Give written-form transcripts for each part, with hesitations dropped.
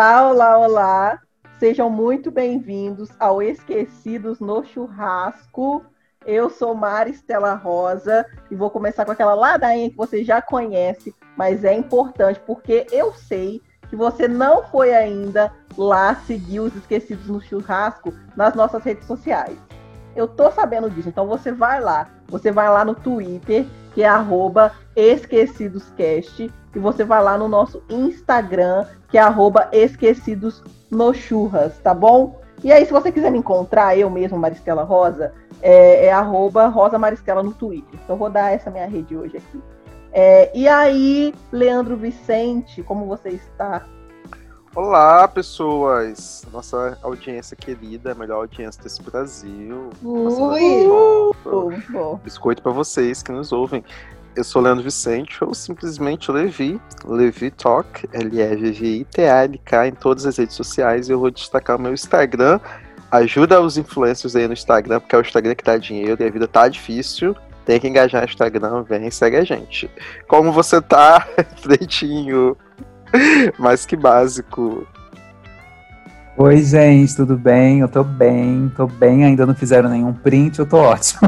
Olá, olá, olá. Sejam muito bem-vindos ao Esquecidos no Churrasco. Eu sou Mari Estela Rosa e vou começar com aquela ladainha que você já conhece, mas é importante porque eu sei que você não foi ainda lá seguir os Esquecidos no Churrasco nas nossas redes sociais. Eu tô sabendo disso, então você vai lá no Twitter, que é @esquecidoscast, e você vai lá no nosso Instagram, que é @esquecidosnochurras, tá bom? E aí, se você quiser me encontrar, eu mesmo, Maristela Rosa, é @Rosa Maristela no Twitter. Então, vou dar essa minha rede hoje aqui. E aí, Leandro Vicente, como você está? Olá, pessoas! Nossa audiência querida, a melhor audiência desse Brasil. Biscoito para vocês que nos ouvem. Eu sou Leandro Vicente, ou simplesmente Levi Talk, LEVVITALK, em todas as redes sociais. E eu vou destacar o meu Instagram. Ajuda os influencers aí no Instagram, porque é o Instagram que dá dinheiro e a vida tá difícil. Tem que engajar no Instagram, vem, segue a gente. Como você tá, Freitinho? Mais que básico. Oi, gente, tudo bem? Eu tô bem, ainda não fizeram nenhum print, eu tô ótimo.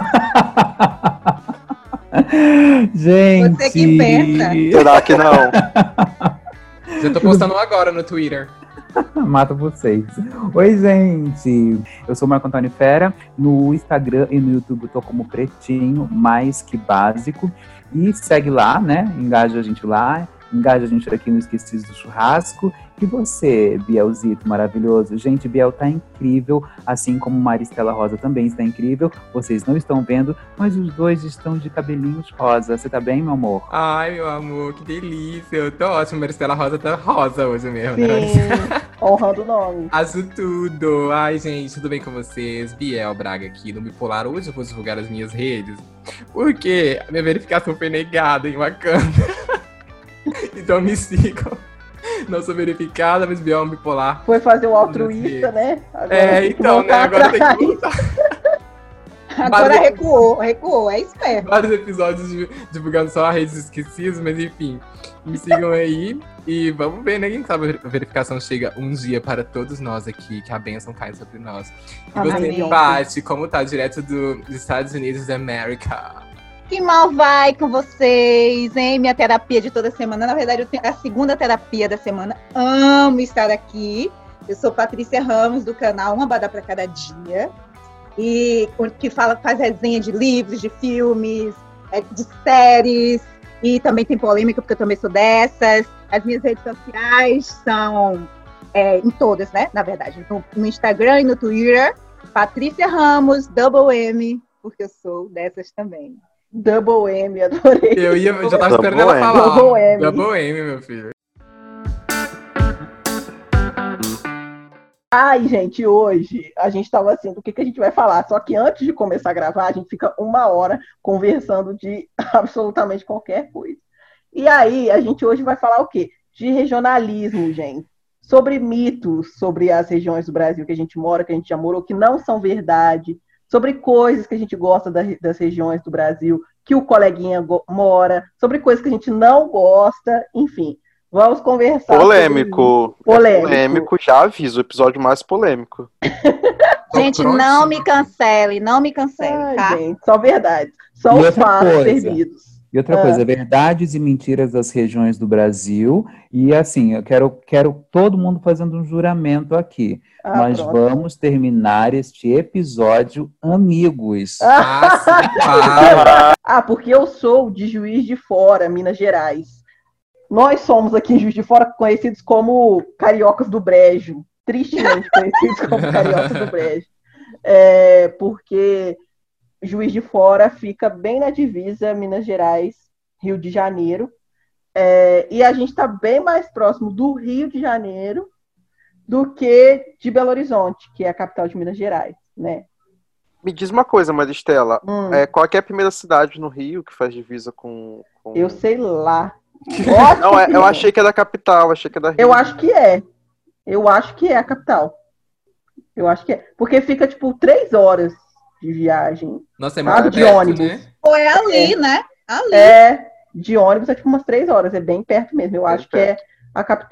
Gente! Você que pensa. Será que não? Já tô postando agora no Twitter. Mata vocês. Oi, gente! Eu sou o Marco Antônio Fera. No Instagram e no YouTube eu tô como Pretinho, mais que básico. E segue lá, né? Engaja a gente lá. Engaja a gente aqui no Esquecidos do Churrasco. E você, Bielzito maravilhoso? Gente, Biel tá incrível, assim como Maristela Rosa também está incrível. Vocês não estão vendo, mas os dois estão de cabelinhos rosa. Você tá bem, meu amor? Ai, meu amor, que delícia. Eu tô ótimo, Maristela Rosa tá rosa hoje mesmo, Sim, né? honrando o nome. Azul tudo. Ai, gente, tudo bem com vocês? Biel Braga aqui, no Bipolar. Hoje eu vou divulgar as minhas redes, porque a minha verificação foi negada em Wakanda. Então me sigam. Não sou verificada, mas Biel Bipolar. Foi fazer o altruísta, né? Agora então, né? Agora tem que voltar. Agora recuou, é esperto. Vários episódios divulgando só redes esquecidas, mas enfim. Me sigam aí e vamos ver, né? Quem sabe a verificação chega um dia para todos nós aqui, que a bênção cai sobre nós. E você, Paty, como tá? Direto dos Estados Unidos da América. Que mal vai com vocês, hein? Minha terapia de toda semana. Na verdade, eu tenho a segunda terapia da semana. Amo estar aqui. Eu sou Patrícia Ramos, do canal Uma Badá para Cada Dia. E que faz resenha de livros, de filmes, de séries. E também tem polêmica, porque eu também sou dessas. As minhas redes sociais são em todas, né? Na verdade, no Instagram e no Twitter. Patrícia Ramos, Double M, porque eu sou dessas também. Double M, adorei. Eu já tava esperando ela falar. Double M. Double M, meu filho. Ai, gente, hoje a gente tava assim, do que a gente vai falar? Só que antes de começar a gravar, a gente fica 1 hora conversando de absolutamente qualquer coisa. E aí, a gente hoje vai falar o quê? De regionalismo, gente. Sobre mitos sobre as regiões do Brasil que a gente mora, que a gente já morou, que não são verdade. Sobre coisas que a gente gosta das regiões do Brasil, que o coleguinha mora, sobre coisas que a gente não gosta, enfim. Vamos conversar. Polêmico. Polêmico, já aviso, o episódio mais polêmico. Gente, não me cancele, tá? Gente, só verdade. Só os fatos servidos. E outra coisa, verdades e mentiras das regiões do Brasil. E assim, eu quero todo mundo fazendo um juramento aqui. Nós vamos terminar este episódio amigos. Porque eu sou de Juiz de Fora, Minas Gerais. Nós somos aqui em Juiz de Fora conhecidos como cariocas do brejo. Tristemente conhecidos como cariocas do brejo. Porque Juiz de Fora fica bem na divisa Minas Gerais, Rio de Janeiro. E a gente está bem mais próximo do Rio de Janeiro do que de Belo Horizonte, que é a capital de Minas Gerais, né? Me diz uma coisa, Maristela. Qual que é a primeira cidade no Rio que faz divisa com... Eu sei lá. Não, eu achei que era a capital, achei que era Rio. Eu acho que é. Eu acho que é a capital. Eu acho que é. Porque fica, 3 horas de viagem. Nossa, é muito de perto, ônibus. Né? Ou é ali, né? Ali. De ônibus é umas 3 horas. É bem perto mesmo. Eu acho que é a capital.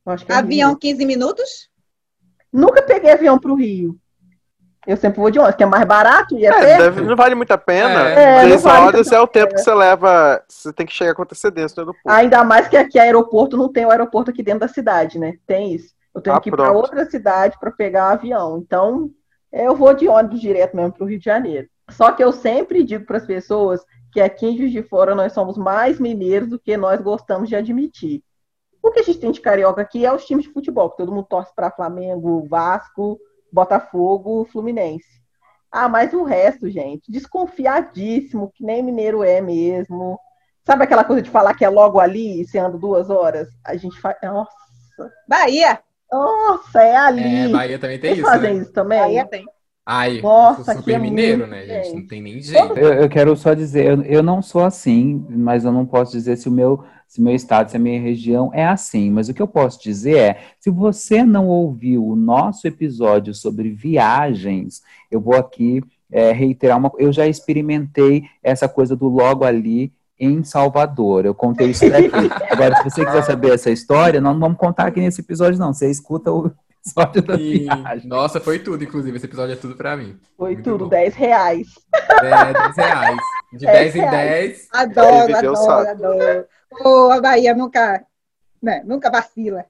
Eu acho que é Avião Rio. 15 minutos? Nunca peguei avião pro Rio. Eu sempre vou de ônibus, que é mais barato e é perto. Não vale muito a pena. não 3 vale horas tanto é a o tempo pena. que você leva. Você tem que chegar com antecedência no aeroporto. Ainda mais que aqui aeroporto não tem o aeroporto aqui dentro da cidade, né? Tem isso. Eu tenho que ir para pronto. outra cidade para pegar um avião. Então, eu vou de ônibus direto mesmo para o Rio de Janeiro. Só que eu sempre digo para as pessoas que aqui em Juiz de Fora nós somos mais mineiros do que nós gostamos de admitir. O que a gente tem de carioca aqui é os times de futebol, que todo mundo torce para Flamengo, Vasco, Botafogo, Fluminense. Ah, mas o resto, gente, desconfiadíssimo, que nem mineiro é mesmo. Sabe aquela coisa de falar que é logo ali e você anda 2 horas? A gente faz. Bahia. Nossa, é ali. Bahia também tem Vocês isso, fazem né? isso também? Bahia tem. Ai, Nossa, eu sou aqui é super mineiro, muito, né, gente? Não gente. tem nem jeito. Eu quero só dizer, eu não sou assim, mas eu não posso dizer se o meu estado, se a minha região é assim. Mas o que eu posso dizer é, se você não ouviu o nosso episódio sobre viagens, eu vou aqui reiterar eu já experimentei essa coisa do logo ali em Salvador. Eu contei isso daqui. Agora, se você quiser saber essa história, nós não vamos contar aqui nesse episódio, não. Você escuta o episódio da viagem. Nossa, foi tudo, inclusive. Esse episódio é tudo pra mim. Foi Muito tudo, bom. R$10. R$10. De 10 em 10. Adoro, Deus adoro, sabe. adoro. Oh, a Bahia nunca vacila.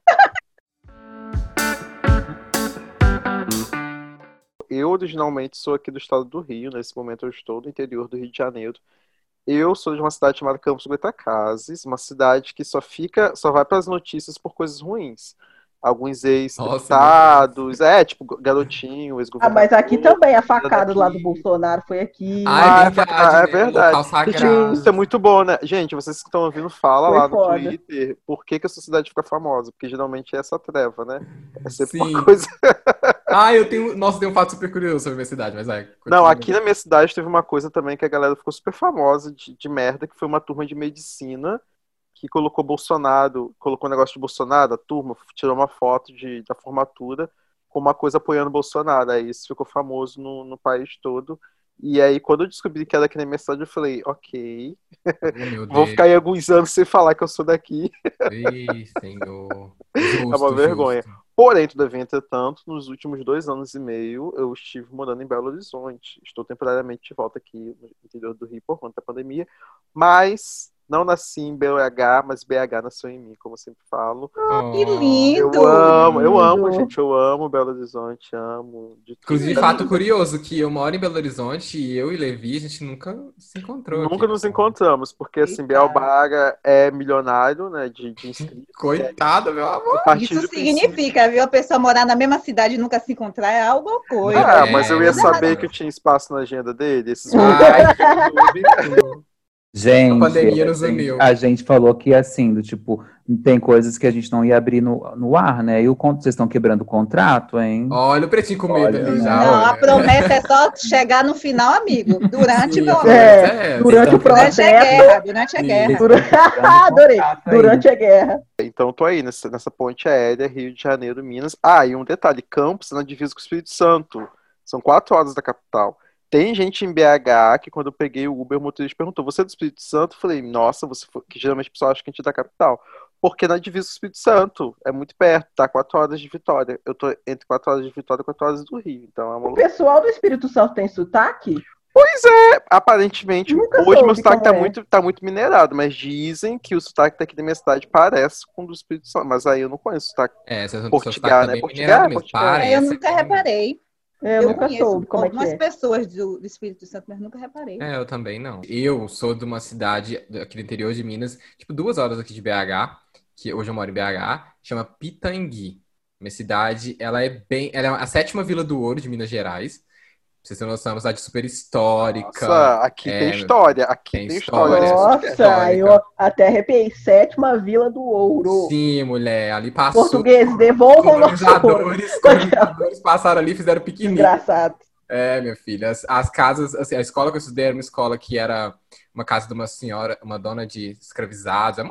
Eu originalmente sou aqui do estado do Rio, nesse momento eu estou no interior do Rio de Janeiro. Eu sou de uma cidade chamada Campos Goytacazes, uma cidade que só vai para as notícias por coisas ruins. Alguns ex-deputados, tipo garotinho, Ah, ex-governador. mas aqui também a facada daqui. lá do Bolsonaro foi aqui. Ah, é verdade, é né? verdade. Local sagrado. Isso é muito bom, né? Gente, vocês que estão ouvindo, fala Foi lá no foda. Twitter por que a sua cidade fica famosa. Porque geralmente é essa treva, né? É sempre Sim. uma coisa. Eu tenho um fato super curioso sobre a minha cidade, mas Não, continua. aqui na minha cidade teve uma coisa também que a galera ficou super famosa de merda, que foi uma turma de medicina que colocou um negócio de Bolsonaro, a turma tirou uma foto da formatura com uma coisa apoiando o Bolsonaro. Aí isso ficou famoso no país todo. E aí, quando eu descobri que era aqui na minha cidade, eu falei, ok, Meu vou Deus. ficar aí alguns anos sem falar que eu sou daqui. Ih, senhor. É uma vergonha. Porém, todavia, entretanto, nos últimos 2 anos e meio, eu estive morando em Belo Horizonte. Estou temporariamente de volta aqui no interior do Rio por conta da pandemia, mas não nasci em BH, mas BH nasceu em mim, como eu sempre falo. Que lindo! Eu amo, Lindo. gente, eu amo Belo Horizonte, amo. Inclusive, fato curioso, que eu moro em Belo Horizonte e eu e Levi, a gente nunca se encontrou. Nunca nos encontramos, porque assim, Eita. Biel Braga é milionário, né, de inscritos. Coitado, meu amor. A partir Isso do princípio- significa, viu? A pessoa morar na mesma cidade e nunca se encontrar é algo coisa. Ah, mas eu ia É. saber que eu tinha espaço na agenda dele. Esses Ai, Gente, A pandemia nos uniu. a gente falou que assim, do tipo, tem coisas que a gente não ia abrir no ar, né? E vocês estão quebrando o contrato, hein? olha o pretinho com medo Olha, ali já. Não, a olha. promessa é só chegar no final, amigo. Durante, Sim, não. a promessa é essa. Durante o Durante a processo. guerra, durante a Sim. guerra. Adorei. Contrato aí. Durante a guerra. Então, tô aí nessa ponte aérea, Rio de Janeiro, Minas. Ah, e um detalhe, Campos é na divisa com o Espírito Santo. São 4 horas da capital. Tem gente em BH que quando eu peguei o Uber, o motorista perguntou, você é do Espírito Santo? Eu falei, nossa, que geralmente o pessoal acha que a gente é da capital. Porque na divisa com o Espírito Santo, é muito perto, tá 4 horas de Vitória. Eu tô entre 4 horas de Vitória e 4 horas do Rio, então é uma O loucura. pessoal do Espírito Santo tem sotaque? Aparentemente, Nunca hoje soube meu sotaque como é. tá muito minerado, mas dizem que o sotaque daqui da minha cidade parece com o do Espírito Santo, mas aí eu não conheço o sotaque. Essa Portugal, né? Portugal, mesmo. Portugal. Parece. Eu nunca reparei. Eu nunca conheço soube como é que algumas é. pessoas do Espírito Santo, mas nunca reparei. Eu também não. Eu sou de uma cidade aqui do interior de Minas, tipo 2 horas aqui de BH, que hoje eu moro em BH, chama Pitangui. Minha cidade, ela é a 7ª Vila do Ouro de Minas Gerais. Pra vocês terem noção, é uma cidade super histórica. Nossa, aqui tem história. Aqui tem tem história. história. Nossa, histórica. eu até arrepiei. 7ª Vila do Ouro. Sim, mulher, ali passou. Portugueses, devolvam o nosso ouro. Colonizadores passaram ali e fizeram piquenique. Engraçado. Minha filha, as casas, assim, a escola que eu estudei era uma escola que era uma casa de uma senhora, uma dona de escravizados, é uma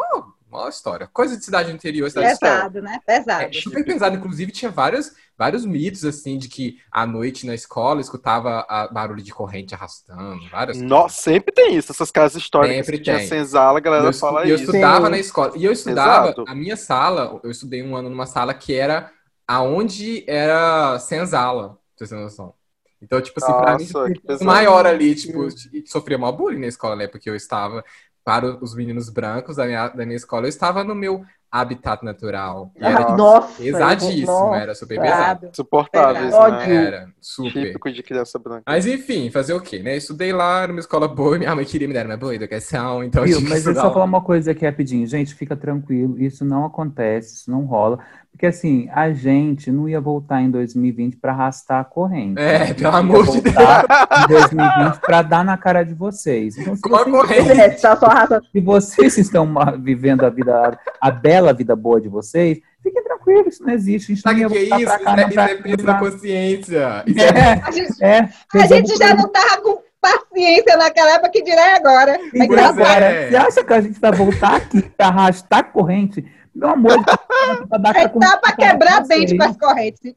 Mó história. Coisa de cidade interior, cidade Pesado, né? Pesado. é super pesado. Inclusive, tinha vários mitos, assim, de que à noite na escola escutava barulho de corrente arrastando, várias coisas. Nossa, sempre tem isso. Essas casas históricas Sempre que tinha tem. senzala, a galera fala E eu isso. estudava Sim. na escola. E eu estudava, Exato. a minha sala, eu estudei um ano numa sala que era aonde era senzala, pra você ter noção. Então, tipo assim, pra mim, Nossa, que o pesado. maior ali, tipo, sofria maior bullying na escola, né? Porque eu estava, para os meninos brancos da minha escola, eu estava no meu habitat natural. E era, tipo, Nossa, pesadíssimo, era super pesado. Pesado. Insuportáveis, Ódio. né? Era super. Típico de criança branca. Mas enfim, fazer o quê, né? Estudei lá numa escola boa e minha mãe queria me dar uma boa educação, então eu Viu? tinha que Mas eu estudar só lá. falar uma coisa aqui rapidinho. Gente, fica tranquilo. Isso não acontece, isso não rola. Porque assim, a gente não ia voltar em 2020 para arrastar a corrente. É, pelo Ia amor de Deus. voltar em 2020 para dar na cara de vocês. Então, se Com a vocês, corrente. Tá só arrasando. se vocês estão vivendo a bela vida boa de vocês, fiquem tranquilos, isso não existe. A gente Sabe não o ia que é voltar isso? pra cá, Isso é peso na consciência. Isso é... A gente, É, a gente já não tava com paciência naquela época, que dirá agora. Mas Pois tá é. bom. Agora, você acha que a gente vai voltar aqui para arrastar a corrente? Meu amor, pra dar É tá pra quebrar dente com as correntes.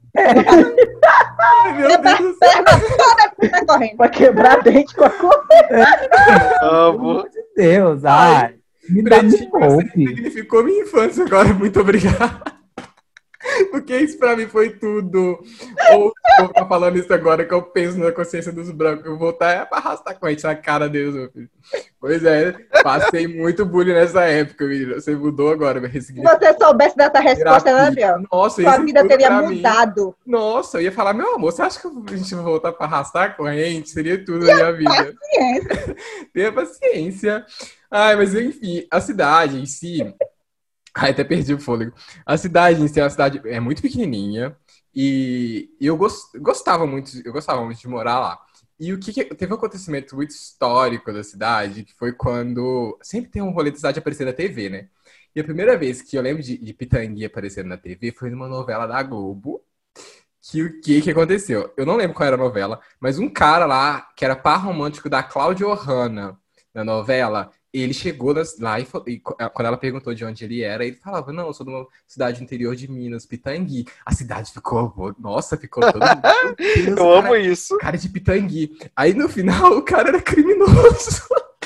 Ai, meu Quebrar Deus do a céu. perna toda com a corrente. Pra quebrar dente com a cor. Pelo Amo. amor de Deus, ai. Me dá me Pretinho, você poupe. significou minha infância agora. Muito obrigado. Porque isso pra mim foi tudo. Ou vou ficar falando isso agora que eu penso na consciência dos brancos. Eu vou voltar pra arrastar com a gente na cara deles, meu filho. Pois é, passei muito bullying nessa época, menino. Você mudou agora, meu Se você soubesse dessa resposta, era pior. Nossa, Sua isso vida tudo teria pra mim. mudado. Nossa, eu ia falar, meu amor, você acha que a gente vai voltar pra arrastar a corrente? Seria tudo na minha vida. Paciência. Tenha paciência. Ai, mas enfim, a cidade em si. Ai, até perdi o fôlego. A cidade em si é uma cidade muito pequenininha. E eu gostava muito de morar lá. E teve um acontecimento muito histórico da cidade, que foi quando. Sempre tem um rolê da cidade aparecer na TV, né? E a primeira vez que eu lembro de Pitangui aparecendo na TV foi numa novela da Globo. O que aconteceu? Eu não lembro qual era a novela, mas um cara lá, que era par romântico da Cláudia Ohana na novela, ele chegou lá e quando ela perguntou de onde ele era, ele falava, não, eu sou de uma cidade interior de Minas, Pitangui. A cidade ficou, nossa, ficou todo mundo. Meu Deus, Eu amo isso. cara de Pitangui. Aí no final o cara era criminoso.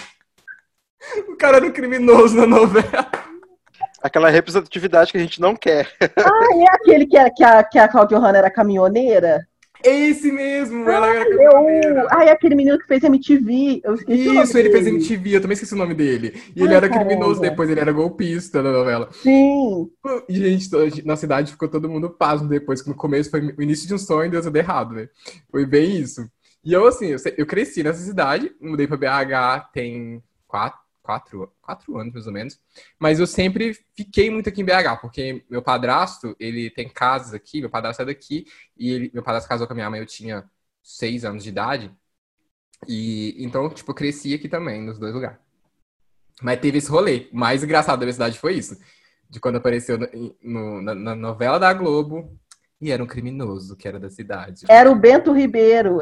O cara era um criminoso na novela. Aquela representatividade que a gente não quer. Ah, é aquele que a Claudia Hanna era caminhoneira? Esse mesmo, ela era caminhoneira. É aquele menino que fez MTV. Eu esqueci o nome Isso, ele fez dele. MTV, eu também esqueci o nome dele. E Ai, ele era caramba. criminoso depois, ele era golpista na novela. Sim. E, gente, na cidade ficou todo mundo pasmo depois, que no começo foi o início de um sonho e deu tudo errado, né? Foi bem isso. E eu, assim, eu cresci nessa cidade, mudei pra BH tem quatro anos, mais ou menos. Mas eu sempre fiquei muito aqui em BH, porque meu padrasto, ele tem casas aqui, meu padrasto é daqui, e meu padrasto casou com a minha mãe, eu tinha 6 anos de idade. E então, tipo, eu cresci aqui também, nos dois lugares. Mas teve esse rolê. O mais engraçado da minha cidade foi isso. De quando apareceu na novela da Globo, e era um criminoso que era da cidade. Era o Bento Ribeiro.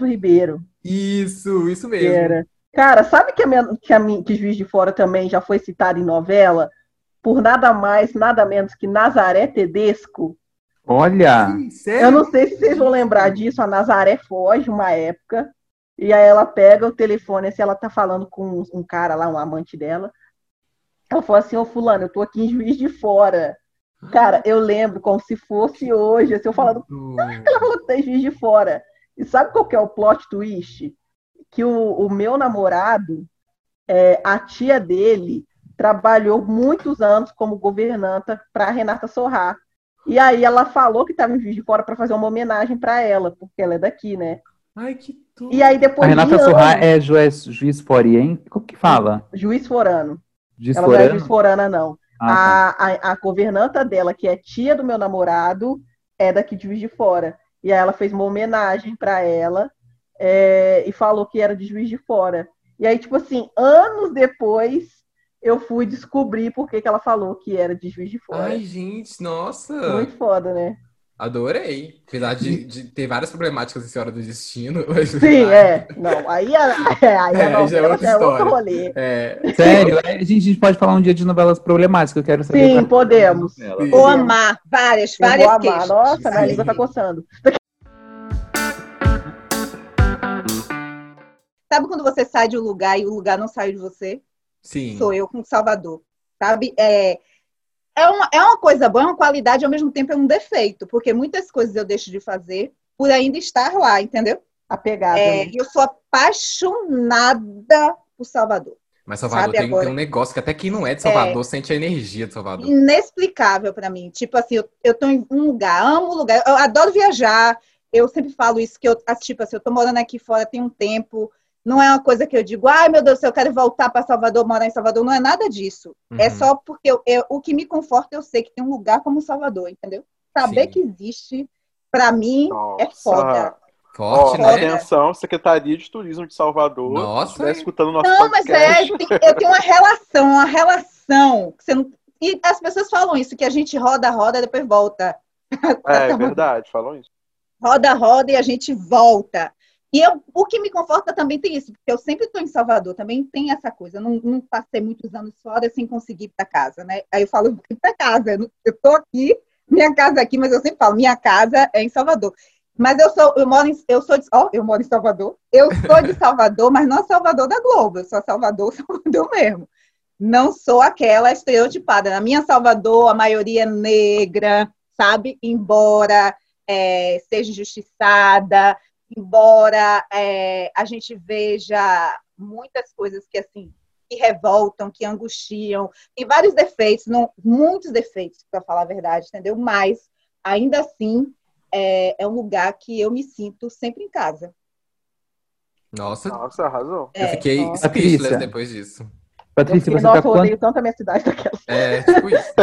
Isso Que mesmo. era. Cara, sabe que Juiz de Fora também já foi citado em novela? Por nada mais, nada menos que Nazaré Tedesco. Olha, Sério? Eu não sei se vocês vão lembrar disso. A Nazaré foge uma época. E aí ela pega o telefone, assim, ela tá falando com um cara lá, um amante dela. Ela falou assim, ô fulano, eu tô aqui em Juiz de Fora. Cara, eu lembro como se fosse hoje, assim, eu falando, ela falou que tá em Juiz de Fora. E sabe qual que é o plot twist? Que o meu namorado, a tia dele, trabalhou muitos anos como governanta para Renata Sorrah. E aí ela falou que estava em Juiz de Fora para fazer uma homenagem para ela, porque ela é daqui, né? Ai, que tudo. E aí depois a Renata de Sorrah anos, é juiz foriense? Como que fala? Juiz Forano. Juiz Ela não é forano? Juiz Forana, não. Ah, tá. A governanta dela, que é tia do meu namorado, é daqui de Juiz de Fora. E aí ela fez uma homenagem para ela e falou que era de Juiz de Fora. E aí, tipo assim, anos depois, eu fui descobrir por que ela falou que era de Juiz de Fora. Ai, gente, nossa. Muito foda, né? Adorei. Apesar de ter várias problemáticas em Senhora do Destino. Mas... Sim, Não, aí a novela já é outra já é outro história. rolê. Sério, a gente pode falar um dia de novelas problemáticas, eu quero saber. Sim, podemos. Sim. Vou amar várias Eu vou amar. queixas. Nossa, minha Sim. língua tá coçando. Sabe quando você sai de um lugar e o lugar não sai de você? Sim. Sou eu com Salvador. Sabe? É uma coisa boa, é uma qualidade, ao mesmo tempo é um defeito, porque muitas coisas eu deixo de fazer por ainda estar lá, entendeu? Apegada. Né? Eu sou apaixonada por Salvador. Mas Salvador Sabe, tem agora- um negócio que até quem não é de Salvador sente a energia de Salvador. Inexplicável pra mim. Tipo assim, eu tô em um lugar, amo o lugar, eu adoro viajar. Eu sempre falo isso, que tipo assim, eu tô morando aqui fora tem um tempo. Não é uma coisa que eu digo, ai meu Deus do céu, eu quero voltar para Salvador, morar em Salvador. Não é nada disso. Uhum. É só porque o que me conforta, eu sei que tem um lugar como Salvador, entendeu? Saber Sim. que existe, pra mim, é foda. Forte, Ó, né? atenção, Secretaria de Turismo de Salvador. Nossa, Se estiver escutando o nosso Não, mas podcast. eu tenho uma relação. Que você não... E as pessoas falam isso, que a gente roda, depois volta. É verdade, falam isso. Roda e a gente volta. E o que me conforta também tem isso, porque eu sempre estou em Salvador, também tem essa coisa. Eu não passei muitos anos fora sem conseguir ir para casa, né? Aí eu falo, vou ir para casa. Eu estou aqui, minha casa é aqui, mas eu sempre falo, minha casa é em Salvador. Mas eu moro em Salvador. Eu sou de Salvador, mas não Salvador da Globo. Eu sou Salvador mesmo. Não sou aquela estereotipada. Na minha Salvador, a maioria é negra, sabe? Embora seja injustiçada, embora a gente veja muitas coisas que, assim, que revoltam, que angustiam. Tem vários defeitos, muitos defeitos, para falar a verdade, entendeu? Mas, ainda assim, é um lugar que eu me sinto sempre em casa. Nossa, Nossa, arrasou. eu fiquei Nossa. speechless Patrícia. depois disso. Patrícia, você Nossa, tá eu odeio quanto? tanto a minha cidade daquela. Tipo isso.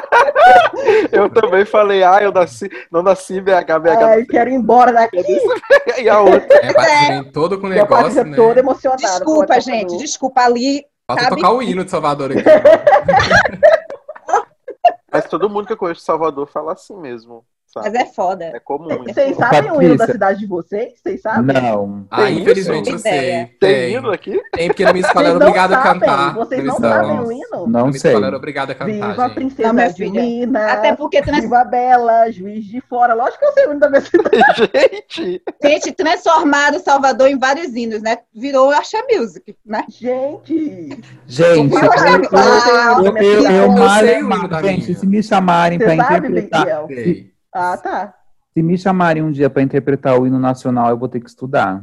Eu também falei, não nasci em BH, BH Ai, quero ir embora daqui. e a outra. Patrícia vem todo com E a negócio, Patrícia né? toda emocionada. Desculpa, pô, gente, Salvador. desculpa ali. Falta sabe? tocar o hino de Salvador aqui. Mas todo mundo que eu conheço de Salvador fala assim mesmo, sabe? Mas é foda. É comum. isso. Vocês sabem o hino da Patrícia. cidade de vocês? Vocês sabem? Não. Tem Infelizmente isso? eu Ideia. sei. Tem hino aqui? Tem, porque na minha escola Vocês era não obrigado a sabem? cantar. Vocês Na não minha sabem escola- o hino? Na Não minha escola sei. era obrigado a cantar, Viva a gente. princesa Não, minha de filha. Minas. Até porque Viva a Bela, Juiz de Fora. Lógico que eu sei o hino da minha cidade. Gente! gente, transformaram Salvador em vários hinos, né? Virou Axé Music, né? Gente, Gente, Fala, eu- Fala, eu Eu mal sei e o mal. hino da Gente, minha. se me chamarem você para sabe, interpretar, Biel? Sei. Ah, tá. se me chamarem um dia para interpretar o hino nacional, eu vou ter que estudar.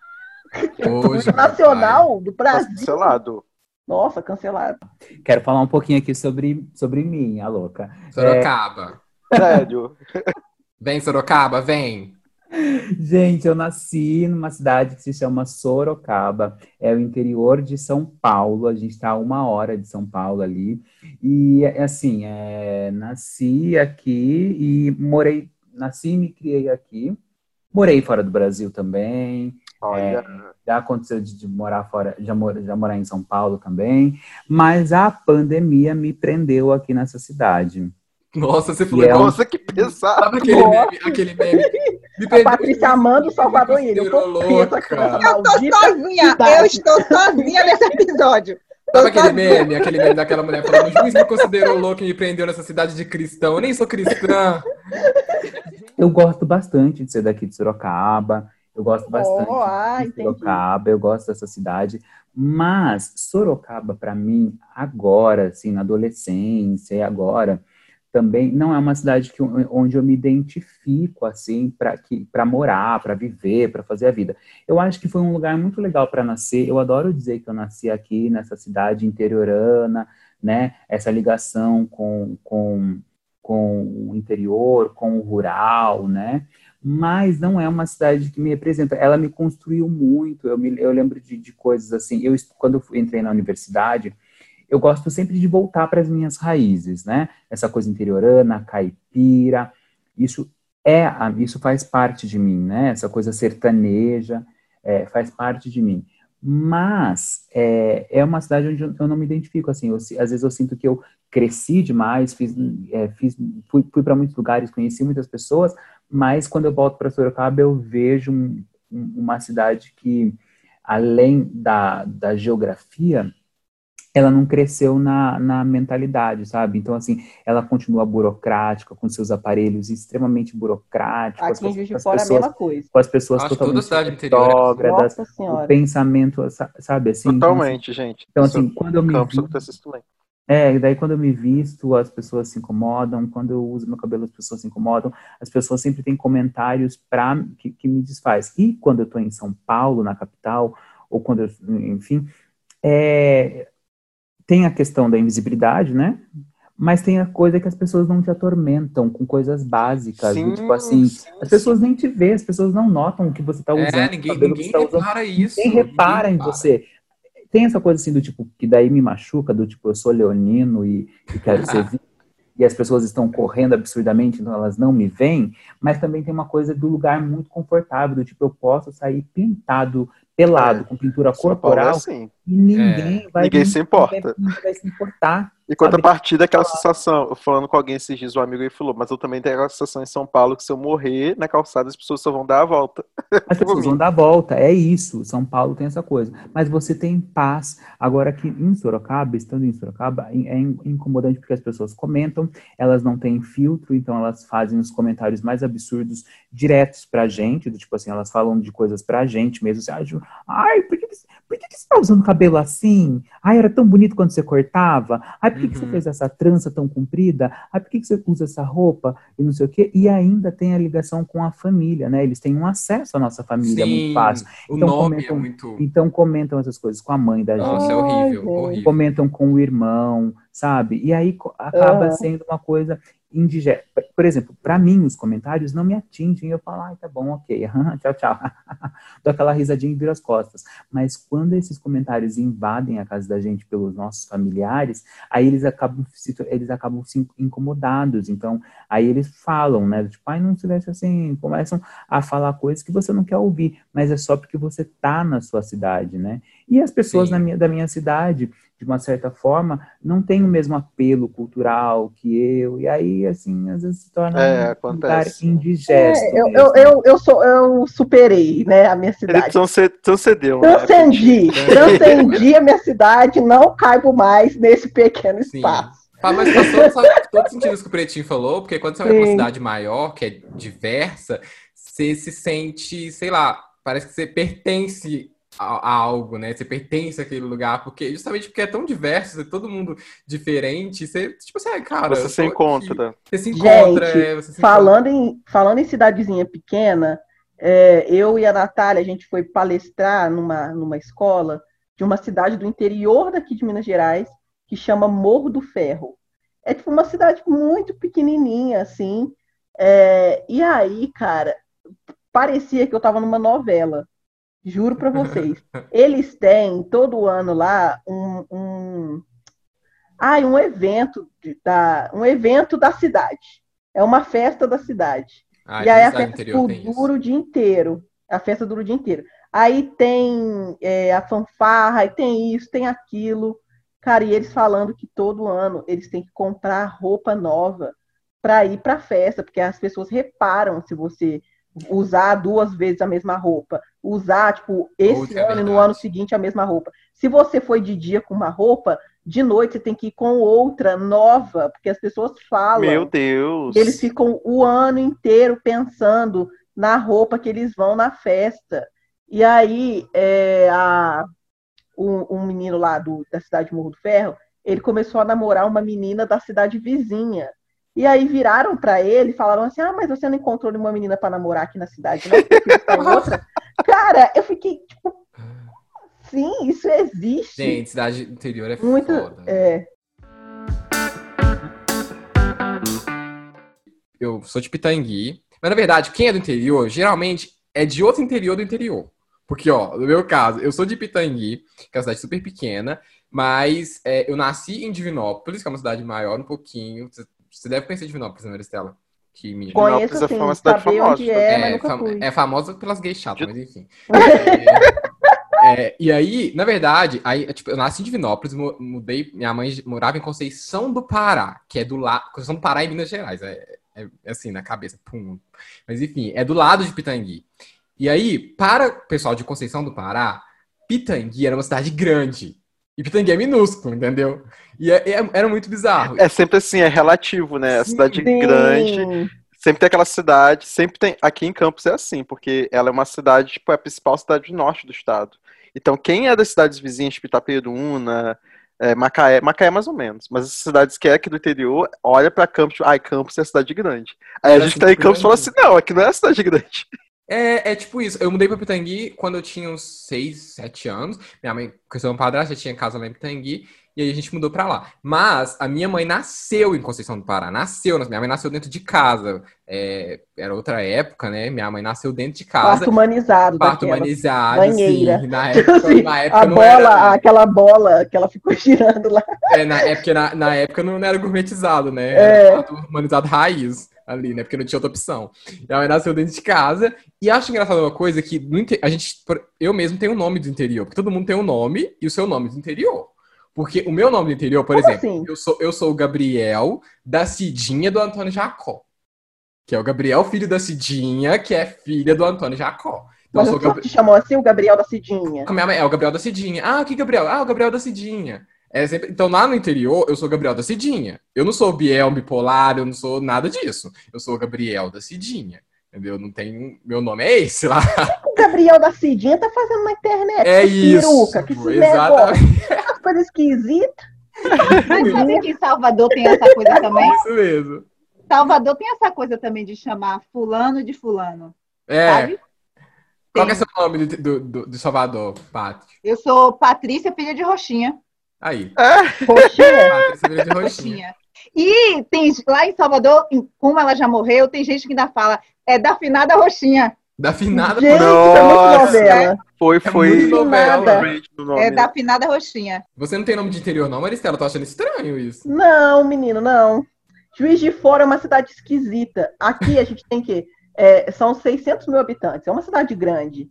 Hoje, meu Nacional do Tá Brasil. cancelado. Nossa, cancelado. Quero falar um pouquinho aqui sobre mim, a louca. pai. Sorocaba. Sério. Vem, Sorocaba, vem. Gente, eu nasci numa cidade que se chama Sorocaba, é o interior de São Paulo, a gente está a 1 hora de São Paulo ali, e assim, nasci aqui e nasci e me criei aqui, morei fora do Brasil também, Olha. já aconteceu de morar fora, já morar em São Paulo também, mas a pandemia me prendeu aqui nessa cidade. Nossa, você E falou é igual. Nossa, que pesado. Sabe aquele meme? Me A perdeu, Patrícia amando o Salvador e ele. Eu tô considerou presa aqui nessa louca. maldita Sozinha, cidade. eu estou sozinha nesse episódio. Sabe aquele meme daquela mulher falando, o juiz me considerou louco e me prendeu nessa cidade de cristão. Eu nem sou cristã. Eu gosto bastante de ser daqui de Sorocaba, eu gosto bastante de entendi. Sorocaba, eu gosto dessa cidade, mas Sorocaba, para mim, agora, assim, na adolescência e agora, também não é uma cidade onde eu me identifico, assim, para morar, para viver, para fazer a vida. Eu acho que foi um lugar muito legal para nascer, eu adoro dizer que eu nasci aqui, nessa cidade interiorana, né, essa ligação com o interior, com o rural, né? Mas não é uma cidade que me representa. Ela me construiu muito. Eu lembro de coisas assim. Quando eu entrei na universidade, eu gosto sempre de voltar para as minhas raízes, né? Essa coisa interiorana, caipira. Isso faz parte de mim, né? Essa coisa sertaneja faz parte de mim. Mas é uma cidade onde eu não me identifico, assim, às vezes eu sinto que eu cresci demais, fui para muitos lugares, conheci muitas pessoas, mas quando eu volto para Sorocaba eu vejo uma cidade que, além da geografia, ela não cresceu na mentalidade, sabe? Então, assim, ela continua burocrática, com seus aparelhos extremamente burocráticos, Aqui em Juiz de Fora é a mesma coisa. com as pessoas Acho que toda totalmente cidade do interior é assim. retrógradas, Nossa o Senhora. pensamento, sabe, assim? Totalmente, gente. Então, Isso assim, quando eu me campus vi, acontece isso também. daí quando eu me visto, as pessoas se incomodam, quando eu uso meu cabelo, as pessoas se incomodam, as pessoas sempre têm comentários que me desfaz. E quando eu estou em São Paulo, na capital, ou quando eu, enfim, tem a questão da invisibilidade, né? Mas tem a coisa que as pessoas não te atormentam com coisas básicas, do tipo assim, as pessoas nem te vê, as pessoas não notam o que você está usando, o cabelo que Ninguém você está usando, repara isso. ninguém repara em você. Tem essa coisa assim do tipo, que daí me machuca, do tipo, eu sou leonino e quero ser visto, e as pessoas estão correndo absurdamente, então elas não me veem, mas também tem uma coisa do lugar muito confortável, do tipo, eu posso sair pintado, pelado, com pintura São Paulo é corporal, assim. e ninguém vai se importa. ninguém vai se importar. E contrapartida, aquela sensação, falando com alguém esses dias, um amigo aí falou, mas eu também tenho aquela sensação em São Paulo que se eu morrer na calçada, as pessoas só vão dar a volta. As pessoas vão dar a volta, é isso. São Paulo tem essa coisa. Mas você tem paz. Agora, aqui em Sorocaba, estando em Sorocaba, é incomodante porque as pessoas comentam, elas não têm filtro, então elas fazem os comentários mais absurdos diretos pra gente, do tipo assim, elas falam de coisas pra gente mesmo. Assim, ai, por que você tá usando cabelo assim? Ai, era tão bonito quando você cortava. Ai, por que você fez essa trança tão comprida? Ai, por que você usa essa roupa? E não sei o quê. E ainda tem a ligação com a família, né? Eles têm um acesso à nossa família muito fácil. O Então, nome é muito... Então comentam essas coisas com a mãe da gente. Nossa, é horrível, horrível. Comentam com o irmão, sabe? E aí acaba sendo uma coisa indigesta. Por exemplo, para mim, os comentários não me atingem. Eu falo, ai, tá bom, ok. Tchau, tchau. Dou aquela risadinha e viro as costas. Mas quando esses comentários invadem a casa da gente pelos nossos familiares, aí eles acabam se incomodados. Então, aí eles falam, né? Tipo, ai, não se veste assim. Começam a falar coisas que você não quer ouvir, mas é só porque você tá na sua cidade, né? E as pessoas da minha cidade, de uma certa forma, não têm o mesmo apelo cultural que eu, e aí, assim, às vezes se torna um lugar indigesto. Eu superei, né, a minha cidade. Transcendeu, transcendi a minha cidade, não caibo mais nesse pequeno espaço. Mas faz todo sentido isso que o Pretinho falou, porque quando você vai pra uma cidade maior, que é diversa, você se sente, sei lá, parece que você pertence a algo, né? Você pertence àquele lugar, justamente porque é tão diverso, é todo mundo diferente, você, tipo assim, cara... Você se encontra. Você se encontra, Gente, falando em cidadezinha pequena, eu e a Natália, a gente foi palestrar numa escola de uma cidade do interior daqui de Minas Gerais, que chama Morro do Ferro. É tipo uma cidade muito pequenininha, assim, e aí, cara, parecia que eu tava numa novela. Juro pra vocês. Eles têm todo ano lá um evento da cidade. É uma festa da cidade. E aí a festa dura o dia inteiro. A festa dura o dia inteiro. Aí tem a fanfarra, aí tem isso, tem aquilo. Cara, e eles falando que todo ano eles têm que comprar roupa nova para ir pra festa, porque as pessoas reparam se você usar 2 vezes a mesma roupa, usar, tipo, esse ano e no ano seguinte a mesma roupa. Se você foi de dia com uma roupa, de noite você tem que ir com outra nova, porque as pessoas falam. Meu Deus! E eles ficam o ano inteiro pensando na roupa que eles vão na festa. E aí, um menino lá da cidade de Morro do Ferro, ele começou a namorar uma menina da cidade vizinha. E aí viraram pra ele e falaram assim, mas você não encontrou nenhuma menina pra namorar aqui na cidade, não? Porque tem outra. Cara, eu fiquei, tipo, sim, isso existe. Gente, cidade interior é muito foda. Eu sou de Pitangui, mas na verdade, quem é do interior, geralmente, é de outro interior do interior. Porque, no meu caso, eu sou de Pitangui, que é uma cidade super pequena, mas eu nasci em Divinópolis, que é uma cidade maior um pouquinho. Você deve conhecer Divinópolis, né, Maristela? Conheço, assim, uma cidade saber famosa. onde mas nunca fui. É famosa pelas gays chatas, mas enfim. E aí, na verdade, tipo, eu nasci em Divinópolis, mudei, minha mãe morava em Conceição do Pará, que é do lado, Conceição do Pará em Minas Gerais, é assim, na cabeça, pum. Mas enfim, é do lado de Pitangui. E aí, para o pessoal de Conceição do Pará, Pitangui era uma cidade grande. E Pitangui é minúsculo, entendeu? E era muito bizarro. É sempre assim, é relativo, né? A cidade grande, sempre tem aquela cidade, sempre tem. Aqui em Campos é assim, porque ela é uma cidade, tipo, é a principal cidade do norte do estado. Então, quem é das cidades vizinhas, tipo Itaperuna, Macaé mais ou menos, mas as cidades que é aqui do interior, olha pra Campos, tipo, ai, Campos é a cidade grande. Aí a gente tá em Campos e fala assim, não, aqui não é a cidade grande. É tipo isso. Eu mudei pra Pitangui quando eu tinha uns 6, 7 anos. Minha mãe, questão do padrasto, já tinha casa lá em Pitangui. E aí a gente mudou pra lá. Mas a minha mãe nasceu em Conceição do Pará. Minha mãe nasceu dentro de casa. Era outra época, né? Minha mãe nasceu dentro de casa. Parto humanizado. Parto humanizado, banheira. sim. Na época a não bola, era... aquela bola que ela ficou girando lá. Na época não era gourmetizado, né? Era parto humanizado raiz ali, né? Porque não tinha outra opção. Minha mãe nasceu dentro de casa. E acho engraçado uma coisa que eu mesmo tenho um nome do interior. Porque todo mundo tem um nome e o seu nome do interior. Porque o meu nome do interior, por exemplo, assim? eu sou o Gabriel da Cidinha do Antônio Jacó. Que é o Gabriel, filho da Cidinha, que é filha do Antônio Jacó. Então, mas você te chamou assim, o Gabriel da Cidinha? É o Gabriel da Cidinha. Ah, que Gabriel? Ah, o Gabriel da Cidinha. Então, lá no interior, eu sou o Gabriel da Cidinha. Eu não sou o Biel bipolar, eu não sou nada disso. Eu sou o Gabriel da Cidinha. Entendeu? Não tem... Meu nome é esse lá. O Gabriel da Cidinha tá fazendo na internet. É isso. Peruca, que exatamente. As coisas esquisitas. Mas sabe que em Salvador tem essa coisa também? Isso mesmo. Salvador tem essa coisa também de chamar fulano de fulano. Sabe? Qual que é o seu nome de Salvador, Pátria? Eu sou Patrícia, filha de Roxinha. Aí. Roxinha? Patrícia, filha de Roxinha. E tem, lá em Salvador, como ela já morreu, tem gente que ainda fala, é da finada Roxinha. Da finada Gente, é muito novela. Foi muito novela. É da finada Roxinha. Você não tem nome de interior não, Maristela? Eu tô achando estranho isso. Não, menino, não. Juiz de Fora é uma cidade esquisita. Aqui a gente tem que... são 600 mil habitantes. É uma cidade grande.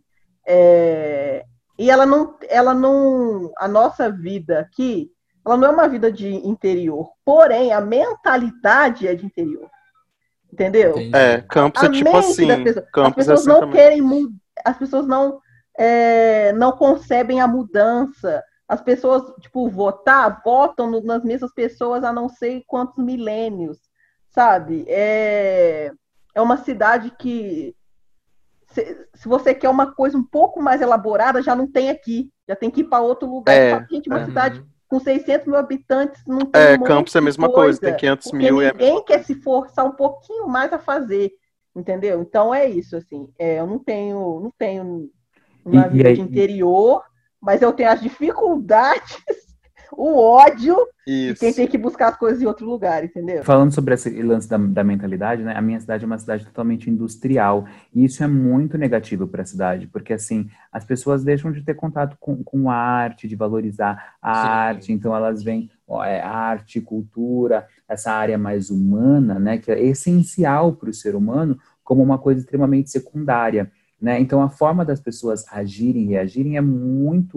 E ela não... A nossa vida aqui, ela não é uma vida de interior. Porém, a mentalidade é de interior. Entendeu? Campos é tipo assim. As pessoas não querem mudar. As pessoas não concebem a mudança. As pessoas, tipo, votam nas mesmas pessoas há não sei quantos milênios, sabe? É uma cidade que, se você quer uma coisa um pouco mais elaborada, já não tem aqui. Já tem que ir para outro lugar. Gente, uma cidade com 600 mil habitantes não tem Campos é a mesma coisa, tem 500 mil. Ninguém quer se forçar um pouquinho mais a fazer, entendeu? Então é isso, assim. Eu não tenho uma vida de interior, mas eu tenho as dificuldades, o ódio de quem tem que buscar as coisas em outro lugar, entendeu? Falando sobre esse lance da mentalidade, né? A minha cidade é uma cidade totalmente industrial, e isso é muito negativo para a cidade, porque, assim, as pessoas deixam de ter contato com a arte, de valorizar a arte, então elas veem arte, cultura, essa área mais humana, né? Que é essencial para o ser humano, como uma coisa extremamente secundária. Né? Então, a forma das pessoas agirem e reagirem é muito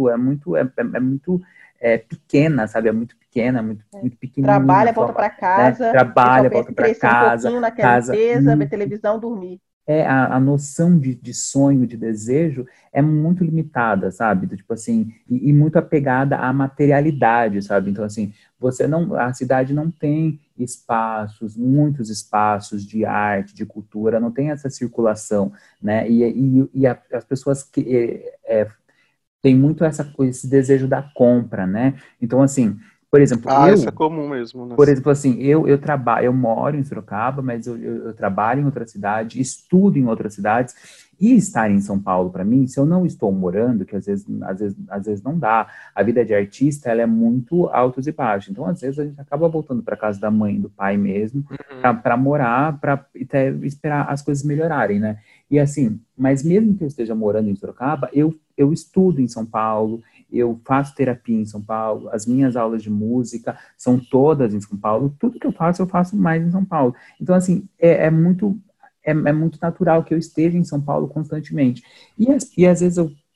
pequena, sabe? É muito pequena, muito pequenininha. Trabalha, volta para casa. Né? Trabalha, volta para casa. Um pouquinho naquela empresa, ver televisão, dormir. A noção de sonho, de desejo é muito limitada, sabe? Tipo assim, e muito apegada à materialidade, sabe? Então, assim, a cidade não tem muitos espaços de arte, de cultura, não tem essa circulação, né? E as pessoas que têm muito esse desejo da compra, né? Então, assim, por exemplo, isso é comum mesmo. Né? Por exemplo, assim, eu moro em Sorocaba, mas eu trabalho em outra cidade, estudo em outras cidades, e estar em São Paulo, para mim, se eu não estou morando, que às vezes não dá, a vida de artista, ela é muito altos e baixos, então às vezes a gente acaba voltando para casa da mãe, do pai mesmo, para morar, para esperar as coisas melhorarem, né? E assim, mas mesmo que eu esteja morando em Sorocaba, eu estudo em São Paulo, eu faço terapia em São Paulo, as minhas aulas de música são todas em São Paulo, tudo que eu faço mais em São Paulo. Então, assim, é muito natural que eu esteja em São Paulo constantemente. E às vezes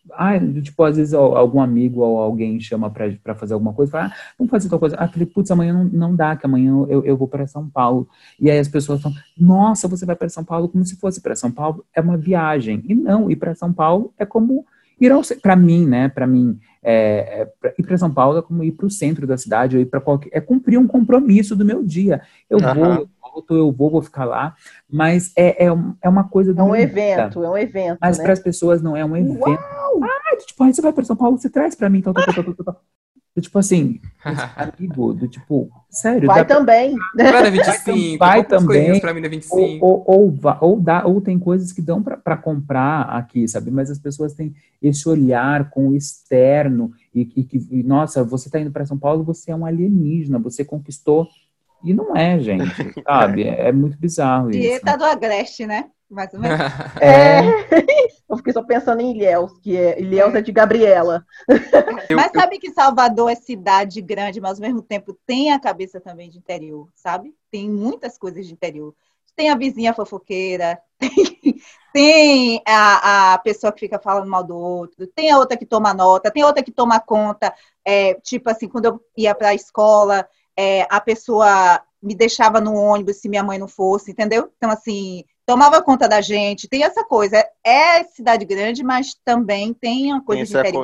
Tipo, às vezes algum amigo ou alguém chama pra fazer alguma coisa, fala, vamos fazer tal coisa. Falei, putz, amanhã não dá, que amanhã eu vou para São Paulo. E aí as pessoas falam, nossa, você vai para São Paulo como se fosse para São Paulo, é uma viagem. E não, ir para São Paulo é como ir para mim, né? Para mim, ir para São Paulo é como ir para o centro da cidade, ou ir para qualquer. É cumprir um compromisso do meu dia. Eu vou ficar lá, mas é uma coisa do É um meu dia. evento, é um evento. Mas né? para as pessoas não é um evento. Uau! Tipo, aí você vai para São Paulo, você traz para mim, tal. Tipo assim, amigo, tipo, sério. Vai também. Vai na 25, vai compra umas também. coisinhas pra mim na 25. Ou tem coisas que dão para comprar aqui, sabe? Mas as pessoas têm esse olhar com o externo e nossa, você tá indo para São Paulo, você é um alienígena, você conquistou. E não é, gente, sabe? É muito bizarro isso. Dieta do Agreste, né? Mais ou menos. Eu fiquei só pensando em Ilhéus, que Ilhéus é de Gabriela. Mas sabe que Salvador é cidade grande, mas ao mesmo tempo tem a cabeça também de interior, sabe? Tem muitas coisas de interior. Tem a vizinha fofoqueira, tem a pessoa que fica falando mal do outro, tem a outra que toma nota, tem outra que toma conta. Tipo assim, quando eu ia para a escola, a pessoa me deixava no ônibus se minha mãe não fosse, entendeu? Então, assim, tomava conta da gente, tem essa coisa. É cidade grande, mas também tem uma coisa de interior.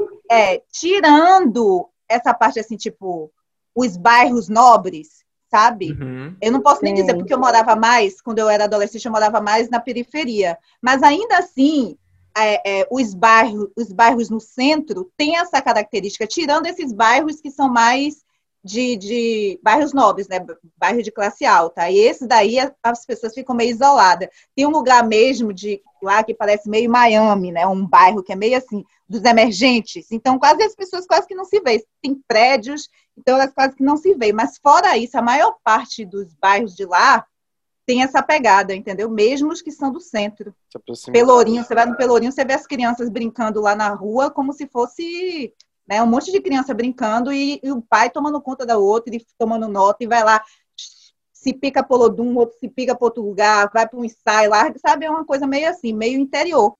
Tirando essa parte, assim, tipo, os bairros nobres, sabe? Uhum. Eu não posso nem dizer, porque eu morava mais, quando eu era adolescente, eu morava mais na periferia. Mas ainda assim, os bairros no centro têm essa característica, tirando esses bairros que são mais de bairros nobres, né? Bairro de classe alta. E esse daí as pessoas ficam meio isoladas. Tem um lugar mesmo de lá que parece meio Miami, né? Um bairro que é meio assim, dos emergentes. Então, quase as pessoas quase que não se veem. Tem prédios, então elas quase que não se veem. Mas fora isso, a maior parte dos bairros de lá tem essa pegada, entendeu? Mesmo os que são do centro. Pelourinho, você vai no Pelourinho, você vê as crianças brincando lá na rua como se fosse... Né, um monte de criança brincando e o pai tomando conta da outra, e tomando nota, e vai lá, se pica para Olodum, outro se pica para outro lugar, vai para um ensaio lá, sabe? É uma coisa meio assim, meio interior.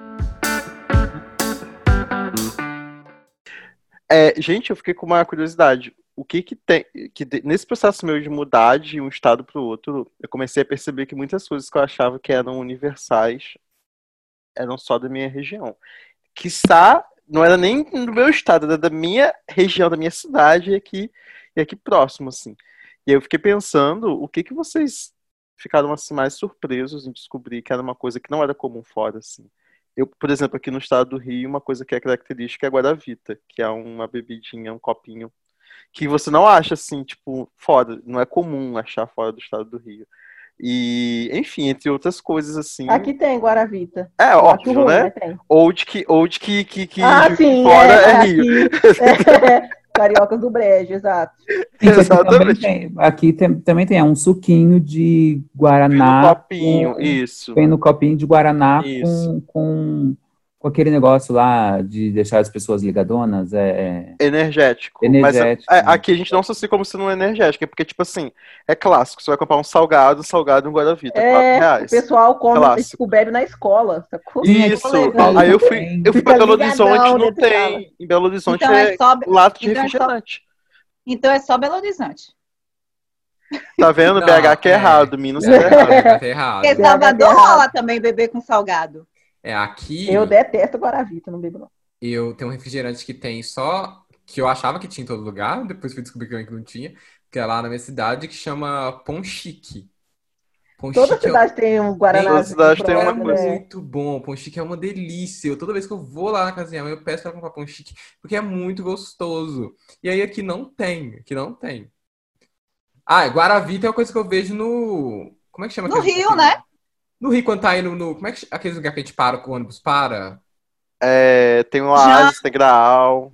Gente, eu fiquei com uma curiosidade. O que tem... nesse processo meu de mudar de um estado para o outro, eu comecei a perceber que muitas coisas que eu achava que eram universais eram só da minha região. Quiçá não era nem do meu estado, era da minha região, da minha cidade e aqui próximo, assim. E aí eu fiquei pensando, o que vocês ficaram, assim, mais surpresos em descobrir que era uma coisa que não era comum fora, assim. Eu, por exemplo, aqui no estado do Rio, uma coisa que é característica é a Guaravita, que é uma bebidinha, um copinho, que você não acha, assim, tipo, fora, não é comum achar fora do estado do Rio. E, enfim, entre outras coisas, assim... Aqui tem Guaravita. Óbvio, ruim, né? Ou de que sim, fora é Rio. Cariocas do Brejo, exato. Aqui também tem um suquinho de Guaraná. Vem no copinho, isso. Vem no copinho de Guaraná com aquele negócio lá de deixar as pessoas ligadonas. Energético. Mas aqui a gente não associa como sendo energético, porque, tipo assim, é clássico. Você vai comprar um salgado e um Guaravita, R$4. O pessoal come esse cubério na escola, sacou? Isso. Aí eu fui pra Belo Horizonte, não tem. Em Belo Horizonte então é lata de refrigerante. Então é só Belo Horizonte. Tá vendo? Não, BH que é errado, Minas que é errado. Tá errado. Porque Salvador rola também beber com salgado. Aqui... Eu detesto Guaravita, não bebo não. Eu tenho um refrigerante que tem só... Que eu achava que tinha em todo lugar, depois fui descobrir que não tinha, que é lá na minha cidade, que chama Ponchique. Toda cidade tem um Guaraná. Toda cidade tem uma coisa. É muito bom, Ponchique é uma delícia. Toda vez que eu vou lá na casa da minha mãe, eu peço pra comprar Ponchique, porque é muito gostoso. E aí aqui não tem. Guaravita é uma coisa que eu vejo no... Como é que chama? No Rio, né? No Rio, quando tá indo no... Como é que aquele lugar que a gente para, que o ônibus para? Tem o Oasis, tem Graal.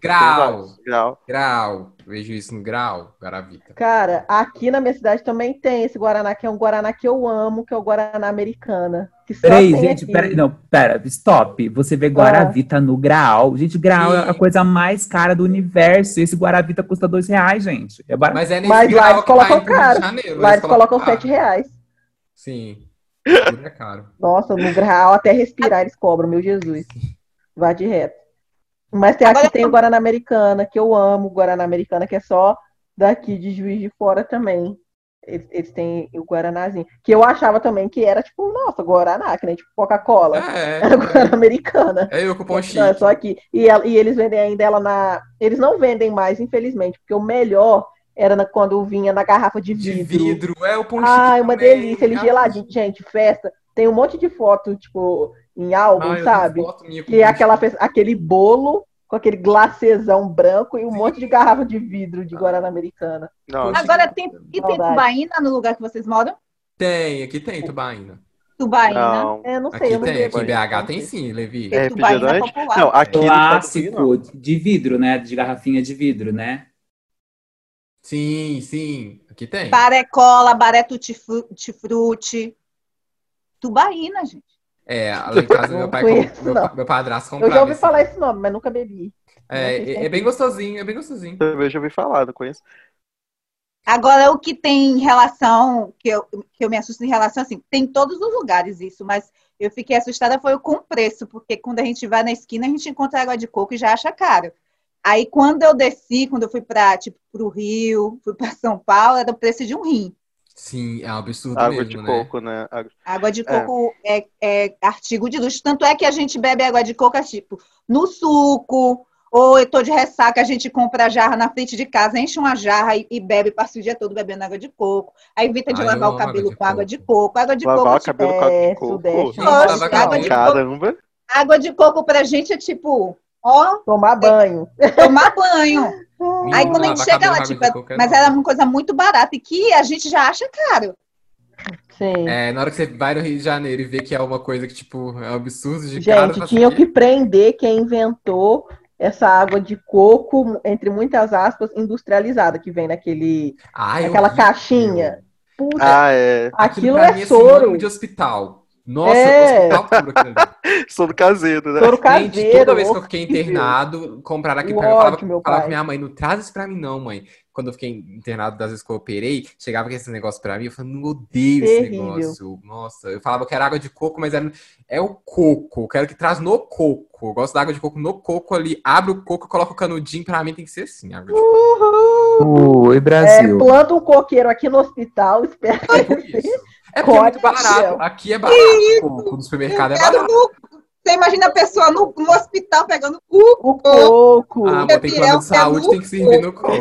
Graal. Vejo isso no Graal, Guaravita. Cara, aqui na minha cidade também tem esse Guaraná, que é um Guaraná que eu amo, que é o Guaraná Americana. Peraí, gente, pera, stop. Você vê Guaravita no Graal. Gente, Graal é a coisa mais cara do universo. Esse Guaravita custa R$2, gente. É barato. Mas lá eles colocam caro. Lá eles colocam R$7. Sim. Tudo é caro. Nossa, no Graal até respirar eles cobram, meu Jesus. Vai de reto. Mas aqui tem o Guaraná Americana, que eu amo. O Guaraná Americana, que é só daqui de Juiz de Fora também. Eles têm o Guaranazinho. Que eu achava também que era tipo, nossa, Guaraná, que nem tipo Coca-Cola. Era Guaraná Americana. É o cupom chique. Não, é só aqui. E eles vendem ainda ela na... Eles não vendem mais, infelizmente, porque o melhor era quando vinha na garrafa de vidro. De vidro, o pão chique. Ai, uma delícia, ele geladinho. Gente, festa. Tem um monte de foto, tipo, em álbum, sabe? Que é aquele bolo com aquele glacêzão branco e um monte de garrafa de vidro de Guaraná Americana. Nossa. Agora tem tubaína no lugar que vocês moram? Tem, aqui tem tubaína. Tubaína? Não. Não sei, eu não tem, bebo aqui em ainda. BH tem sim, Levi. É Tubaína refrigerante? popular. Não, aqui Clássico de vidro, né? De garrafinha de vidro, né? Sim, aqui tem. Baré cola, baré tutti-frutti. Tubaína, gente. Lá em casa meu padrasto comprava. Eu já ouvi falar esse nome, mas nunca bebi. É bem gostosinho, Eu já ouvi falar, não conheço. Agora, o que tem em relação, que eu me assusto em relação, assim, tem em todos os lugares isso, mas eu fiquei assustada foi com o preço, porque quando a gente vai na esquina, a gente encontra água de coco e já acha caro. Aí, quando eu fui pro Rio, fui para São Paulo, era o preço de um rim. Sim, é um absurdo Água mesmo, de coco, né? Água de coco é artigo de luxo. Tanto é que a gente bebe água de coco, tipo, no suco, ou eu tô de ressaca, a gente compra a jarra na frente de casa, enche uma jarra e bebe, passa o dia todo bebendo água de coco. Aí evita de lavar o cabelo com água de coco. Água de coco, lavar o cabelo com água de coco? Sudeste. Caramba! Água de coco pra gente é tipo, tomar banho. Tomar banho. Aí quando a gente chega lá, tipo, mas era uma coisa muito barata e que a gente já acha caro. Sim. Na hora que você vai no Rio de Janeiro e vê que é uma coisa que, tipo, é um absurdo de caro. Gente, tinham que prender quem inventou essa água de coco, entre muitas aspas, industrializada, que vem naquela caixinha. Puta, aquilo é soro. De hospital. Nossa, hospital puro aquilo ali. Soro caseiro, né? Soro caseiro. Gente, toda vez que eu fiquei internado, compraram aqui pra mim. Eu falava com minha mãe, não traz isso pra mim não, mãe. Quando eu fiquei internado, das vezes que eu operei, chegava com esse negócio pra mim, eu falava, não odeio esse negócio. Nossa, eu falava que era água de coco, mas é o coco. Eu quero que traz no coco. Eu gosto da água de coco no coco ali. Abre o coco, coloca o canudinho, pra mim tem que ser assim, água de coco. Oi, Brasil. Planta um coqueiro aqui no hospital, espera É porque é muito barato. Aqui é barato. No supermercado é barato. Você imagina a pessoa no hospital pegando o coco. Tem plano de saúde, tem que servir no coco.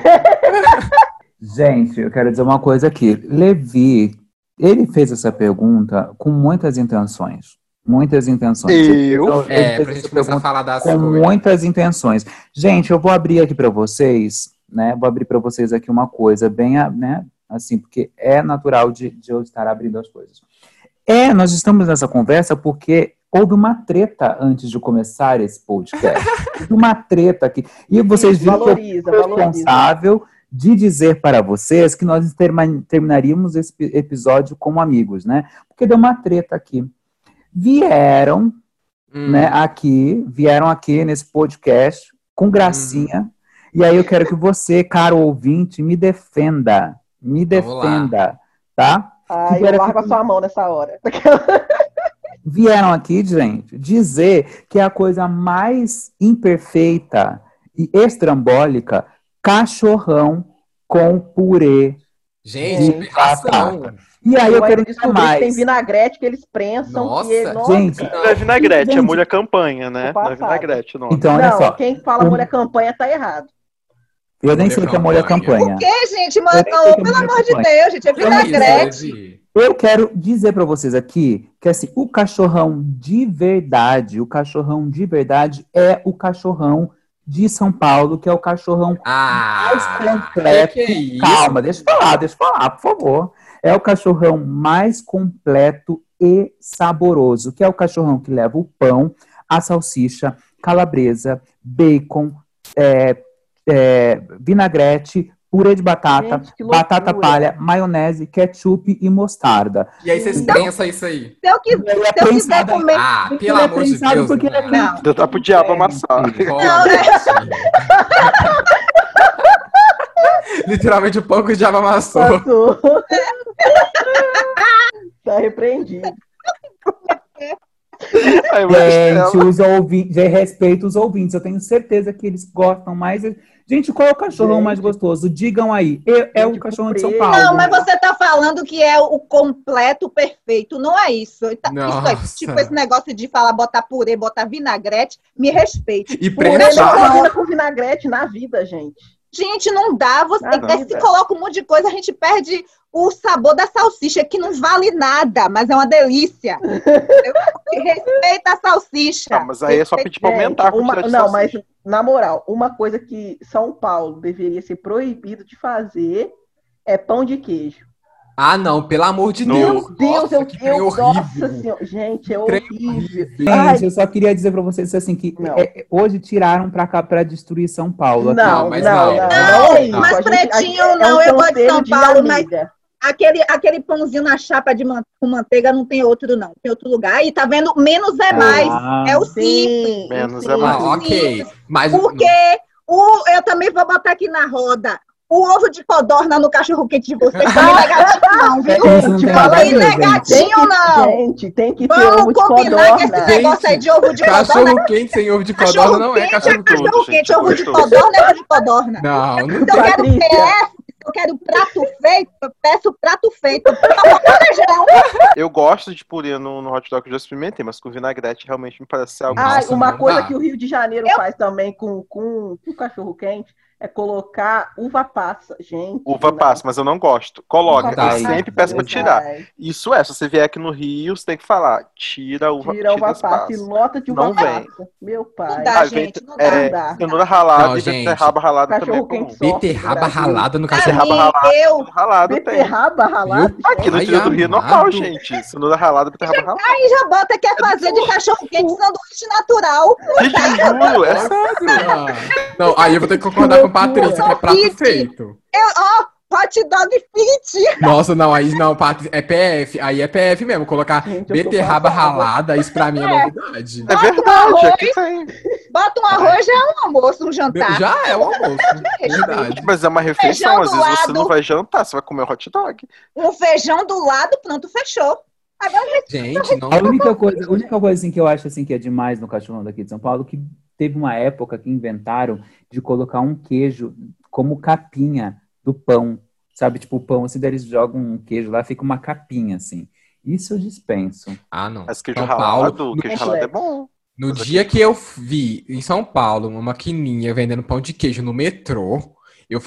Gente, eu quero dizer uma coisa aqui. Levi, ele fez essa pergunta com muitas intenções. Muitas intenções. Pra gente começar a falar das coisas. Com muitas intenções. Gente, eu vou abrir aqui para vocês, né? Vou abrir para vocês aqui uma coisa bem, né? Assim, porque é natural de eu estar abrindo as coisas. Nós estamos nessa conversa porque houve uma treta antes de começar esse podcast. Houve uma treta aqui. E vocês viram que eu sou responsável de dizer para vocês que nós terminaríamos esse episódio como amigos, né? Porque deu uma treta aqui. Vieram aqui nesse podcast com gracinha. E aí eu quero que você, caro ouvinte, me defenda. Me defenda, tá? Eu largo a sua mão nessa hora. Vieram aqui, gente, dizer que é a coisa mais imperfeita e estrambólica, cachorrão com purê. Gente, de batata. E aí eu quero descobrir que tem vinagrete que eles prensam. Nossa, gente. Não é vinagrete, é molho campanha, né? Não é vinagrete, não. Então, olha só. Quem fala molho campanha tá errado. Eu nem sei o que é molho campanha. O que, gente? Pelo amor de Deus, gente, é vinagrete. Eu quero dizer para vocês aqui que assim, o cachorrão de verdade é o cachorrão de São Paulo, que é o cachorrão mais completo. Que é isso? Calma, deixa eu falar, por favor. É o cachorrão mais completo e saboroso, que é o cachorrão que leva o pão, a salsicha, calabresa, bacon, vinagrete, purê de batata, batata palha, maionese, ketchup e mostarda. E aí vocês pensam isso aí? Se eu quiser comer... pelo amor de Deus. Porque não. Dá pro diabo amassar. Literalmente o pão que o diabo amassou. Tá repreendido. Aí, Gente, os ouvintes, respeito os ouvintes. Eu tenho certeza que eles gostam mais. Gente, qual é o cachorrão mais gostoso? Digam aí. É o cachorrão de São Paulo. Não, mas você tá falando que é o completo perfeito. Não é isso. Isso aí, tipo esse negócio de falar botar purê, botar vinagrete, me respeite. E Purê não combina com vinagrete na vida, gente. Gente, não dá. Se coloca um monte de coisa, a gente perde o sabor da salsicha, que não vale nada, mas é uma delícia. Respeita a salsicha. Tá, mas aí é só pedir pra aumentar a quantidade de Não, salsicha. mas na moral, uma coisa que São Paulo deveria ser proibido de fazer é pão de queijo. Ah, não, pelo amor de Meu Deus. Deus, que trem horrível. nossa senhora, gente, é Trem horrível. Gente, eu só queria dizer pra vocês assim que hoje tiraram pra cá pra destruir São Paulo. Não, mas não não. é isso. Mas Pretinho, não, eu gosto de São Paulo, mas aquele pãozinho na chapa com manteiga não tem outro, não. Tem outro lugar. E tá vendo? Menos é mais. É o simples. Menos sim. é mais. Ok. Mas Porque eu também vou botar aqui na roda. O ovo de codorna no cachorro-quente de vocês não é negativo, não, viu? Gente, Fala aí, negativo, não. Gente, tem que ter ovo Vamos de combinar que esse codorna. negócio aí de ovo de codorna. cachorro-quente sem ovo de codorna não é cachorro-quente. Cachorro-quente, ovo de codorna é ovo de codorna. Não, não Se eu quero PF, eu quero prato feito, eu peço prato feito. Eu gosto de purê no hot dog, eu já experimentei, mas com vinagrete realmente me parece algo... Nossa, uma não coisa dá. que o Rio de Janeiro faz também com cachorro-quente é colocar uva passa, gente. Uva passa, mas eu não gosto. Coloca, Tá eu aí. sempre peço pra tirar. Isso se você vier aqui no Rio, você tem que falar, tira a uva passa passa. e lota de uva Não vem. passa. Meu pai. Não dá, gente, não dá. Não dá. Cenoura ralada Não, e gente. beterraba ralada também é Cachorro comum. quente só. Beterraba ralada no Beterraba cachorro. ralada, eu- cenoura ralada tem. Beterraba ralada. Aqui no Ai, interior do Rio é amado. normal, gente. Cenoura ralada, beterraba ralada. Aí já bota, quer fazer de cachorro-quente sanduíche natural. Gente, juro, é sério. Não, aí eu vou ter que concordar com a Patrícia, que é prato Fit. feito. Hot dog fit. Nossa, não, aí não, Patrícia, é PF, aí é PF mesmo, colocar Gente, eu tô beterraba passada. ralada, isso pra mim é novidade. É verdade, aqui tem. Bota um arroz, já é um almoço, um jantar. Já é o almoço, verdade. Mas é uma refeição, Feijão às do vezes você lado. não vai jantar, você vai comer hot dog. Um feijão do lado, pronto, fechou. Agora Gente, não. A única coisa assim, que eu acho assim, que é demais no cachorrão daqui de São Paulo, que teve uma época que inventaram de colocar um queijo como capinha do pão. Sabe, tipo o pão, assim, daí eles jogam um queijo lá, fica uma capinha, assim. Isso eu dispenso. Ah, não. Mas queijo São ralado, Paulo, queijo ralado é bom. no dia que eu vi em São Paulo uma maquininha vendendo pão de queijo no metrô, eu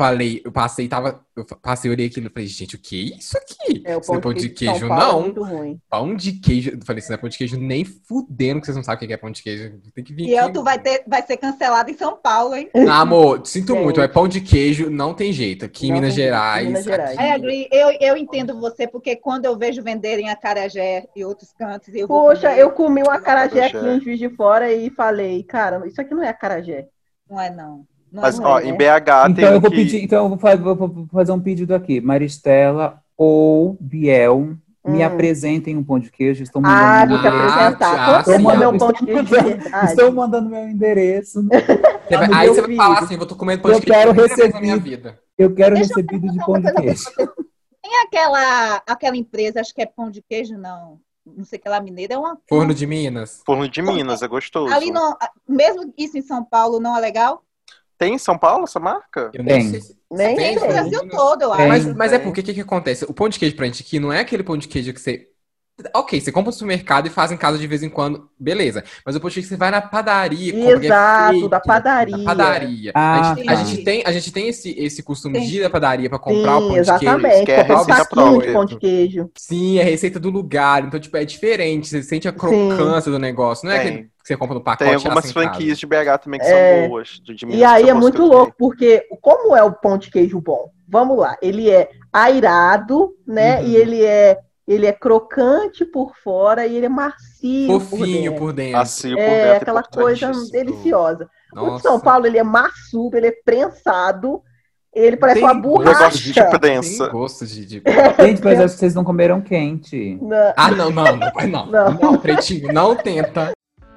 passei, olhei aquilo e falei, gente, o que é isso aqui? Isso não é pão de queijo, São Paulo é não. muito ruim. Pão de queijo. Eu falei, isso não é pão de queijo nem fudendo, que vocês não sabem o que é pão de queijo. Tem que vir E aqui. tu vai ser cancelado em São Paulo, hein? Ah, amor, sinto Gente. muito, é pão de queijo, não tem jeito. Aqui em Não Minas tem jeito, Gerais. Minas Gerais. aqui- Aí, Agri, eu entendo você, porque quando eu vejo venderem acarajé e outros cantos, eu vou Poxa, comer. eu comi um acarajé Acarajé. aqui em Juiz de Fora e falei, cara, isso aqui não é acarajé. Não é, não. Não Mas, é, ó, né? em BH tem Então eu um vou que... pedir, vou fazer um pedido aqui. Maristela ou Biel, me apresentem um pão de queijo. Estou Ah, mandando vou te apresentar. Quando sim, você comer eu um pão de queijo de verdade, Estou mandando meu endereço. Aí meu você vai filho. falar assim, eu tô comendo pão Eu de queijo quero pela primeira vez na receber. minha vida. Eu quero Deixa eu recebido de perguntar pão uma de coisa pra queijo. você. Tem aquela empresa, acho que é pão de queijo, não sei o que lá, mineira, é uma... Forno de Minas. Forno de Minas, é gostoso. Ali, não, mesmo isso em São Paulo, não é legal? Tem em São Paulo essa marca? Eu nem Tem. sei se Nem Tem no tem. Brasil todo, eu Tem. acho. Mas é porque o que acontece? O pão de queijo pra gente aqui não é aquele pão de queijo que você. Ok, você compra no supermercado e faz em casa de vez em quando, beleza. Mas o pão de queijo que você vai na padaria, compra, que é Exato, feito da padaria. na padaria. Ah, a tá. gente tem esse costume Tem. de ir na padaria pra comprar o Sim, pão de queijo. exatamente. que é a Comprar um receita saquinho de própria. pão de queijo. Sim, é a receita do lugar. Então, tipo, é diferente. Você sente a crocância do negócio. Não é Tem. aquele que você compra no pacote Tem e algumas assa em casa. franquias de BH também que É. são boas. De Minas E aí que é são boas muito que eu louco, porque como é o pão de queijo bom? Vamos lá, ele é airado, né? Uhum. E ele é crocante por fora e ele é macio Fofinho por por dentro. dentro. Macio por É dentro, aquela coisa importantíssimo. deliciosa. O de Nossa. São Paulo, ele é maçudo, ele é prensado, ele parece Tem uma gosto Negócio de borracha. prensa. Tem gosto de... Gente, mas acho que vocês não comeram quente. Não, Ah, não. Não. Não, pretinho, não tenta.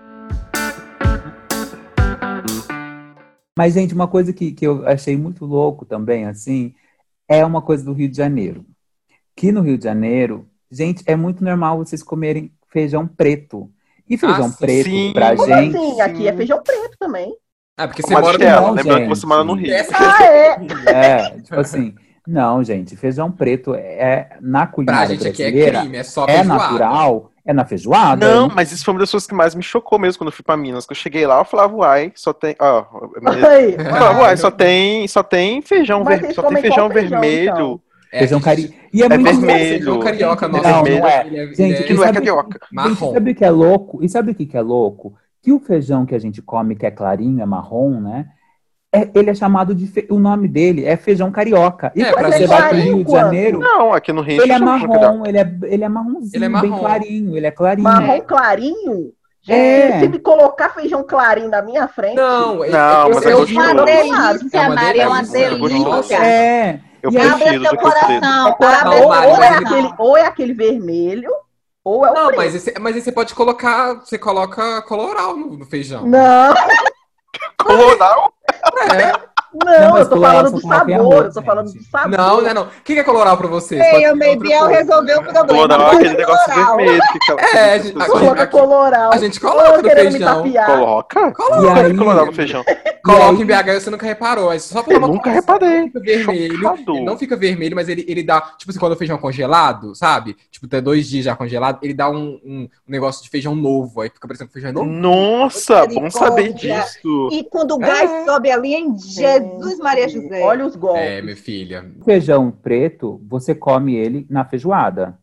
Mas, gente, uma coisa que eu achei muito louco também, assim, é uma coisa do Rio de Janeiro. Que no Rio de Janeiro, gente, é muito normal vocês comerem feijão preto. E feijão sim, preto sim. pra Como gente. assim? Aqui é feijão preto também. Ah, porque você mora no Maristela, Não, lembrando que gente. você mora no Rio. Ah, é? Tipo assim, não, gente, feijão preto na Pra culinária gente aqui é brasileira crime, é só é feijoada. natural, é na feijoada. Não, mas isso foi uma das coisas que mais me chocou mesmo quando eu fui pra Minas. Que eu cheguei lá, eu falava, uai, só tem. Ó, Aí. eu falava, uai, só tem feijão, Mas vocês só tem comem feijão qual feijão, vermelho. então? Feijão aqui a gente- carioca. E é muito vermelho. Feijão carioca, Gente, nosso não, vermelho. não é. ele Gente, que não é sabe- carioca. marrom. Gente, sabe o que é louco? E sabe o que é louco? Que o feijão que a gente come, que é clarinho, é marrom, né? Ele é chamado de. O nome dele é feijão carioca. E É, quando pra você gente vai pro clarinho Rio de quanto? Janeiro, Não, aqui no Rio ele é chama feijão carioca. marrom, ele é marronzinho, Ele é bem marrom. clarinho, ele é clarinho. Marrom clarinho? É. Gente, se me colocar feijão clarinho na minha frente. Não, Não, mas é eu gostoso. Uma delícia, É uma Mari, é uma delícia. delícia. É. Eu E aí- Abra prefiro seu do que o preto. coração. É cora- abra Não, seu Mari, ou, mas coração. ou é aquele vermelho, ou é o Não, preto. mas aí você pode colocar. Você coloca coloral no feijão. Não, Coloral? É. não, mas eu tô coloral falando só do coloca em sabor, arroz, eu tô falando gente. do sabor. Não, não é não. O que é coloral pra vocês? Ei, Pode o ser outra Meibiel coisa. resolveu o problema. Coloral é Bota aquele negócio coloral. vermelho. Que É, gente, Coloca aqui- coloral. a gente coloca Ô, no querendo me feijão. tapear. Coloca? E Coloca aí- coloral no feijão. Coloca E aí- em BH, você nunca reparou. É só pra Eu uma nunca correção. reparei. Não fica vermelho. Chocado. Ele não fica vermelho, mas ele dá. Tipo assim, quando o feijão é congelado, sabe? Tipo, tá 2 dias já congelado, ele dá um negócio de feijão novo. Aí fica parecendo que o feijão é novo. Nossa, bom saber Misericórdia. disso. E quando o gás É. sobe ali, em Jesus Maria José. Olha os golpes. É, minha filha. O feijão preto, você come ele na feijoada.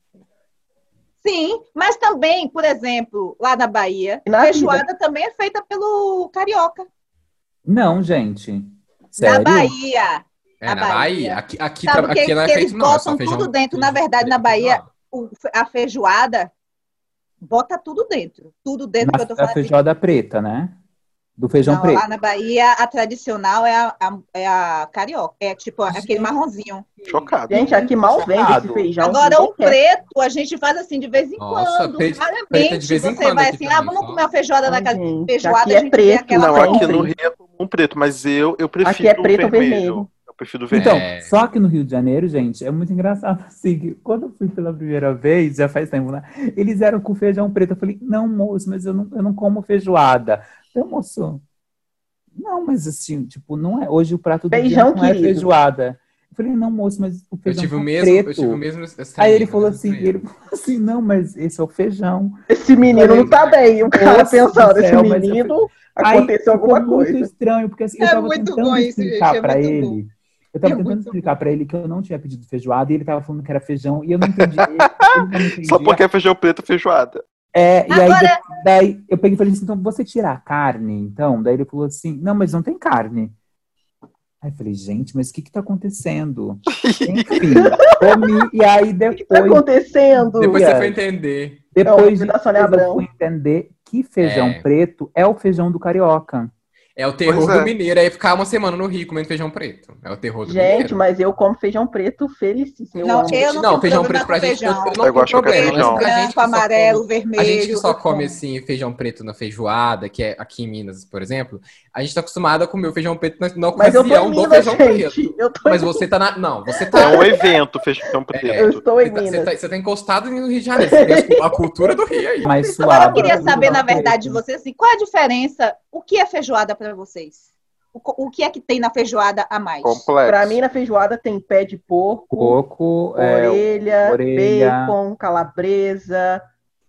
Sim, mas também, por exemplo, lá na Bahia, Na feijoada também é feita pelo carioca. Não, gente. Na Sério? Bahia. É, Na na Bahia. Bahia. Aqui Sabe o que não é eles feito, não. É só botam feijão. tudo dentro? Na verdade, na Bahia, a feijoada bota tudo dentro. Tudo dentro que eu tô A falando. feijoada preta, né? Do feijão Não, preto. lá na Bahia, a tradicional é a carioca. É tipo aquele marronzinho. Chocado. Gente, aqui mal vende esse Chocado. feijão. Agora, ninguém o quer. preto, a gente faz assim de vez em Nossa, quando. preto Raramente de vez em você quando vai aqui assim, também, vamos só. comer uma feijoada Ai, na casa. gente, Feijoada, aqui a é gente preto, vê aquela Não, sempre. aqui no Rio é comum preto, mas eu prefiro Aqui é preto o ou vermelho. Eu prefiro o Então, vermelho. É. só que no Rio de Janeiro, gente, é muito engraçado assim, que quando eu fui pela primeira vez, já faz tempo, né? Eles eram com feijão preto. Eu falei, não, moço, mas eu não como feijoada. Então, moço, não, mas assim, tipo, não é. Hoje o prato do Feijão, dia não é querido. feijoada. Eu falei, não, moço, mas o Eu feijão tive o tá mesmo. preto. Eu tive o mesmo. Aí ele falou assim, não, mas esse é o feijão. Esse menino não tá bem. O cara Nossa pensando, do esse céu, mas menino, Aí aconteceu ficou alguma muito coisa. estranho, porque assim, eu É tava muito tentando bom isso, explicar gente, é pra muito ele. Eu tava É tentando muito explicar pra ele que eu não tinha pedido feijoada e ele tava falando que era feijão e eu não entendi. Ele não entendia. Só porque é feijão preto, feijoada. É, e aí Agora- daí eu peguei e falei assim, então você tira a carne, então? Daí ele falou assim, não, mas não tem carne. Aí eu falei, gente, mas o que tá acontecendo? Enfim, comi, e aí O que tá depois, acontecendo? Depois você Yes. foi entender. depois da Sônia eu Abrão. fui entender que feijão É. preto é o feijão do carioca. É o terror Pois é. do mineiro. Aí ficar uma semana no Rio comendo feijão preto. É o terror do Gente, mineiro. mas eu como feijão preto felicíssimo. Eu Não, amo. eu não Não, tenho feijão problema preto pra com gente. feijão. Eu não Eu gosto tenho de qualquer problema, mas feijão. pra gente Branco, que só amarelo, come- vermelho. A gente que só eu come como. assim feijão preto na feijoada, que é aqui em Minas, por exemplo, a gente tá acostumado a comer o feijão preto na Mas eu tô ocasião em do Minas, feijão gente. preto. Eu tô Mas em... você tá na. Não, você É tá. um evento, feijão preto. Eu estou em Você Minas. tá, você tá encostado no Rio de Janeiro. Você tem a cultura do Rio aí. Mais suave. Agora, eu queria do saber, na feijão verdade, de preto. vocês, assim, qual é a diferença? O que é feijoada pra vocês? O que é que tem na feijoada a mais? Complexo. Pra mim, na feijoada tem pé de porco, Coco, orelha, orelha. bacon, calabresa,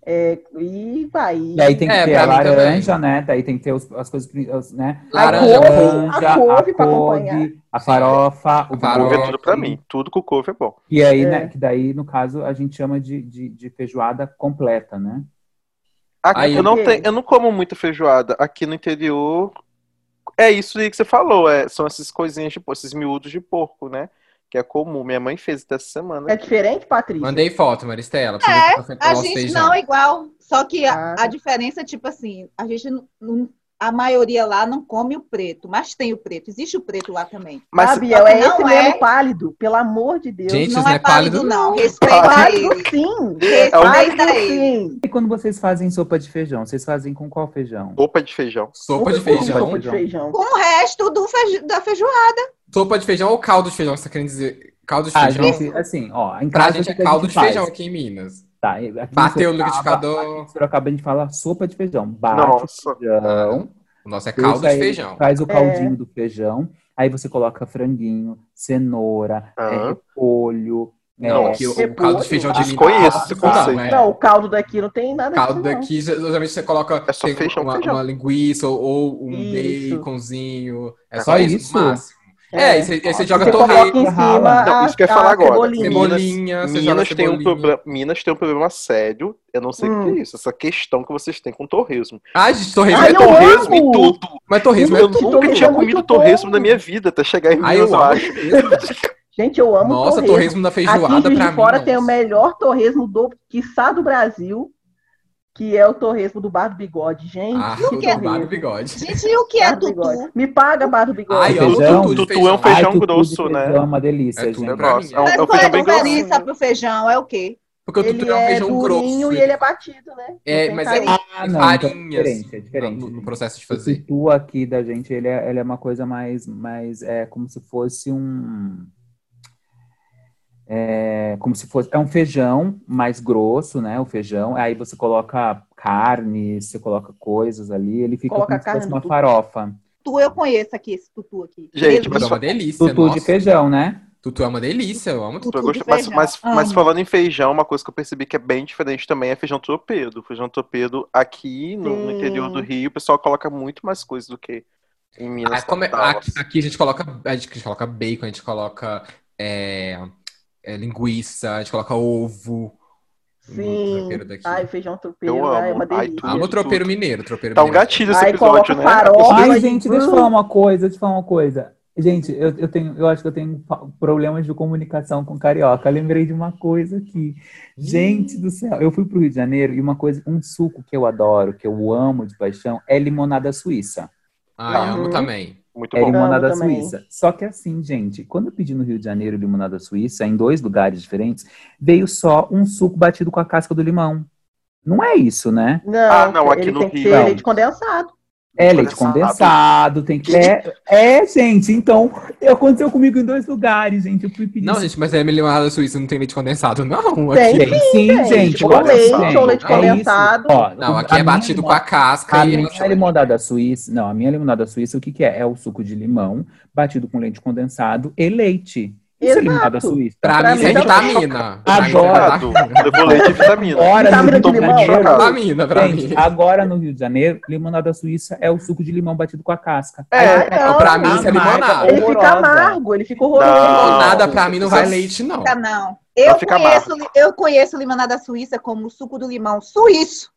e vai. E aí tem que É, ter pra a mim laranja, né? Daí tem que ter as coisas, né? Laranja, a couve pra acompanhar. a farofa, o A farofa. Couve é brócolis. tudo pra mim. Tudo com couve é bom. E aí, É. né? Que daí, no caso, a gente chama de feijoada completa, né? Aqui Aí- eu não como muita feijoada. Aqui no interior é isso aí que você falou. São essas coisinhas de porco, esses miúdos de porco, né? Que é comum. Minha mãe fez dessa semana. É diferente, Patrícia? Mandei foto, Maristela. Pra você ver que A nosso gente feijão. não é igual. Só que Ah. a diferença é tipo assim, a gente a maioria lá não come o preto, mas tem o preto. Existe o preto lá também. Mas Ah, Biel, Só que é esse não mesmo é- pálido, pelo amor de Deus. Gente, Não isso é pálido, não. Respeita Pálido ele. sim. Respeita Pálido ele. sim. E quando vocês fazem sopa de feijão, vocês fazem com qual feijão? Sopa de feijão. Sopa de Nunca comi feijão. sopa de feijão. Com o resto da feijoada. Sopa de feijão ou caldo de feijão, você tá querendo dizer? Caldo de Ah, feijão? gente, assim, ó, em Pra casa gente é o que a caldo gente de faz? feijão aqui em Minas. Tá, aqui em Bateu no Sorocaba, liquidificador. em Sorocaba a gente fala sopa de feijão. Bate Nossa. o feijão, O nosso é caldo de deixa ele, feijão. faz o caldinho do feijão, aí você coloca franguinho, cenoura, repolho, Nossa. Que o Repolho? caldo de feijão de Desconheço esse Minas, conceito. não, Não, o caldo daqui não tem nada Caldo disso, não. daqui, geralmente você coloca É só tem feijão, feijão. uma linguiça ou um Isso. baconzinho. É É só só isso, isso? no máximo. É. Aí você joga Você coloca em torresmo, cima Não, isso que eu ia falar a agora. cebolinha. Cebolinha, você joga Minas tem um cebolinha. problema. Minas tem um problema sério. Eu não sei o que é isso. Essa questão que vocês têm com torresmo. Ai, gente, torresmo Ai, é eu Torresmo amo! e tudo. Mas torresmo Eu é tudo. nunca torresmo tinha é muito comido torresmo bom. na minha vida, até chegar em Ai, Minas, eu eu amo acho. torresmo. Gente, eu amo Nossa, torresmo. torresmo na Aqui em feijoada Juiz pra de mim, Fora tem o nossa. melhor torresmo quiçá do Brasil, que é o torresmo do Bar do Bigode. Gente, Ah, que o do bar do torresmo. bigode. Gente, e o que é Bar do Bigode. tutu? Me paga, Bar do Bigode. Ai, amo Feijão? tutu de Tutu é um feijão. feijão tutu de grosso, feijão né? é uma delícia, É tudo gente. pra mim. É um Mas qual é feijão a bem diferença grossinho. pro feijão? É o quê? Porque o tutu Ele é um é feijão durinho grosso. e ele é batido, né? Não É, tem mas caroço. tem Ah, não, então é farinhas diferente, é diferente. no processo de O fazer. tutu aqui da gente, ele é uma coisa mais como se fosse é um feijão mais grosso, né? O feijão, aí você coloca carne, você coloca coisas ali, ele fica Coloca como se carne fosse no uma tutu. farofa. Eu conheço aqui, esse tutu aqui. Gente, Tutu mas é uma delícia, Tutu de nossa. feijão, né? Tutu é uma delícia, eu amo tutu. eu tutu de gosto, mas, feijão. mas Amo. falando em feijão, uma coisa que eu percebi que é bem diferente também é feijão tropeiro. Feijão tropeiro aqui no interior do Rio, o pessoal coloca muito mais coisas do que em Minas Ah, capital. aqui a gente coloca bacon, a gente coloca linguiça, a gente coloca ovo. No Sim. tropeiro daqui. Ai, feijão tropeiro Eu é amo. uma Ai, delícia. tudo. Amo tropeiro mineiro, tropeiro Tá um mineiro. gatilho esse Aí episódio, coloca né? farofa. Ai, Ai, gente, deixa eu falar uma coisa. Gente, eu acho que eu tenho problemas de comunicação com carioca. Eu lembrei de uma coisa aqui. Gente do céu, eu fui pro Rio de Janeiro e um suco que eu adoro, que eu amo de paixão, é limonada suíça. Ai, amo Uhum. também. Muito É bom. limonada Amo também. suíça. Só que assim, gente, quando eu pedi no Rio de Janeiro limonada suíça, em 2 lugares diferentes, veio só um suco batido com a casca do limão. Não é isso, né? Não, não, aqui ele no tem que Rio. ser Não. leite condensado. É leite condensado, tem que. Gente, então, aconteceu comigo em 2 lugares, gente. Eu fui pedir. Não, gente, mas a limonada suíça não tem leite condensado, não. Tem Aqui. Sim, gente. Ou leite, gente, ou leite é isso. condensado. Ó, Não, aqui é minha batido com a casca A e minha limonada suíça, não, a minha limonada suíça, o que que é? É o suco de limão batido com leite condensado e leite. Isso é Exato. limonada suíça. Pra mim é mim também. vitamina. Adoro. Levou leite e vitamina. Agora no Vitamina Rio de de limão? Janeiro, Vitamina pra mim. gente, agora no Rio de Janeiro, limonada suíça é o suco de limão batido com a casca. Não, pra mim isso é amarga, limonada. Ele fica horrorosa. amargo, ele fica horroroso. Não. Limonada pra mim não vai leite, não. Não. Eu fica eu conheço limonada suíça como o suco do limão suíço.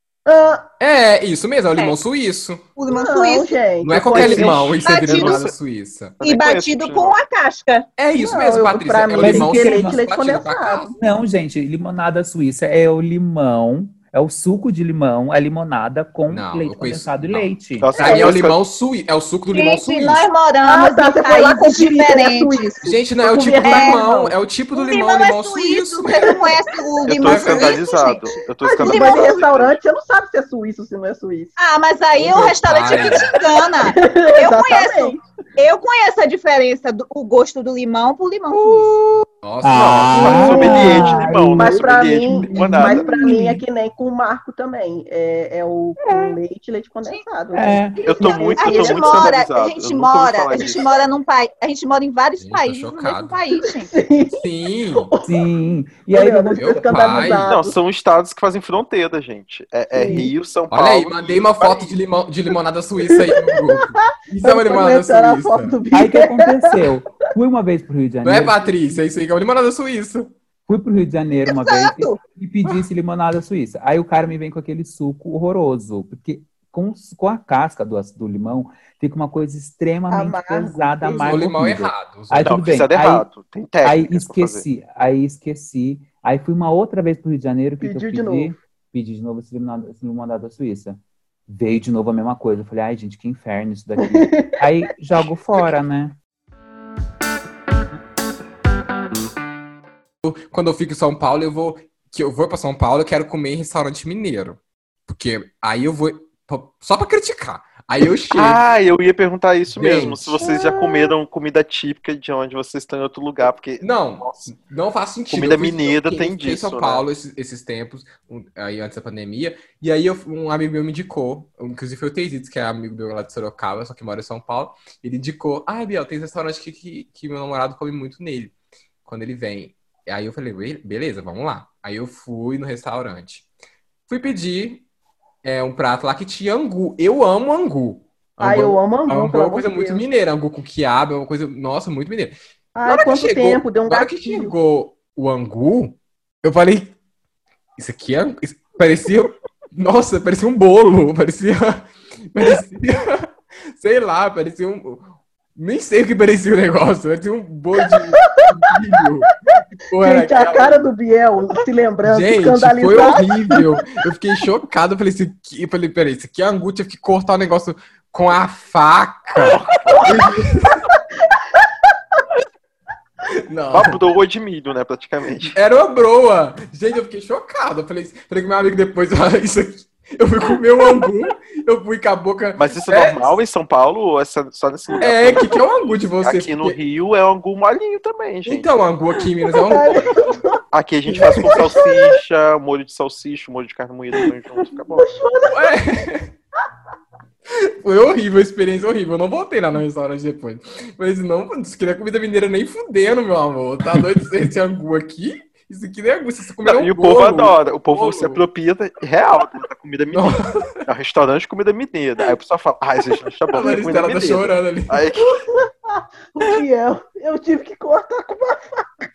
Ah, É, isso mesmo, é o limão suíço. O limão não, suíço. gente. Não é eu qualquer conheço- limão, isso é Batido. limonada suíça. Eu E nem conheço batido esse com limão. a casca. É isso Não, mesmo, eu- Patrícia. pra É o mim, limão tem que ter suíço leite batido com a condensado. casca. Não, gente, limonada suíça é o limão, é o suco de limão, a limonada com Não, leite eu conheço- condensado e não. leite. Nossa, Pra mim é o eu- limão suíço, é o suco do limão Gente, suíço. nós moramos tá, em você foi lá países conferir, ele é diferentes. suíço. Gente, não é o Eu tipo do conversar com limão, ela. é o tipo do O limão, limão é limão suíço. suíço. Você não conhece o Eu tô limão suíço, escandalizado. gente? Eu tô Mas você vai no escandalizado. restaurante, você não sabe se é suíço ou se não é suíço. Ah, mas aí Ô, o meu restaurante pai. é que te engana. Exatamente. Eu conheço a diferença o gosto do limão pro limão suíço. Nossa, Não, sommelier de limão, Mas não pra sommelier mim, de limonada. mas pra mim é que nem com o Marco também. É o com leite condensado. É. Eu tô muito A gente escandalizado. mora, Eu nunca ouvi falar a gente disso. mora num país, a gente mora em vários Gente, tô países no chocado. mesmo país, gente. sim. Sim. E aí, Leandro, eu eu vou- tô escandalizado. Não, são estados que fazem fronteira, gente. É Sim. Rio, São Paulo. Olha aí, mandei uma foto de limonada suíça aí no grupo. Isso é uma Eu tô limonada comentando a foto suíça. do Aí o que aconteceu? Fui uma vez pro Rio de Não Janeiro. é, Patrícia? Isso aí que é uma limonada suíça. Fui pro Rio de Janeiro uma Exato. vez e pedi esse limonada suíça. Aí o cara me vem com aquele suco horroroso, porque com a casca do limão fica uma coisa extremamente Amargo. pesada, Usou amarga. o limão horrível. errado. Aí Não, tudo bem. fizeram errado. Tem Aí técnica pra fazer. esqueci. Aí fui uma outra vez pro Rio de Janeiro, o que Pediu que eu de pedi? novo. Pedi de novo esse limonada suíça. Veio de novo a mesma coisa. Eu falei, ai, gente, que inferno isso daqui. Aí jogo fora, né? Quando eu fico em São Paulo, eu vou para São Paulo, eu quero comer em restaurante mineiro. Porque aí eu vou só pra criticar. Aí eu chego. Ah, eu ia perguntar isso Gente. mesmo. Se vocês já comeram comida típica de onde vocês estão em outro lugar, porque Não, nossa, não faz sentido. comida Eu fui- mineira eu tem fiquei em disso, São Paulo esses tempos, aí antes da pandemia. E aí um amigo meu me indicou, inclusive foi o Teizitz, que é amigo meu lá de Sorocaba, só que mora em São Paulo. Ele indicou, Biel, tem esse restaurante aqui que meu namorado come muito nele, quando ele vem. Aí eu falei, beleza, vamos lá. Aí eu fui no restaurante. Fui pedir um prato lá que tinha angu. Eu amo angu. Ai, eu amo angu, Angu é pelo uma amor coisa de muito Deus. mineira. Angu com quiabo é uma coisa, nossa, muito mineira. Na Ai, hora que quanto chegou, tempo, deu um na hora que gatilho. chegou o angu, eu falei, isso aqui parecia, nossa, parecia um bolo, parecia, sei lá, parecia nem sei o que parecia o negócio, parecia um bolo de milho. Porra, Gente, a cara do Biel se lembrando, gente, foi escandalizado. horrível. Eu fiquei chocado. Eu falei, peraí, isso aqui é angu, tive que cortar o negócio com a faca. Não. uma broa de milho, né, praticamente. Era uma broa. Gente, eu fiquei chocado. Eu falei com meu amigo depois, isso aqui. Eu fui comer um angu, eu fui com a boca. Mas isso é normal em São Paulo ou é só nesse lugar? O que é o angu de vocês? Aqui no Rio é angu molinho também, gente. Então, angu aqui em Minas é angu. Aqui a gente faz com salsicha, molho de salsicha, molho de carne moída junto, fica bom. Foi horrível, a experiência horrível. Eu não voltei lá no restaurante depois. Mas não, se queria comida mineira nem fudendo, meu amor. Tá doido esse angu aqui? Isso aqui não é angu, você comeu E o bolo. povo adora, o povo Bolo. se apropria real da comida mineira. É um restaurante de comida mineira. Aí o pessoal fala, esse gente tá bom, A é comida Maristela tá mineira. chorando ali. Aí, O Biel, eu tive que cortar com uma faca.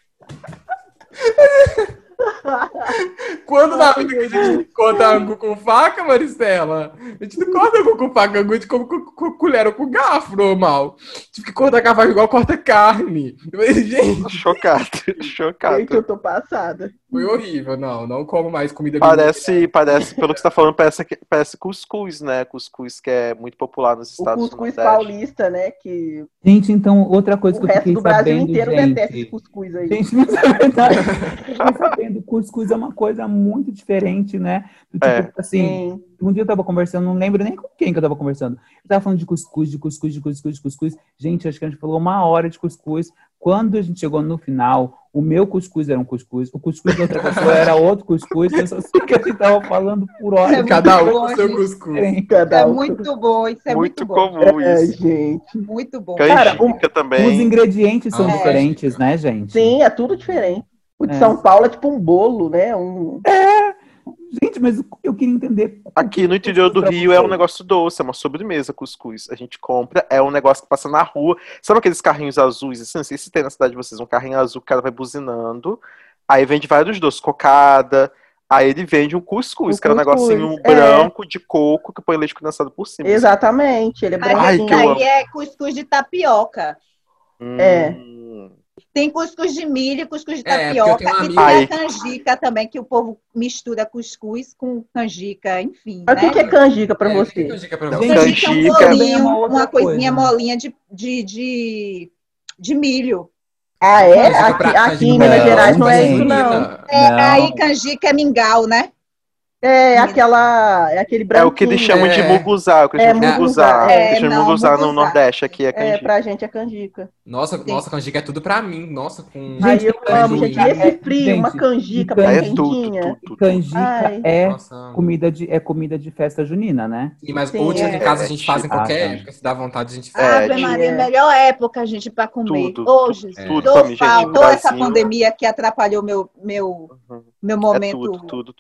Quando na vida que a gente corta angu com faca, Maristela? A gente não corta angu com faca, angu a gente come com colher ou com garfo, normal. Tive que cortar com a faca igual corta carne. Mas, gente, chocado. Gente, eu tô passada. foi horrível. Não como mais comida Parece, pelo que você tá falando, parece cuscuz, né? Cuscuz que é muito popular nos O Estados cuscuz Unidos. paulista, né? Que Gente, então, outra coisa o que eu resto fiquei do Brasil sabendo, inteiro gente. detesta esse cuscuz aí. Gente, mas é verdade. Eu fiquei sabendo, cuscuz é uma coisa muito diferente, né? Do tipo, assim, Sim. um dia eu tava conversando, não lembro nem com quem que eu tava conversando. Eu tava falando de cuscuz. Gente, acho que a gente falou 1 hora de cuscuz. Quando a gente chegou no final, o meu cuscuz era um cuscuz, o cuscuz da outra pessoa era outro cuscuz, eu só sei que a gente tava falando por hora. É Cada um muito com bom, seu gente. cuscuz. Isso Cada é um. muito bom, isso é muito bom. comum isso. Gente. Muito bom. Cara, Canjica Os também. ingredientes são Ah, diferentes, né, gente? Sim, é tudo diferente. O de É. São Paulo é tipo um bolo, né? Gente, mas eu queria entender. Aqui no interior do Rio é um negócio doce, é uma sobremesa, cuscuz. A gente compra, é um negócio que passa na rua. Sabe aqueles carrinhos azuis? Assim, não sei se tem na cidade de vocês, um carrinho azul que o cara vai buzinando. Aí vende vários doces, cocada. Aí ele vende um cuscuz, que é um negocinho branco de coco que põe leite condensado por cima. Exatamente, ele é Mas Ai, branquinho. que eu amo. aí é cuscuz de tapioca. É. Tem cuscuz de milho, cuscuz de É, porque tapioca eu tenho um e amigo- tem Ai. a canjica também, que o povo mistura cuscuz com canjica, enfim, Mas o né? que é canjica pra O que é você? canjica pra Não, você? Canjica é um Canjica também é bolinho, uma outra uma coisinha coisa. molinha de milho. Ah, é? Canjica Aqui, pra- aqui em canjica Minas pra- Gerais não é gente. isso, não. Menina, Aí canjica é mingau, né? É aquele É branquinho. o que eles chamam de É. muguzá, o que eles chamam de muguzá. muguzá. É, Eles chamam de não, muguzá no muguzá. Nordeste, aqui é É, canjica. pra gente é canjica. Nossa, canjica é tudo pra mim. Nossa, com... Aí eu amo, amendoim. gente. E esse frio, Gente, uma canjica e bem Aí é quentinha. tudo. Canjica Ai. é Nossa. comida de festa junina, né? Sim, mas Sim, outras em casa a gente faz em Ah, qualquer tá. época. Se dá vontade, a gente faz. É, Ave tipo- Maria, melhor época, gente, pra comer. Tudo, Ô, Jesus, tudo dou pra mim, gente, falta. no Ou essa Brasil. pandemia que atrapalhou meu Uhum. É momento. tudo.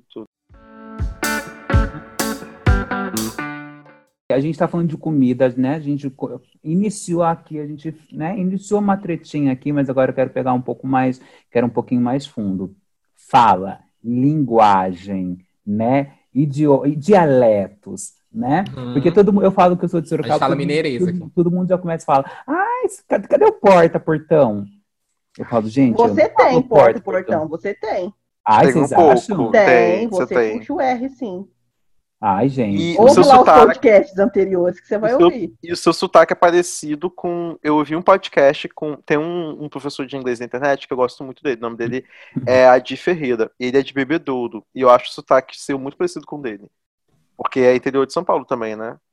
A gente tá falando de comidas, né? A gente iniciou aqui, a gente, né, iniciou uma tretinha aqui, mas agora eu quero pegar um pouquinho mais fundo. Fala, linguagem, né? E dialetos, né? Uhum. Porque eu falo que eu sou de Sorocaba. A gente fala todo mundo- mineirês todo- aqui. Todo mundo já começa a falar, cadê o portão? Eu falo, gente, eu Você não falo tem porta e portão, você tem. Ai, Tem um vocês pouco. acham? Tem, você você tem. puxa o R, sim. Ai, gente. E o Ouve seu lá os sotaque- podcasts anteriores que você vai ouvir. E o seu sotaque é parecido com... Eu ouvi um podcast com... Tem um professor de inglês na internet que eu gosto muito dele. O nome dele é Adi Ferreira. Ele é de Bebedouro. E eu acho o sotaque seu muito parecido com o dele. Porque é interior de São Paulo também, né?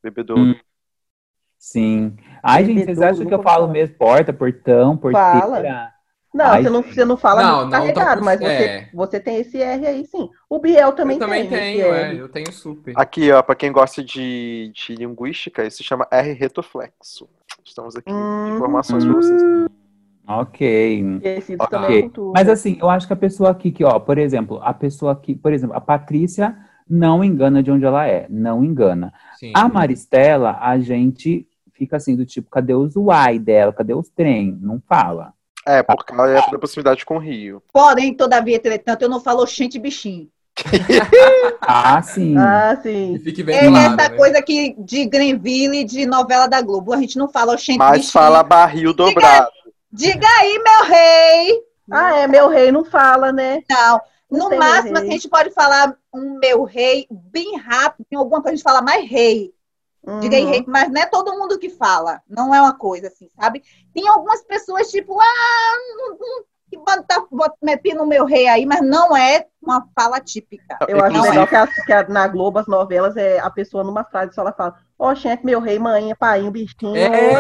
Bebedouro. Sim. Ai, gente, vocês acham que eu falo mesmo porta, portão, porteira? Não, Ai, você não fala Não, muito não tão carregado, mas é. você tem esse R aí, sim. O Biel também Eu também tem esse tenho, R. eu tenho super. Aqui, ó, pra quem gosta de linguística, isso se chama R retroflexo. Estamos aqui de informações pra vocês. Ok. Esse Ok. também é cultura. Mas assim, eu acho que a pessoa aqui, que, ó, por exemplo, a Patrícia não engana de onde ela é, não engana. Sim. A Maristela, a gente fica assim, do tipo, cadê os uai dela? Cadê os trem? Não fala. É, por causa da proximidade com o Rio. Porém, todavia, entretanto, eu não falo oxente bichinho. Ah, sim. Ah, E sim. fique bem É claro, essa né? coisa aqui de Greenville, de novela da Globo. A gente não fala oxente Mas bichinho. fala barril dobrado. Diga aí, meu rei. Ah, é, meu rei não fala, né? Não. Não No tem máximo, meu assim, a rei. gente pode falar um meu rei bem rápido. Em alguma coisa a gente fala mais rei. Diga aí, rei. Mas não é todo mundo que fala. Não é uma coisa assim, sabe? Tem algumas pessoas, tipo, que tá metendo o meu rei aí, mas não é uma fala típica. Eu acho Não legal é. na Globo, as novelas, a pessoa numa frase só ela fala, ó, gente, meu rei, mãinha, painho, bichinho.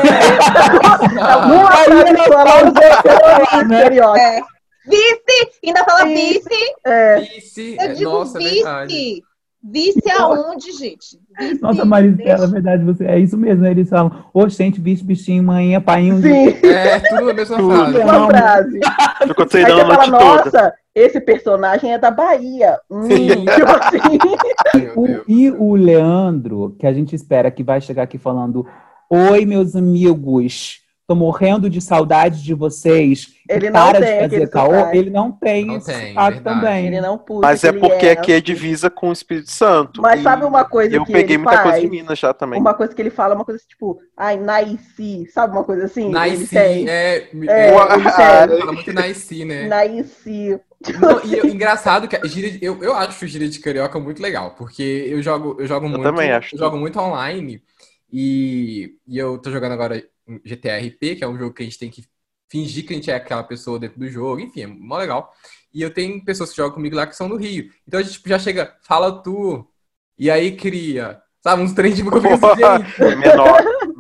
Numa frase só ela usa esse estereótipo. É. Vice, ainda fala vice. Vice, Eu digo nossa, é verdade. vice. Vice aonde, gente? Vice, Nossa, Maristela, deixa- é verdade, é isso mesmo, né? Eles falam, oxente, bicho, bichinho, manhã, painho. Sim, É, tudo na mesma frase. uma frase. Ficou Aí treinando você a fala, noite toda. nossa, esse personagem é da Bahia. Sim. Tipo assim. Ai, meu Deus. E o Leandro, que a gente espera que vai chegar aqui falando: Oi, meus amigos, tô morrendo de saudade de vocês. Ele E não para de tem fazer aquele caô. sotaque. Ele não tem Não esse tem, sotaque verdade. também. Ele não puxa. Mas é aquele porque aqui é assim. divisa com o Espírito Santo. Mas E sabe uma coisa eu que peguei ele muita coisa de faz? Minas já também. Uma coisa que ele fala, uma coisa tipo, ai, Naici, sabe uma coisa assim? Ele Nice, tem. ele fala muito nice, né? Naici. Não, engraçado que a gíria, eu acho gíria de carioca muito legal, porque eu jogo muito, também acho eu jogo muito online e eu tô jogando agora GTA RP, que é um jogo que a gente tem que fingir que a gente é aquela pessoa dentro do jogo, enfim, é mó legal. E eu tenho pessoas que jogam comigo lá que são do Rio. Então a gente tipo, já chega, fala tu, e aí cria, sabe, uns trem tipo que eu fico assim, gente,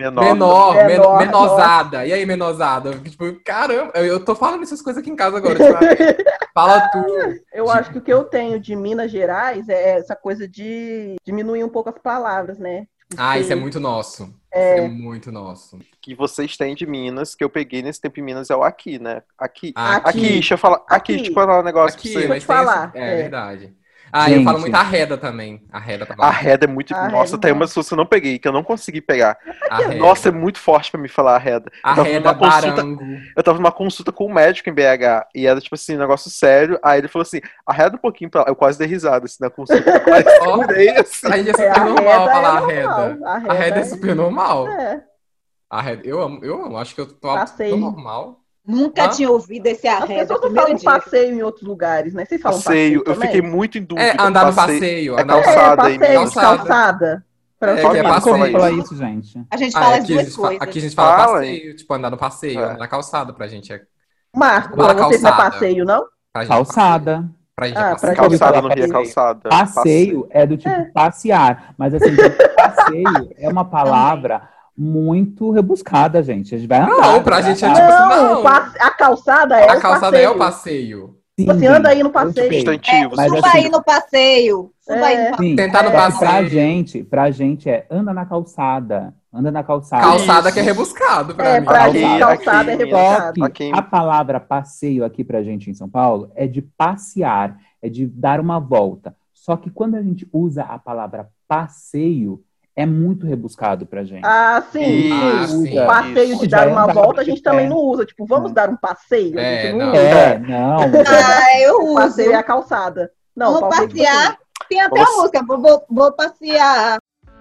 menosada. E aí, menosada? Eu fico, tipo, caramba, eu tô falando essas coisas aqui em casa agora. Tipo, fala tu. Eu acho que o que eu tenho de Minas Gerais é essa coisa de diminuir um pouco as palavras, né? Ah, isso é muito nosso. Isso é muito nosso. Que vocês têm de Minas, que eu peguei nesse tempo em Minas, é o aqui, né? Aqui. Aqui. Deixa eu falar. Aqui, deixa eu falar um negócio Aqui, pra você. mas te falar. É verdade. Gente. Eu falo muito arreda também. Arreda pra A falar. reda é muito. Nossa, tem uma pessoa que eu não peguei, que eu não consegui pegar. Arreda. Nossa, é muito forte pra me falar a reda. Arreda, barango. Eu tava numa consulta com um médico em BH e era tipo assim, um negócio sério. Aí ele falou assim: arreda um pouquinho pra lá. Eu quase dei risada assim na consulta. Mas segurei assim. Pra gente é super normal falar normal. arreda. Arreda Arreda é super normal. É. Arreda, eu amo. Acho que eu tô Passeio. tão normal. Nunca tinha ouvido esse As arreda. pessoas não falam passeio em outros lugares, né? Vocês falam passeio Eu também? fiquei muito em dúvida. Andar no passeio. É andar no calçada aí passeio, mesmo. calçada. Pra É, só que é que Nunca ouvi passeio. falar isso, gente. A gente fala as aqui, duas coisas. aqui a gente fala Fala, passeio, tipo, andar no passeio, andar na calçada pra gente. Marco, Fala pra vocês não é calçada. passeio, não? Pra gente Calçada. Pra gente Ah, é pra passeio. gente- Calçada no Rio é passeio. calçada. Passeio é do tipo passear. Mas assim, passeio é uma palavra muito rebuscada, gente. A gente vai andar. Não, pra gente é tá? tipo assim, Não, não. a calçada é A o calçada passeio. é o passeio. Sim, Você anda aí no eu passeio. sei. Substantivo. Mas Suba assim- aí no passeio. Suba aí no passeio. Sim, Tentar no só que passeio. pra gente é anda na calçada. Anda na calçada. Calçada Isso. que é rebuscado pra mim. Pra Aqui, gente, calçada é aqui, Só rebuscado. que Aqui- a palavra passeio aqui pra gente em São Paulo é de passear, é de dar uma volta. Só que quando a gente usa a palavra passeio, é muito rebuscado pra gente. Ah, sim. Ah, sim. sim. Passeio de Isso. dar Já uma andava volta, a de gente pé. também não usa. Tipo, vamos dar um passeio? A É, gente não não. usa. Não. Eu O uso. passeio é a calçada. Não, Vamos passeio, tipo passear. assim, Tem até Vamos- a música. Vou passear.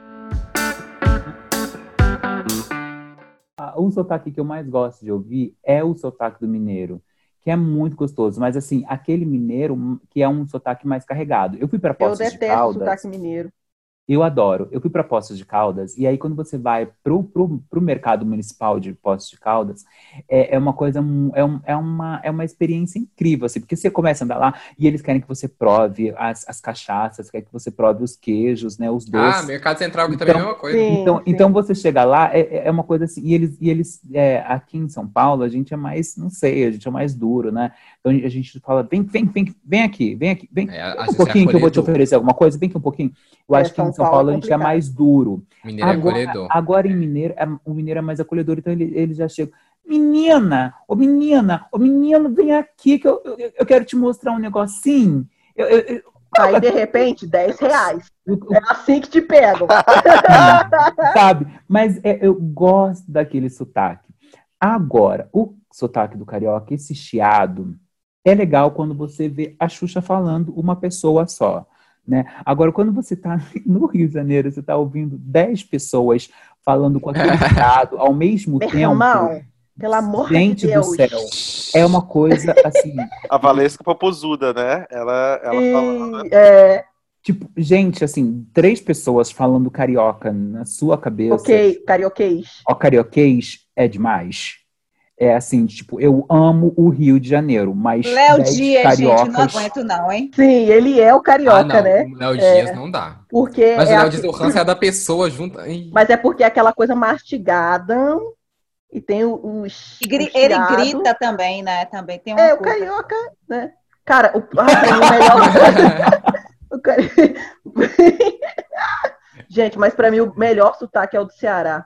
Um sotaque que eu mais gosto de ouvir é o sotaque do mineiro, que é muito gostoso. Mas assim, aquele mineiro que é um sotaque mais carregado. Eu fui para eu Poços de detesto o Caldas. sotaque mineiro. Eu adoro. Eu fui para Poços de Caldas, e aí quando você vai pro mercado municipal de Poços de Caldas, é uma coisa, é uma experiência incrível, assim, porque você começa a andar lá e eles querem que você prove as cachaças, querem que você prove os queijos, né, os doces. Mercado Central que também é a mesma coisa. Então você chega lá, é uma coisa assim, e eles aqui em São Paulo, a gente é mais, não sei, a gente é mais duro, né? Então a gente fala, vem aqui, vem um pouquinho que eu vou te oferecer alguma coisa, vem aqui um pouquinho. Eu acho que em São Paulo a gente é mais duro. Mineiro é acolhedor. Agora em Mineiro, o mineiro é mais acolhedor, então ele já chega. Menina, ô menino, vem aqui que eu quero te mostrar um negocinho. Aí, de repente, R$10. É assim que te pegam. Sabe? Mas eu gosto daquele sotaque. Agora, o sotaque do carioca, esse chiado, é legal quando você vê a Xuxa falando uma pessoa só. Né? Agora, quando você está no Rio de Janeiro, você está ouvindo 10 pessoas falando com aquele chiado ao mesmo tempo. Irmão, pelo amor de Deus. Do céu, é uma coisa assim. A Valesca Popozuda, né? Ela fala. Tipo, gente, assim, 3 pessoas falando carioca na sua cabeça. Ok, carioquês. Ó, carioquês é demais. É assim, tipo, eu amo o Rio de Janeiro, mas Léo Dias, cariocas... gente, não aguento não, hein? Sim, ele é o carioca, né? O Léo Dias não dá. Porque mas o Léo Dias, o ranço é da pessoa junto. Mas é porque é aquela coisa mastigada e tem os ele grita também, né? Também tem uma coisa. O carioca, né? Cara, o melhor... Gente, mas pra mim o melhor sotaque é o do Ceará.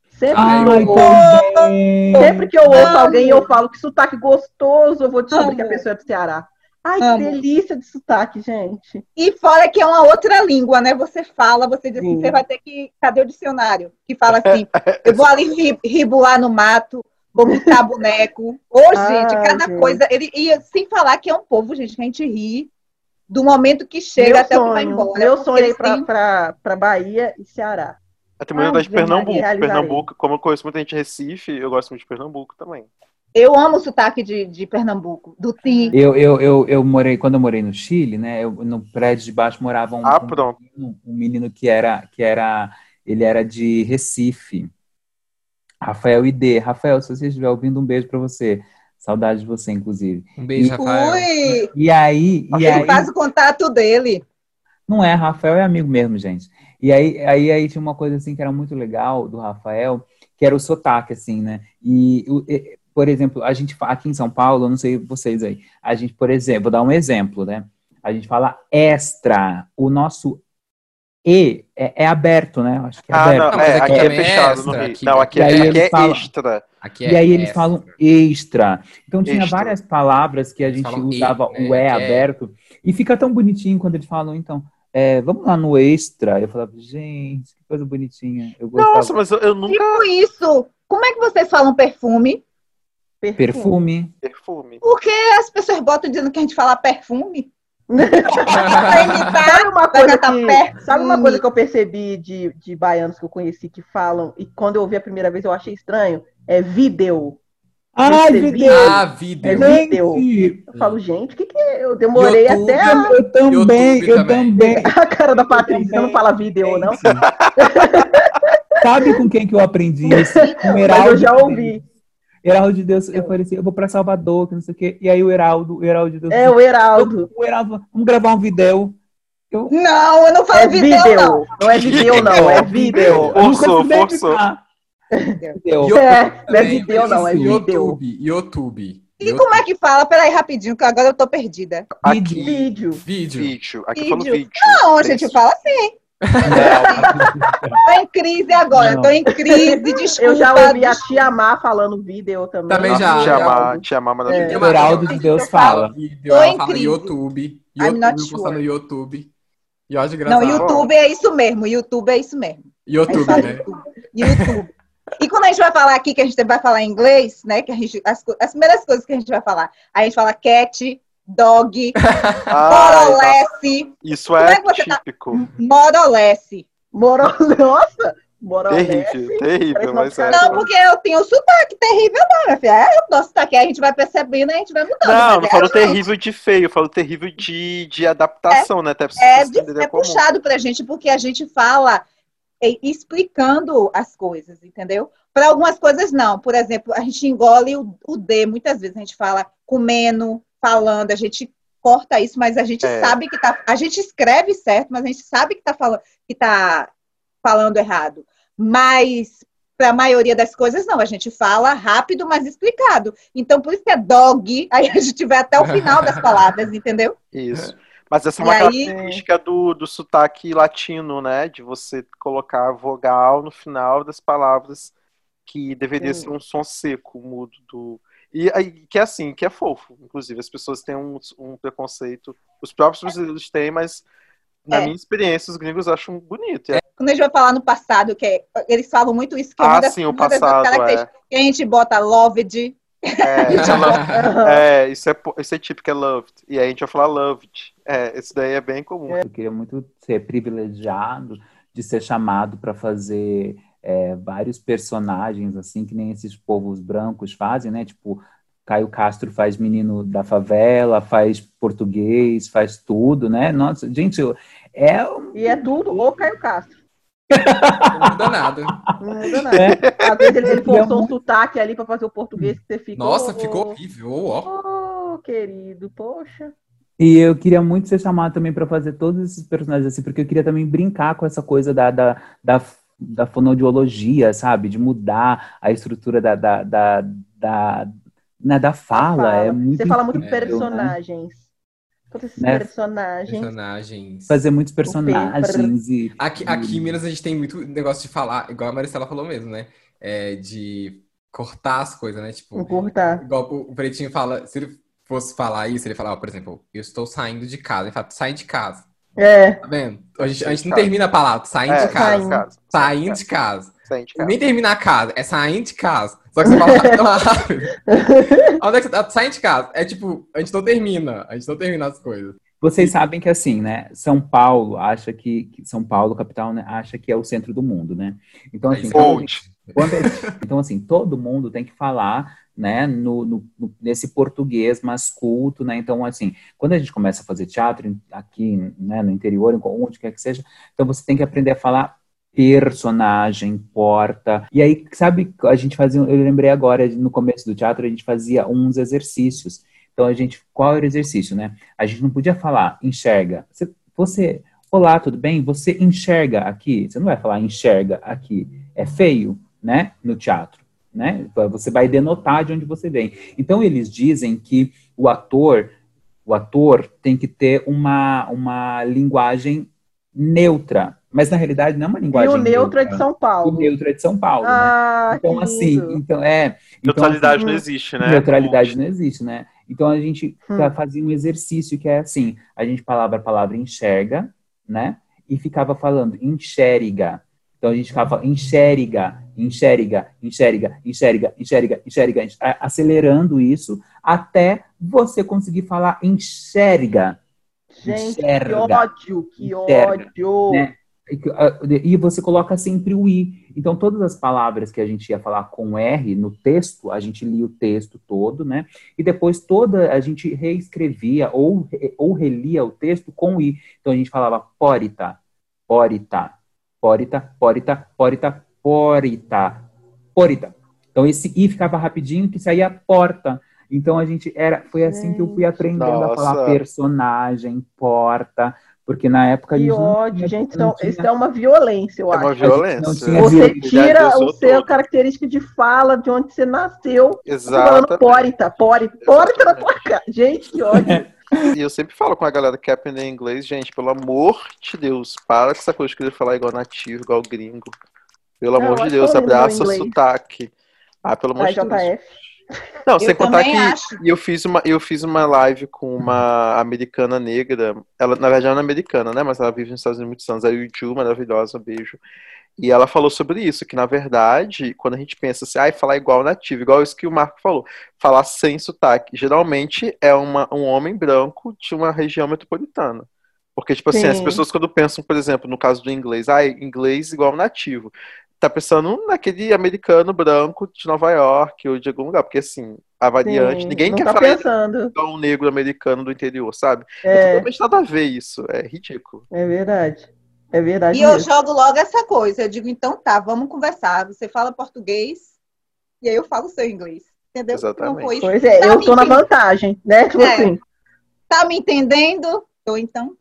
Sempre que eu ouço alguém e eu falo que sotaque gostoso, eu vou descobrir que a pessoa é do Ceará. Ai, que delícia de sotaque, gente. E fora que é uma outra língua, né? Você fala, você diz assim, você vai ter que... Cadê o dicionário? Que fala assim, eu vou ali ribular no mato, vou montar boneco. Gente, cada coisa... E sem falar que é um povo, gente, que a gente ri do momento que chega até o que vai embora. Meu sonho é ir pra Bahia e Ceará. Tem muita de Pernambuco. Pernambuco, como eu conheço muita gente de Recife, eu gosto muito de Pernambuco também. Eu amo o sotaque de Pernambuco, do Tim. Eu morei, quando eu morei no Chile, né? No prédio de baixo morava um menino que ele era de Recife. Rafael ID. Rafael, se você estiver ouvindo, um beijo pra você. Saudade de você, inclusive. Um beijo, Rafael. E aí... faz o contato dele. Não é, Rafael é amigo mesmo, gente. E aí tinha uma coisa assim que era muito legal do Rafael, que era o sotaque, assim, né? Por exemplo, a gente aqui em São Paulo, eu não sei vocês aí, a gente, por exemplo, vou dar um exemplo, né? A gente fala extra, o nosso E é aberto, né? Acho que é aberto. Não, aqui é fechado no Rio. Não, aqui é extra. E aí eles falam extra. Então tinha várias palavras que a gente usava o E aberto, e fica tão bonitinho quando eles falam, então... vamos lá no extra. Eu falava, gente, que coisa bonitinha. Nossa, mas eu nunca... Tipo isso. Como é que vocês falam perfume? Perfume. Porque as pessoas botam dizendo que a gente fala perfume. Sabe uma coisa que eu percebi de baianos que eu conheci que falam, e quando eu ouvi a primeira vez eu achei estranho? É vídeo. Vídeo. Eu falo, gente, o que é? Eu demorei YouTube, até... Eu também. A cara da Patrícia, você não fala vídeo, não? Sabe com quem que eu aprendi isso? Com Mas eu já ouvi. Heraldo de Deus, eu falei assim, eu vou pra Salvador, que não sei o quê. E aí o Heraldo de Deus... o Heraldo. Vamos gravar um vídeo. Não, eu não falo vídeo, não. Não é vídeo, não, é vídeo. Forçou. Não é vídeo, não, é vídeo. YouTube. E como é que fala? Peraí, rapidinho, que agora eu tô perdida. Vídeo. Aqui fala vídeo. Não, gente, fala assim. Tô em crise agora, tô em crise, desculpa. Eu já ouvi a Tia Má falando vídeo também. Também já. Tia Má, mas o Heraldo de Deus fala. Ela fala YouTube. YouTube, no YouTube. Não, YouTube é isso mesmo. YouTube, né? YouTube. E quando a gente vai falar aqui, que a gente vai falar em inglês, né? Que as primeiras coisas que a gente vai falar, a gente fala cat, dog, more or less. Isso é típico. More or less. Nossa! Terrível, terrível, mas é. Não, porque eu tenho sotaque terrível, não, minha filha. É, o nosso sotaque a gente vai percebendo e a gente vai mudando. Não, não mas falo a gente- terrível de feio, eu falo terrível de adaptação, né? Até pra vocês entenderem É puxado pra gente porque a gente fala explicando as coisas, entendeu? Para algumas coisas, não. Por exemplo, a gente engole o D, muitas vezes a gente fala comendo, falando, a gente corta isso, mas a gente sabe que tá. A gente escreve certo, mas a gente sabe que tá falando errado. Mas para a maioria das coisas, não. A gente fala rápido, mas explicado. Então, por isso que é dog, aí a gente vai até o final das palavras, entendeu? Isso. Mas essa é E uma aí- característica do sotaque latino, né? De você colocar vogal no final das palavras que deveria ser um som seco, mudo. E aí, que é assim, que é fofo. Inclusive, as pessoas têm um preconceito. Os próprios brasileiros têm, mas na minha experiência, os gringos acham bonito. Quando a gente vai falar no passado, eles falam muito isso, que é uma das Sim, o passado, características. Que a gente bota loved. Isso é típico, é loved. E aí a gente vai falar loved. Isso daí é bem comum. Eu queria muito ser privilegiado de ser chamado para fazer vários personagens, assim, que nem esses povos brancos fazem, né? Tipo, Caio Castro faz menino da favela, faz português, faz tudo, né? Nossa, gente, E é tudo o Caio Castro. Não muda nada. Não muda nada. Às vezes ele forçou um sotaque ali pra fazer o português que você fica. Nossa, ficou horrível. Ó. Oh, querido, poxa. E eu queria muito ser chamado também para fazer todos esses personagens assim, porque eu queria também brincar com essa coisa da fonoaudiologia, sabe? De mudar a estrutura da fala. É muito Você fala muito incrível, personagens. Todos esses Né? Personagens. Fazer muitos personagens. Aqui em Minas a gente tem muito negócio de falar, igual a Maricela falou mesmo, né? De cortar as coisas, né? Tipo, cortar. igual o Pretinho fala, se ele fosse falar isso, ele fala, por exemplo, eu estou saindo de casa. Ele fala, sai de casa. Tá vendo? A gente não termina a palavra, saindo de casa. Saindo de casa. Nem termina a casa, é saindo de casa. Só que você fala tão rápido. Onde é que você tá? Saindo de casa. É tipo, a gente não termina as coisas. Vocês sabem que assim, né? São Paulo acha que São Paulo, capital, né, acha que é o centro do mundo, né? Então, assim, então, assim, todo mundo tem que falar, né, nesse português mais culto, né? Então, assim, quando a gente começa a fazer teatro aqui, né, no interior, onde quer que seja, então você tem que aprender a falar personagem, porta. E aí, sabe, a gente fazia, eu lembrei agora, no começo do teatro, a gente fazia uns exercícios. Então, qual era o exercício, né? A gente não podia falar, enxerga. Olá, tudo bem? Você enxerga aqui? Você não vai falar enxerga aqui. É feio, né? No teatro, né? Você vai denotar de onde você vem. Então, eles dizem que o ator tem que ter uma linguagem neutra. Mas, na realidade, não é uma linguagem neutra. E o neutro é de São Paulo. O neutro é de São Paulo, né? Então, assim, neutralidade não existe, né? Neutralidade não existe, né? Então, a gente fazia um exercício que é assim, a gente falava a palavra enxerga, né? E ficava falando enxerga. Então, a gente ficava enxerga, acelerando isso até você conseguir falar enxerga. Gente, enxerga, que ódio. Né? E você coloca sempre o I. Então, todas as palavras que a gente ia falar com R no texto, a gente lia o texto todo, né? E depois a gente reescrevia ou relia o texto com I. Então, a gente falava porita, porita, porita, porita, porita, porita, porita. Então, esse I ficava rapidinho que saía porta. Então, foi assim que eu fui aprendendo a falar personagem, porta. Porque na época... Que ódio, gente. Isso é uma violência, eu acho. É uma violência. Você tira o seu característica de fala, de onde você nasceu. Exato. Falando porita na tua cara. Gente, que ódio. E eu sempre falo com a galera que quer aprender inglês, gente, pelo amor de Deus, para com essa coisa de querer falar igual nativo, igual gringo. Pelo amor de Deus, abraça o sotaque. Pelo amor de Deus. Não, sem contar que eu fiz uma live com uma americana negra. Ela, na verdade, não é americana, né? Mas ela vive nos Estados Unidos há muitos anos. A Yuju, maravilhosa, beijo. E ela falou sobre isso, que na verdade, quando a gente pensa assim, falar igual nativo, igual isso que o Marco falou, falar sem sotaque, geralmente é um homem branco de uma região metropolitana. Porque, tipo assim, as pessoas quando pensam, por exemplo, no caso do inglês, inglês igual nativo. tá pensando naquele americano branco de Nova York ou de algum lugar, porque assim, a variante, Sim, ninguém não quer tá falar pensando. de um negro americano do interior, sabe? É É, totalmente nada a ver isso, é ridículo. é verdade. É verdade E eu mesmo. jogo logo essa coisa. Eu digo, então tá, vamos conversar. Você fala português e aí eu falo o seu inglês. Entendeu? Se não for Exatamente. isso, Pois é, tá eu me tô na entendendo? vantagem, né? Tipo assim. Tá me entendendo? Ou então,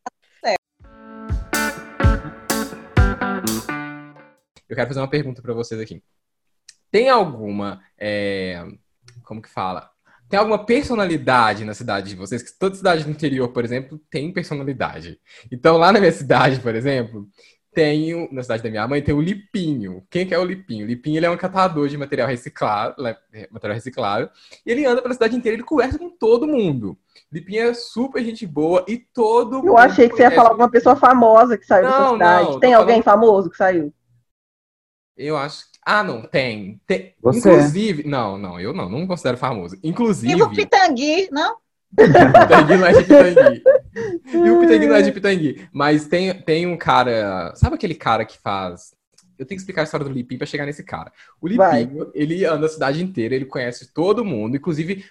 Eu quero fazer uma pergunta pra vocês aqui. Tem alguma, como que fala? Tem alguma personalidade na cidade de vocês? Que toda cidade do interior, por exemplo, tem personalidade. Então, lá na minha cidade, por exemplo, na cidade da minha mãe, tem o Lipinho. Quem que é o Lipinho? O Lipinho, ele é um catador de material reciclado, e ele anda pela cidade inteira, ele conversa com todo mundo. Lipinho é super gente boa e todo Eu mundo achei que você ia falar conhece o alguma pessoa Lipinho. famosa que saiu da sua Não, cidade. não, tô Tem alguém falando. famoso que saiu? Eu acho que. Ah, não, tem. Você. Inclusive. Não, eu não me considero famoso. viva o Inclusive, Pitangui, não? o Pitangui não é de Pitangui. E o Pitangui não é de Pitangui. Mas tem um cara. Sabe aquele cara que faz. Eu tenho que explicar a história do Lipinho pra chegar nesse cara. O Vai. Lipinho, ele anda a cidade inteira, ele conhece todo mundo, inclusive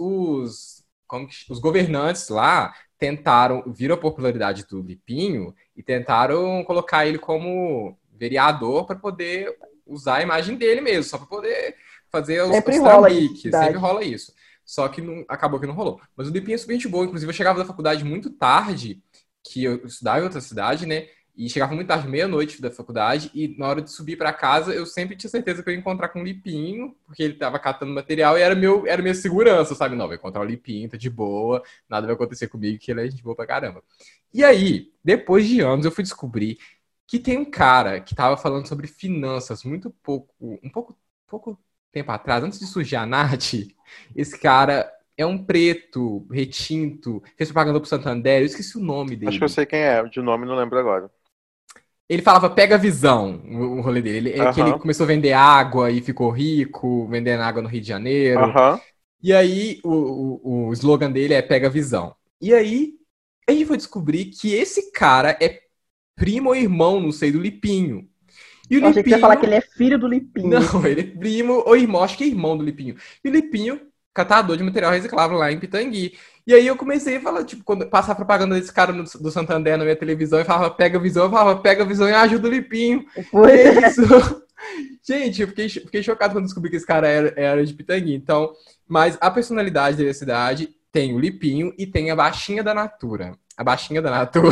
os governantes lá viram a popularidade do Lipinho e tentaram colocar ele como vereador para poder usar a imagem dele mesmo, só para poder fazer os Sempre rola isso, trambiques. cidade. Sempre rola isso. Só que acabou que não rolou. Mas o Lipinho é super gente boa. Inclusive, eu chegava da faculdade muito tarde, que eu estudava em outra cidade, né? E chegava muito tarde, meia-noite da faculdade, e na hora de subir para casa, eu sempre tinha certeza que eu ia encontrar com o Lipinho, porque ele tava catando material e era minha segurança, sabe? Não, vai encontrar o Lipinho, tá de boa, nada vai acontecer comigo, que ele é gente boa pra caramba. E aí, depois de anos, eu fui descobrir que tem um cara que tava falando sobre finanças um pouco tempo atrás, antes de surgir a Nath, esse cara é um preto, retinto, fez propaganda pro Santander, eu esqueci o nome dele. Acho que eu sei quem é, de nome não lembro agora. Ele falava pega a visão, o rolê dele. Que ele começou a vender água e ficou rico, vendendo água no Rio de Janeiro. E aí o slogan dele é pega a visão. E aí a gente foi descobrir que esse cara é primo ou irmão, não sei, do Lipinho. E o Eu achei que você ia falar que ele é filho do Lipinho. Não, ele é primo ou irmão, acho que é irmão do Lipinho. E o Lipinho, catador de material reciclável lá em Pitangui. E aí eu comecei a falar, tipo, quando passar propaganda desse cara do Santander na minha televisão, e falava, pega a visão, eu falava, pega a visão e ajuda o Lipinho. Pois e é. isso. Gente, eu fiquei chocado quando descobri que esse cara era de Pitangui. Então, mas a personalidade da cidade tem o Lipinho e tem a Baixinha da Natura. A Baixinha da Natura.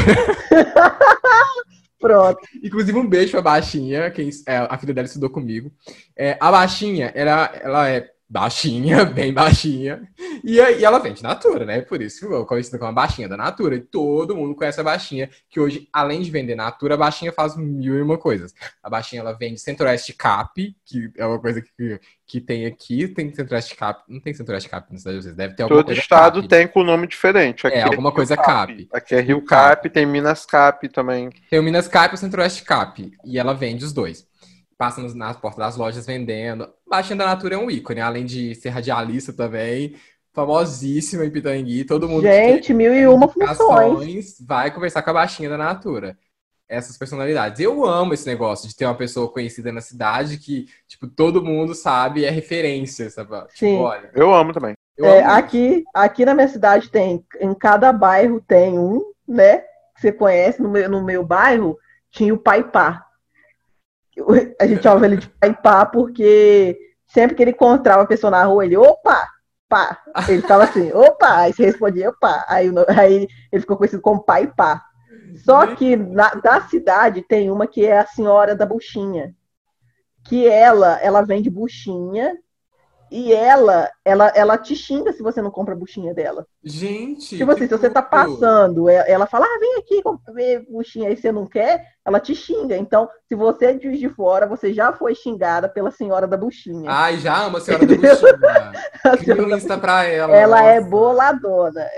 Pronto. Inclusive, um beijo pra Baixinha, a filha dela estudou comigo. A Baixinha, ela é baixinha, bem baixinha, e ela vende Natura, né? Por isso ficou conhecida como a Baixinha da Natura. E todo mundo conhece a Baixinha, que hoje, além de vender Natura, a Baixinha faz mil e uma coisas. A Baixinha, ela vende Centro-Oeste Cap, que é uma coisa que tem aqui, tem Centro-Oeste Cap, não tem Centro-Oeste Cap na cidade de vocês, deve ter alguma Todo coisa estado Cap. tem com nome diferente. Aqui alguma coisa Cap. Aqui é Rio Cap, tem Minas Cap também. Tem o Minas Cap e o Centro-Oeste Cap, e ela vende os dois. Passa nas portas das lojas vendendo. Baixinha da Natura é um ícone, além de ser radialista também, famosíssima em Pitangui. Todo mundo Gente, mil e uma funções. vai conversar com a Baixinha da Natura. Essas personalidades. Eu amo esse negócio de ter uma pessoa conhecida na cidade que, tipo, todo mundo sabe e é referência, sabe? Sim. Tipo, olha, eu amo também. Aqui na minha cidade tem, em cada bairro tem um, né? Que você conhece. No meu bairro tinha o Paipá. A gente chamava ele de Paipá porque sempre que ele encontrava a pessoa na rua, ele, opa, pá. Ele ficava assim, opa, aí você respondia, opa. Aí ele ficou conhecido como Paipá. Só que da cidade tem uma que é a Senhora da Buchinha. Que ela vende buchinha e ela te xinga se você não compra a buchinha dela. Gente, tipo assim, se você tá passando, ela fala, vem aqui ver buchinha, aí você não quer, ela te xinga. Então, se você é de Juiz de Fora, você já foi xingada pela Senhora da Buchinha. Ai, já amo a Senhora da Buchinha. Cria um Insta pra ela. Ela é boladona.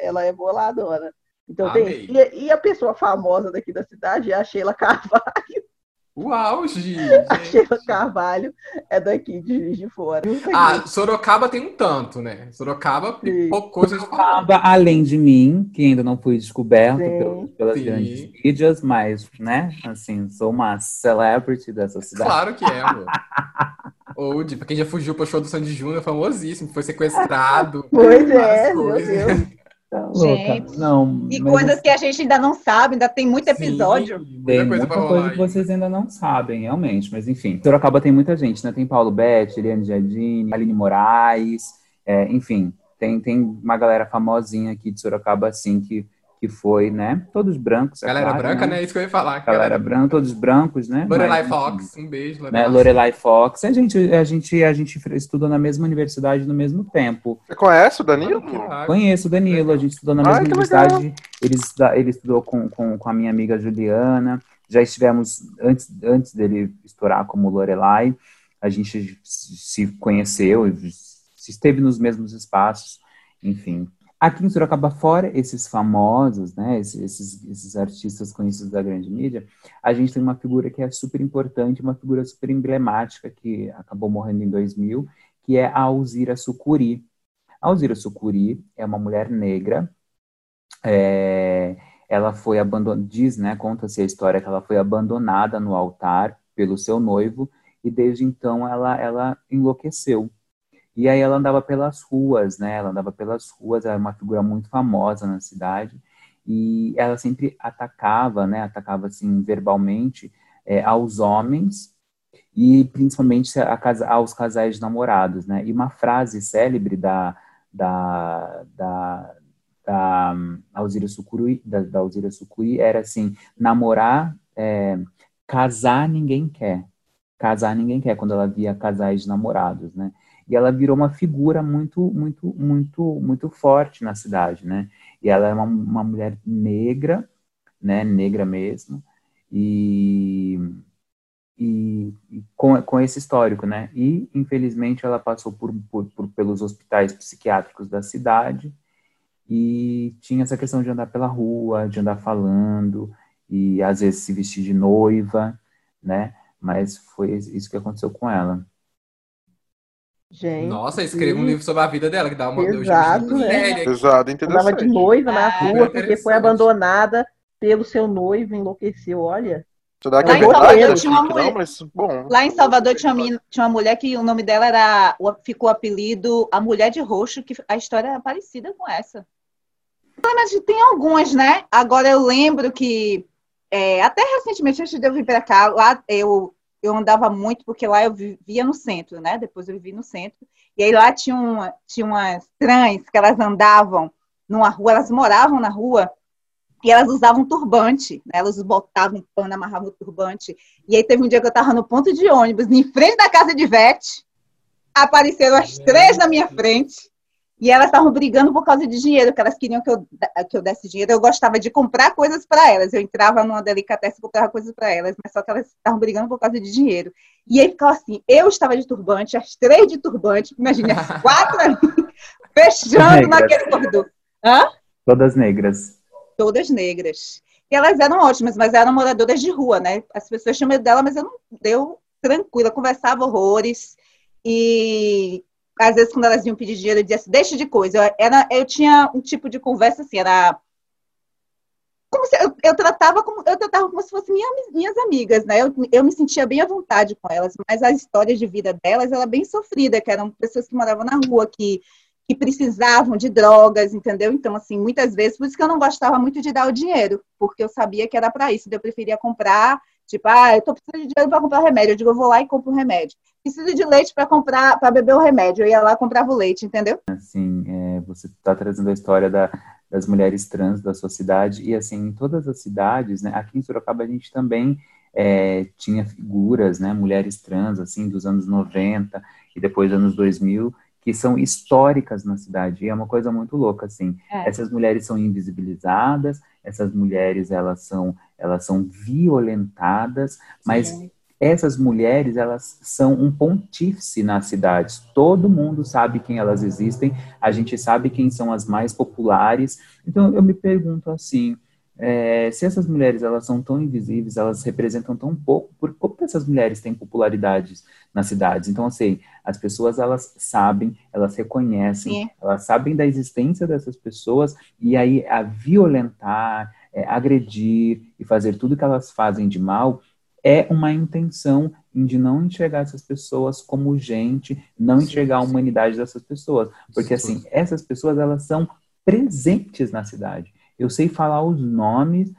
Então Amei. tem. E a pessoa famosa daqui da cidade é a Sheila Carvalho. O auge, A gente. Sheila Carvalho é daqui, de Juiz de Fora. Ah, Sorocaba tem um tanto, né? Sorocaba pipocou gente falando. Sorocaba, além de mim, que ainda não fui descoberto Sim. pelas Sim. grandes mídias, mas, né, assim, sou uma celebrity dessa cidade. Claro que é, amor. Ou, pra quem já fugiu pro show do Sandy Júnior, famosíssimo, foi sequestrado. Pois várias é, meu coisas. Deus. Tá louca. Gente, Não, E mas coisas que a gente ainda não sabe, ainda tem muito episódio. Sim, tem muita coisa pra muita coisa rolar que vocês ainda não sabem, realmente. Mas, enfim, Sorocaba tem muita gente, né? Tem Paulo Betti, Eliane Giardini, Aline Moraes, enfim, tem uma galera famosinha aqui de Sorocaba, assim, que foi, né? Todos brancos, é Galera claro, branca, né? né? Isso que eu ia falar. Galera branca, todos brancos, né? Lorelai Mas, Fox, um beijo, né? Lorelai. Lorelai Fox. A gente estudou na mesma universidade no mesmo tempo. Você conhece o Danilo? Que legal. Conheço o Danilo, a gente estudou na mesma Ai, que universidade. Ele estudou com a minha amiga Juliana. Já estivemos, antes dele estourar como Lorelai, a gente se conheceu, se esteve nos mesmos espaços, enfim. Aqui em Sorocaba, fora esses famosos, né, esses artistas conhecidos da grande mídia, a gente tem uma figura que é super importante, uma figura super emblemática, que acabou morrendo em 2000, que é a Alzira Sucuri. A Alzira Sucuri é uma mulher negra, ela foi abandonada, né, conta-se a história que ela foi abandonada no altar pelo seu noivo, e desde então ela enlouqueceu. E aí ela andava pelas ruas, né? Ela andava pelas ruas, era uma figura muito famosa na cidade. E ela sempre atacava, né? Atacava, assim, verbalmente aos homens e principalmente aos casais de namorados, né? E uma frase célebre da Alzira Sucuri, da Alzira Sucuri era assim, casar ninguém quer. Casar ninguém quer, quando ela via casais de namorados, né? E ela virou uma figura muito, muito, muito, muito forte na cidade, né? E ela é uma mulher negra, né? Negra mesmo, e com esse histórico, né? E, infelizmente, ela passou pelos hospitais psiquiátricos da cidade e tinha essa questão de andar pela rua, de andar falando, e às vezes se vestir de noiva, né? Mas foi isso que aconteceu com ela. Gente, Nossa, escreva um livro sobre a vida dela, que dá uma eu chamo exato, de né? miséria. Pesado, Andava de interessante. noiva na Ah, rua porque foi interessante. abandonada pelo seu noivo, enlouqueceu. Olha, Será que É é um Lá em verdade roteiro. Salvador da tinha uma FIC? Não, mulher. mas bom. Lá em Salvador tinha uma mulher que o nome dela ficou apelido A Mulher de Roxo, que a história é parecida com essa. Mas tem algumas, né? Agora eu lembro que até recentemente, antes de eu vir para cá, lá eu andava muito, porque lá eu vivia no centro, né? Depois eu vivi no centro. E aí lá tinha umas trans que elas andavam numa rua, elas moravam na rua, e elas usavam turbante, né? Elas botavam um pano, amarravam o turbante. E aí teve um dia que eu estava no ponto de ônibus, em frente da casa de Ivete, apareceram as três na minha frente, e elas estavam brigando por causa de dinheiro, que elas queriam que eu desse dinheiro. Eu gostava de comprar coisas para elas. Eu entrava numa delicatessen e comprava coisas para elas, mas só que elas estavam brigando por causa de dinheiro. E aí ficava assim, eu estava de turbante, as três de turbante, imagine, as quatro ali, fechando naquele corredor. Hã? Todas negras. Todas negras. E elas eram ótimas, mas eram moradoras de rua, né? As pessoas tinham medo dela, mas eu não deu tranquila, conversava horrores. E às vezes, quando elas vinham pedir dinheiro, eu dizia assim, deixa de coisa. Eu tinha um tipo de conversa assim, era como se eu tratava como se fossem minhas amigas, né? Eu me sentia bem à vontade com elas, mas a história de vida delas era bem sofrida, que eram pessoas que moravam na rua, que precisavam de drogas, entendeu? Então, assim, muitas vezes, por isso que eu não gostava muito de dar o dinheiro, porque eu sabia que era para isso, eu preferia comprar, tipo, eu tô precisando de dinheiro para comprar remédio, eu digo, eu vou lá e compro o remédio. Preciso de leite para beber o remédio, eu ia lá e comprava o leite, entendeu? Assim, você está trazendo a história das mulheres trans da sua cidade, e assim, em todas as cidades, né, aqui em Sorocaba a gente também tinha figuras, né, mulheres trans, assim, dos anos 90 e depois dos anos 2000, que são históricas na cidade, e é uma coisa muito louca, assim, essas mulheres são invisibilizadas, essas mulheres, elas são violentadas, mas essas mulheres, elas são um pontífice nas cidades, todo mundo sabe quem elas existem, a gente sabe quem são as mais populares, então eu me pergunto assim, se essas mulheres elas são tão invisíveis, elas representam tão pouco, como que essas mulheres têm popularidades nas cidades? Então, assim, as pessoas elas sabem, elas reconhecem, Sim. elas sabem da existência dessas pessoas, e aí a violentar, agredir e fazer tudo que elas fazem de mal é uma intenção de não enxergar essas pessoas como gente, não enxergar a humanidade dessas pessoas. Porque, assim, essas pessoas, elas são presentes na cidade. Eu sei falar os nomes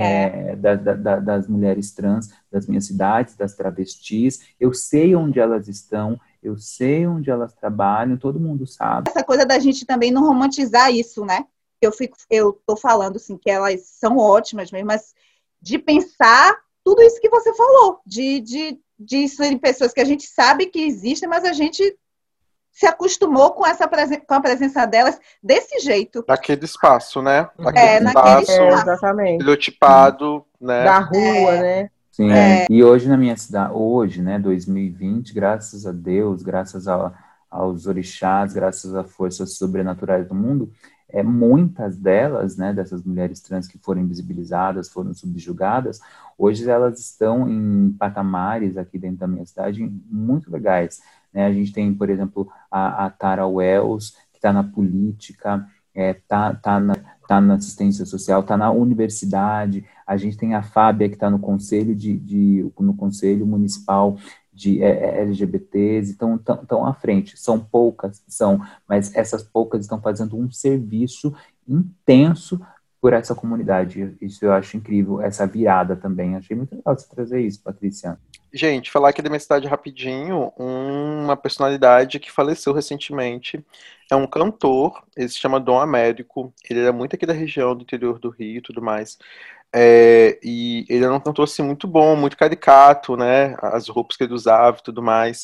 das mulheres trans das minhas cidades, das travestis, eu sei onde elas estão, eu sei onde elas trabalham, todo mundo sabe. Essa coisa da gente também não romantizar isso, né? Eu tô falando, assim, que elas são ótimas mesmo, mas de pensar tudo isso que você falou, de serem pessoas que a gente sabe que existem, mas a gente se acostumou com a presença delas desse jeito. Naquele espaço, né? Naquele espaço. Exatamente. Estereotipado, né? Da rua, né? Sim, e hoje na minha cidade, hoje, né, 2020, graças a Deus, graças aos orixás, graças às forças sobrenaturais do mundo, muitas delas, né, dessas mulheres trans que foram invisibilizadas, foram subjugadas, hoje elas estão em patamares aqui dentro da minha cidade muito legais, né? A gente tem, por exemplo, a Tara Wells, que está na política, tá na assistência social, está na universidade. A gente tem a Fábia, que está no conselho no conselho municipal de LGBTs, então estão à frente. São poucas, mas essas poucas estão fazendo um serviço intenso por essa comunidade. Isso eu acho incrível, essa virada também. Achei muito legal você trazer isso, Patrícia. Gente, falar aqui da minha cidade rapidinho, uma personalidade que faleceu recentemente, é um cantor, ele se chama Dom Américo, ele era muito aqui da região do interior do Rio e tudo mais, e ele era um cantor assim, muito bom, muito caricato, né, as roupas que ele usava e tudo mais,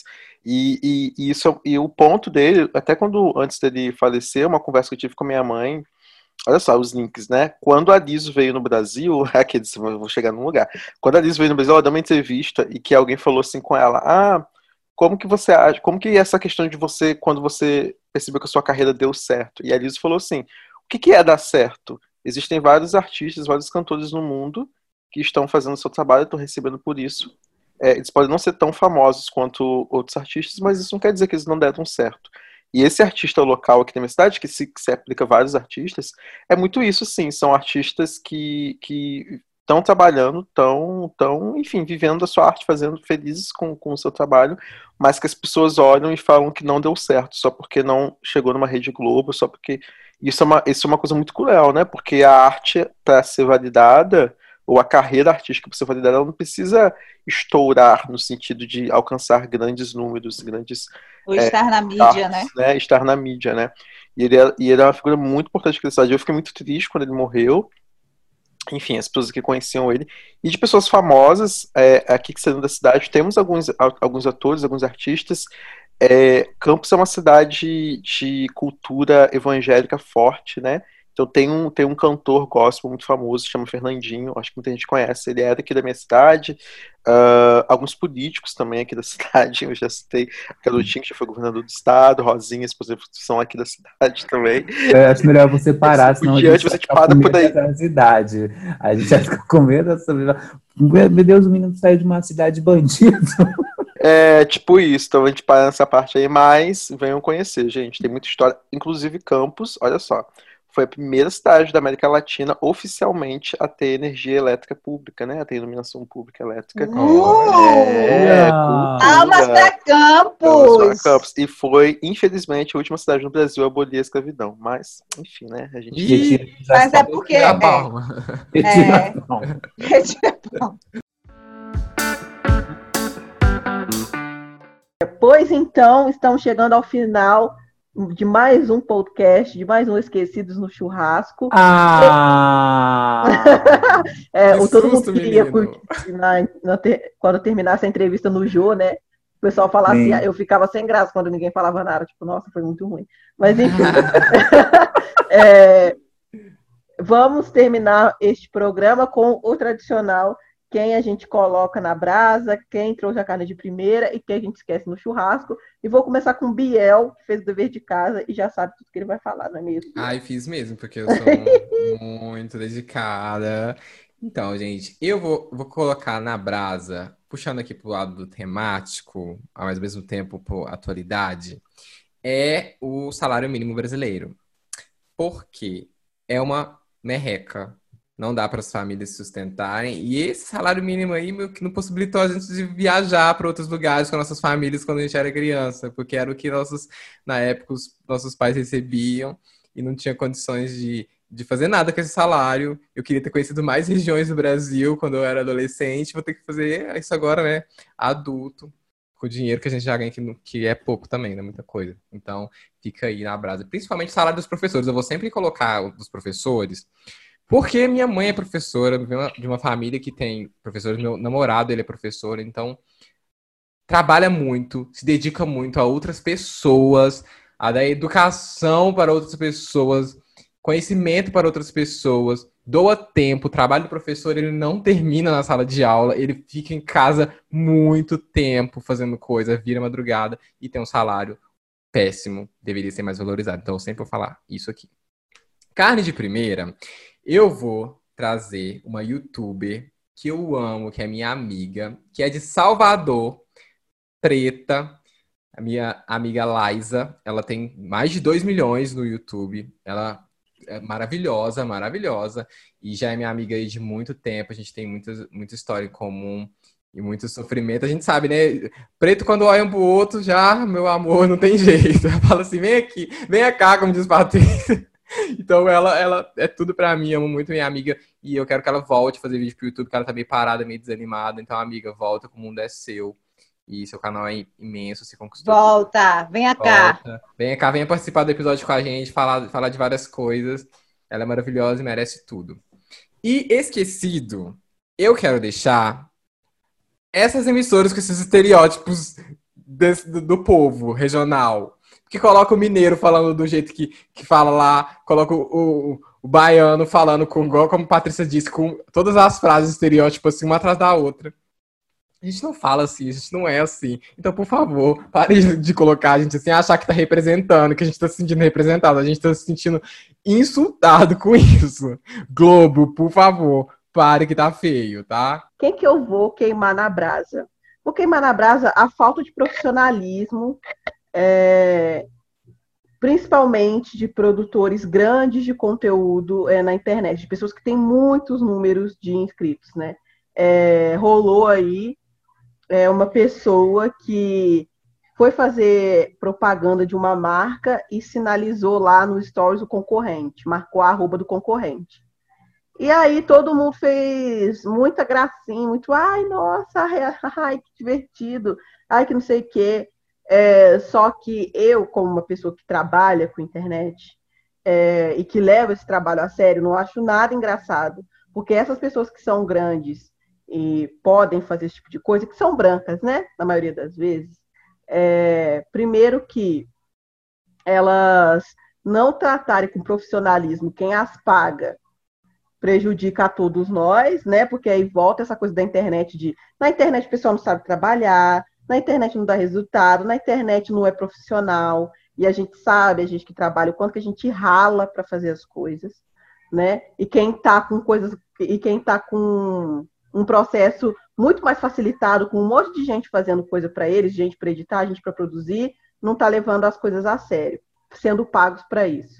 e o ponto dele, até antes dele falecer, uma conversa que eu tive com a minha mãe, olha só os links, né? Quando a Liso veio no Brasil, eu vou chegar num lugar. Quando a Liso veio no Brasil, ela deu uma entrevista e que alguém falou assim com ela: como que você acha, como que essa questão de você, quando você percebeu que a sua carreira deu certo? E a Liso falou assim: o que é dar certo? Existem vários artistas, vários cantores no mundo que estão fazendo o seu trabalho, estão recebendo por isso. Eles podem não ser tão famosos quanto outros artistas, mas isso não quer dizer que eles não deram certo. E esse artista local aqui na minha cidade, que se aplica a vários artistas, é muito isso, sim. São artistas que estão trabalhando, estão, enfim, vivendo a sua arte, fazendo felizes com o seu trabalho, mas que as pessoas olham e falam que não deu certo, só porque não chegou numa Rede Globo, só porque... Isso é uma coisa muito cruel, né? Porque a arte, para ser validada, ou a carreira artística para ser validada, ela não precisa estourar no sentido de alcançar grandes números, grandes... Ou estar na mídia, né? Estar na mídia, né? E ele é uma figura muito importante da cidade. Eu fiquei muito triste quando ele morreu. Enfim, as pessoas que conheciam ele. E de pessoas famosas aqui que saíram da cidade, temos alguns atores, alguns artistas. Campos é uma cidade de cultura evangélica forte, né? Então tem um cantor gospel muito famoso, se chama Fernandinho, acho que muita gente conhece, ele é daqui da minha cidade, alguns políticos também aqui da cidade, eu já citei a Garotinha, que já foi governador do estado, Rosinhas, por exemplo, são aqui da cidade também. Eu acho melhor você parar, senão você te para por aí. Cidade. A gente já fica com medo dessa... Meu Deus, o menino saiu de uma cidade bandido. Tipo isso, então a gente para nessa parte aí, mas venham conhecer, gente, tem muita história, inclusive Campos, olha só, foi a primeira cidade da América Latina oficialmente a ter energia elétrica pública, né? A ter iluminação pública elétrica. Almas pra Campos! E foi, infelizmente, a última cidade no Brasil a abolir a escravidão. Mas, enfim, né? A gente... Mas é porque... Retira a palma. Retira a palma. Pois então, estamos chegando ao final de mais um podcast, de mais um Esquecidos no Churrasco. Todo mundo queria curtir quando terminasse a entrevista no Jô, né? O pessoal falava assim, eu ficava sem graça quando ninguém falava nada, tipo, nossa, foi muito ruim. Mas enfim, vamos terminar este programa com o tradicional quem a gente coloca na brasa, quem trouxe a carne de primeira e quem a gente esquece no churrasco. E vou começar com o Biel, que fez o dever de casa e já sabe tudo que ele vai falar, não é mesmo? Ai, fiz mesmo, porque eu sou muito dedicada. Então, gente, eu vou colocar na brasa, puxando aqui pro lado do temático, ao mesmo tempo por atualidade, é o salário mínimo brasileiro. Porque é uma merreca. Não dá para as famílias se sustentarem. E esse salário mínimo aí meio que não possibilitou a gente de viajar para outros lugares com nossas famílias quando a gente era criança, porque era o que na época, os nossos pais recebiam e não tinha condições de fazer nada com esse salário. Eu queria ter conhecido mais regiões do Brasil quando eu era adolescente. Vou ter que fazer isso agora, né? Adulto, com o dinheiro que a gente já ganha, que é pouco também, né? Muita coisa. Então, fica aí na brasa. Principalmente o salário dos professores. Eu vou sempre colocar o dos professores, porque minha mãe é professora, vem de uma família que tem professores. Meu namorado, ele é professor, então trabalha muito, se dedica muito a outras pessoas, a dar educação para outras pessoas, conhecimento para outras pessoas, doa tempo. O trabalho do professor, ele não termina na sala de aula, ele fica em casa muito tempo fazendo coisa, vira madrugada e tem um salário péssimo, deveria ser mais valorizado. Então eu sempre vou falar isso aqui. Carne de primeira, eu vou trazer uma youtuber que eu amo, que é minha amiga, que é de Salvador, preta, a minha amiga Liza. Ela tem mais de 2 milhões no YouTube. Ela é maravilhosa, maravilhosa. E já é minha amiga aí de muito tempo. A gente tem muita história em comum e muito sofrimento. A gente sabe, né? Preto, quando olha um pro outro, já, meu amor, não tem jeito. Ela fala assim, vem aqui, vem cá, como diz Patrícia. Então ela é tudo pra mim, amo muito minha amiga e eu quero que ela volte a fazer vídeo pro YouTube, porque ela tá meio parada, meio desanimada. Então, amiga, volta, que o mundo é seu. E seu canal é imenso, se conquistou. Volta, venha cá. Volta. Venha cá, venha participar do episódio com a gente, falar de várias coisas. Ela é maravilhosa e merece tudo. E esquecido, eu quero deixar essas emissoras com esses estereótipos do povo regional. Que coloca o mineiro falando do jeito que fala lá, coloca o baiano falando igual como a Patrícia disse, com todas as frases estereótipos assim, uma atrás da outra. A gente não fala assim, a gente não é assim. Então, por favor, pare de colocar a gente assim, achar que tá representando, que a gente tá se sentindo representado. A gente tá se sentindo insultado com isso. Globo, por favor, pare que tá feio, tá? Quem que eu vou queimar na brasa? Vou queimar na brasa a falta de profissionalismo, principalmente de produtores grandes de conteúdo na internet, de pessoas que têm muitos números de inscritos, né? Rolou aí uma pessoa que foi fazer propaganda de uma marca e sinalizou lá no stories o concorrente, marcou a arroba do concorrente. E aí todo mundo fez muita gracinha, muito, ai, nossa, ai, que divertido, ai, que não sei o quê. Só que eu, como uma pessoa que trabalha com internet e que leva esse trabalho a sério, não acho nada engraçado, porque essas pessoas que são grandes e podem fazer esse tipo de coisa, que são brancas, né, na maioria das vezes, primeiro que elas não tratarem com profissionalismo quem as paga, prejudica a todos nós, né, porque aí volta essa coisa da internet na internet o pessoal não sabe trabalhar, na internet não dá resultado, na internet não é profissional, e a gente sabe, a gente que trabalha, o quanto que a gente rala para fazer as coisas, né? E quem está com um processo muito mais facilitado, com um monte de gente fazendo coisa para eles, gente para editar, gente para produzir, não está levando as coisas a sério, sendo pagos para isso.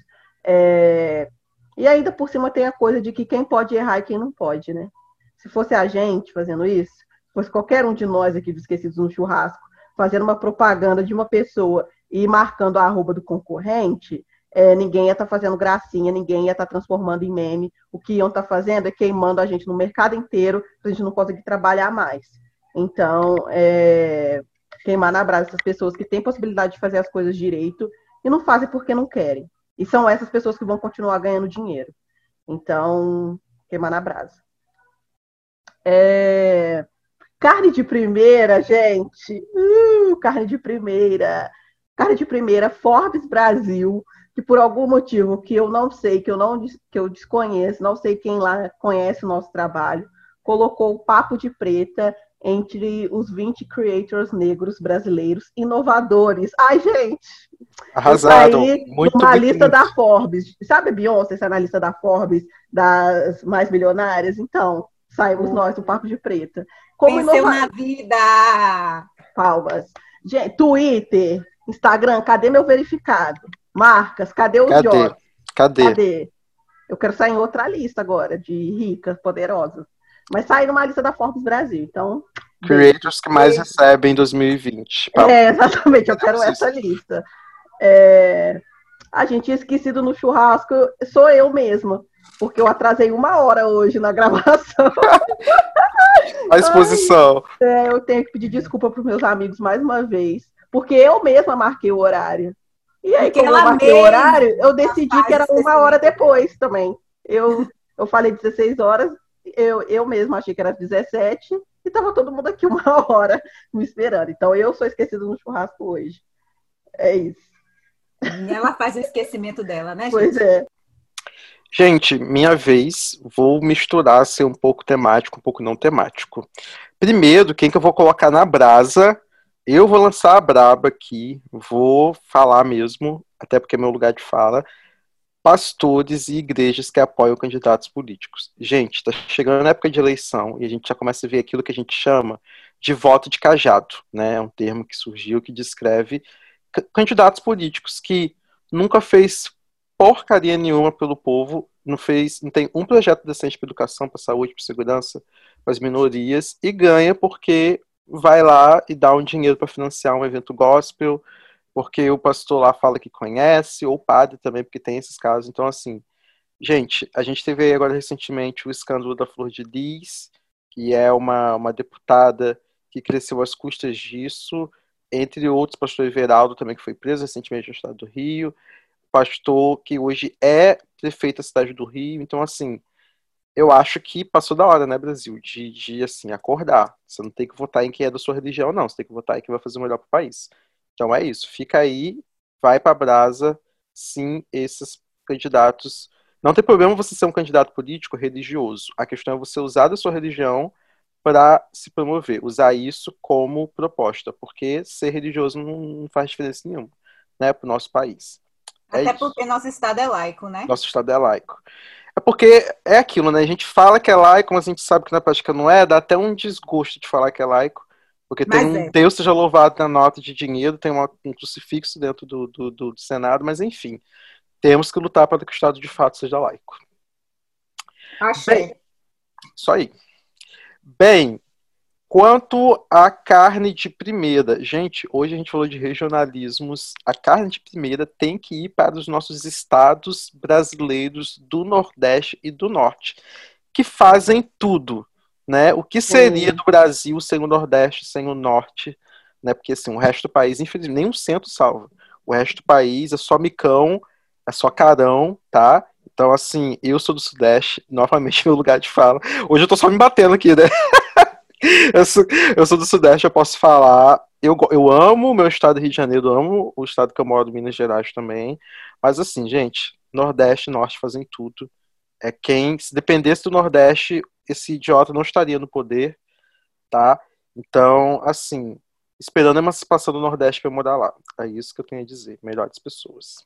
E ainda por cima tem a coisa de que quem pode errar e quem não pode, né? Se fosse a gente fazendo isso, se fosse qualquer um de nós aqui do Esquecidos no Churrasco, fazendo uma propaganda de uma pessoa e marcando a arroba do concorrente, ninguém ia estar fazendo gracinha, ninguém ia estar transformando em meme. O que iam estar fazendo é queimando a gente no mercado inteiro, para a gente não conseguir trabalhar mais. Então, queimar na brasa essas pessoas que têm possibilidade de fazer as coisas direito e não fazem porque não querem. E são essas pessoas que vão continuar ganhando dinheiro. Então, queimar na brasa. Carne de primeira, gente. Carne de primeira. Carne de primeira, Forbes Brasil, que por algum motivo que eu não sei, que eu desconheço, não sei quem lá conhece o nosso trabalho, colocou o Papo de Preta entre os 20 creators negros brasileiros inovadores. Ai, gente! Arrasaram. Eu saí Muito, numa muito, lista muito. da Forbes. Sabe a Beyoncé, está na lista da Forbes das mais milionárias? Então, saímos nós do Papo de Preta. Como Venceu na vida! Palmas. Gente, Twitter, Instagram, cadê meu verificado? Marcas, cadê os jobs? Cadê? Eu quero sair em outra lista agora, de ricas, poderosas. Mas sair numa lista da Forbes Brasil. Então, Creators que mais recebem em 2020. Exatamente, eu quero essa lista. A gente tinha esquecido no churrasco, sou eu mesma, porque eu atrasei 1 hora hoje na gravação. A exposição. Eu tenho que pedir desculpa para os meus amigos mais uma vez, porque eu mesma marquei o horário. E aí, como eu marquei o horário, eu decidi que era 1 hora depois também. Eu falei 16 horas, eu mesma achei que era 17, e estava todo mundo aqui 1 hora me esperando. Então, eu sou esquecida no churrasco hoje. É isso. E ela faz o esquecimento dela, né, gente? Pois é. Gente, minha vez, vou misturar, ser um pouco temático, um pouco não temático. Primeiro, quem que eu vou colocar na brasa? Eu vou lançar a braba aqui, vou falar mesmo, até porque é meu lugar de fala, pastores e igrejas que apoiam candidatos políticos. Gente, tá chegando a época de eleição e a gente já começa a ver aquilo que a gente chama de voto de cajado, né? É um termo que surgiu que descreve candidatos políticos que nunca fez porcaria nenhuma pelo povo, não tem um projeto decente para educação, para saúde, para segurança, para as minorias, e ganha porque vai lá e dá um dinheiro para financiar um evento gospel, porque o pastor lá fala que conhece, ou o padre também, porque tem esses casos. Então, assim, gente, a gente teve aí agora recentemente o escândalo da Flor de Lis, que é uma deputada que cresceu às custas disso, entre outros, pastor Everaldo também, que foi preso recentemente no estado do Rio, pastor que hoje é prefeito da cidade do Rio. Então, assim, eu acho que passou da hora, né, Brasil, de assim, acordar. Você não tem que votar em quem é da sua religião, não. Você tem que votar em quem vai fazer o melhor para o país. Então é isso. Fica aí, vai para a brasa. Sim, esses candidatos. Não tem problema você ser um candidato político religioso. A questão é você usar da sua religião para se promover. Usar isso como proposta. Porque ser religioso não faz diferença nenhuma, né, para o nosso país. Até porque nosso estado é laico, né? Nosso estado é laico. É porque é aquilo, né? A gente fala que é laico, mas a gente sabe que na prática não é. Dá até um desgosto de falar que é laico. Porque tem um Deus seja louvado na nota de dinheiro, tem um crucifixo dentro do Senado, mas enfim. Temos que lutar para que o Estado de fato seja laico. Achei. Isso aí. Bem, quanto à carne de primeira, gente, hoje a gente falou de regionalismos. A carne de primeira tem que ir para os nossos estados brasileiros do Nordeste e do Norte, que fazem tudo, né? O que seria do Brasil sem o Nordeste, sem o Norte, né? Porque assim, o resto do país, infelizmente, nem um centro salva. O resto do país é só micão, é só carão, tá? Então, assim, eu sou do Sudeste, novamente meu lugar de fala. Hoje eu tô só me batendo aqui, né? Eu sou do Sudeste, eu posso falar. Eu amo o meu estado do Rio de Janeiro, amo o estado que eu moro, Minas Gerais também. Mas assim, gente, Nordeste e Norte fazem tudo. Se dependesse do Nordeste, esse idiota não estaria no poder, tá? Então, assim, esperando a emancipação do Nordeste para morar lá. É isso que eu tenho a dizer. Melhores pessoas.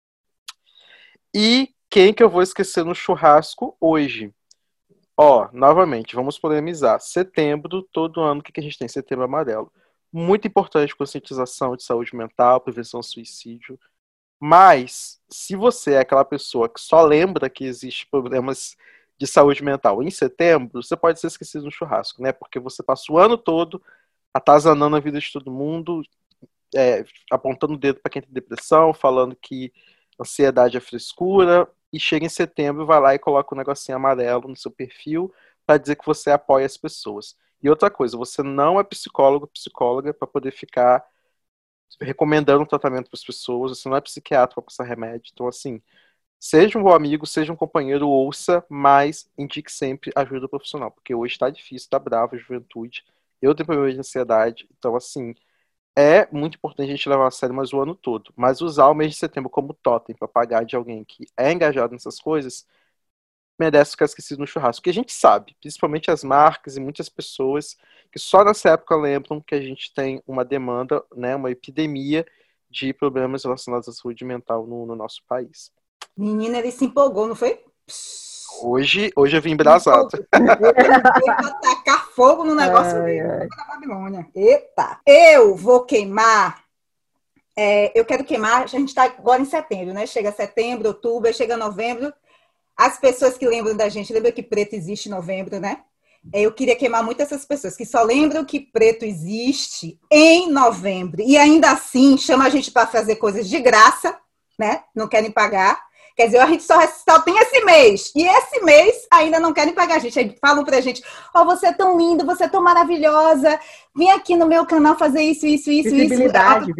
E quem que eu vou esquecer no churrasco hoje? Novamente, vamos polemizar. Setembro, todo ano, o que a gente tem? Setembro Amarelo. Muito importante conscientização de saúde mental, prevenção ao suicídio. Mas, se você é aquela pessoa que só lembra que existe problemas de saúde mental em setembro, você pode ser esquecido no churrasco, né? Porque você passa o ano todo atazanando a vida de todo mundo, apontando o dedo para quem tem depressão, falando que ansiedade é frescura, e chega em setembro, vai lá e coloca um negocinho amarelo no seu perfil para dizer que você apoia as pessoas. E outra coisa, você não é psicólogo, psicóloga para poder ficar recomendando um tratamento para as pessoas, você não é psiquiatra para passar remédio. Então, assim, seja um bom amigo, seja um companheiro, ouça, mas indique sempre ajuda profissional, porque hoje está difícil, está bravo a juventude. Eu tenho problema de ansiedade, então, assim, é muito importante a gente levar a sério mais o ano todo. Mas usar o mês de setembro como totem para pagar de alguém que é engajado nessas coisas, merece ficar esquecido no churrasco. Porque a gente sabe, principalmente as marcas e muitas pessoas, que só nessa época lembram que a gente tem uma demanda, né, uma epidemia de problemas relacionados à saúde mental no nosso país. Menina, ele se empolgou, não foi? Hoje eu vim embrasado. Ele veio atacar fogo no negócio da Babilônia. Eita! Eu vou queimar. Eu quero queimar. A gente está agora em setembro, né? Chega setembro, outubro, chega novembro. As pessoas que lembram da gente, lembra que preto existe em novembro, né? Eu queria queimar muito essas pessoas que só lembram que preto existe em novembro. E ainda assim, chama a gente para fazer coisas de graça, né? Não querem pagar. Quer dizer, a gente só tem esse mês. E esse mês ainda não querem pagar a gente. Aí falam pra gente, você é tão lindo, você é tão maravilhosa. Vem aqui no meu canal fazer isso. Visibilidade.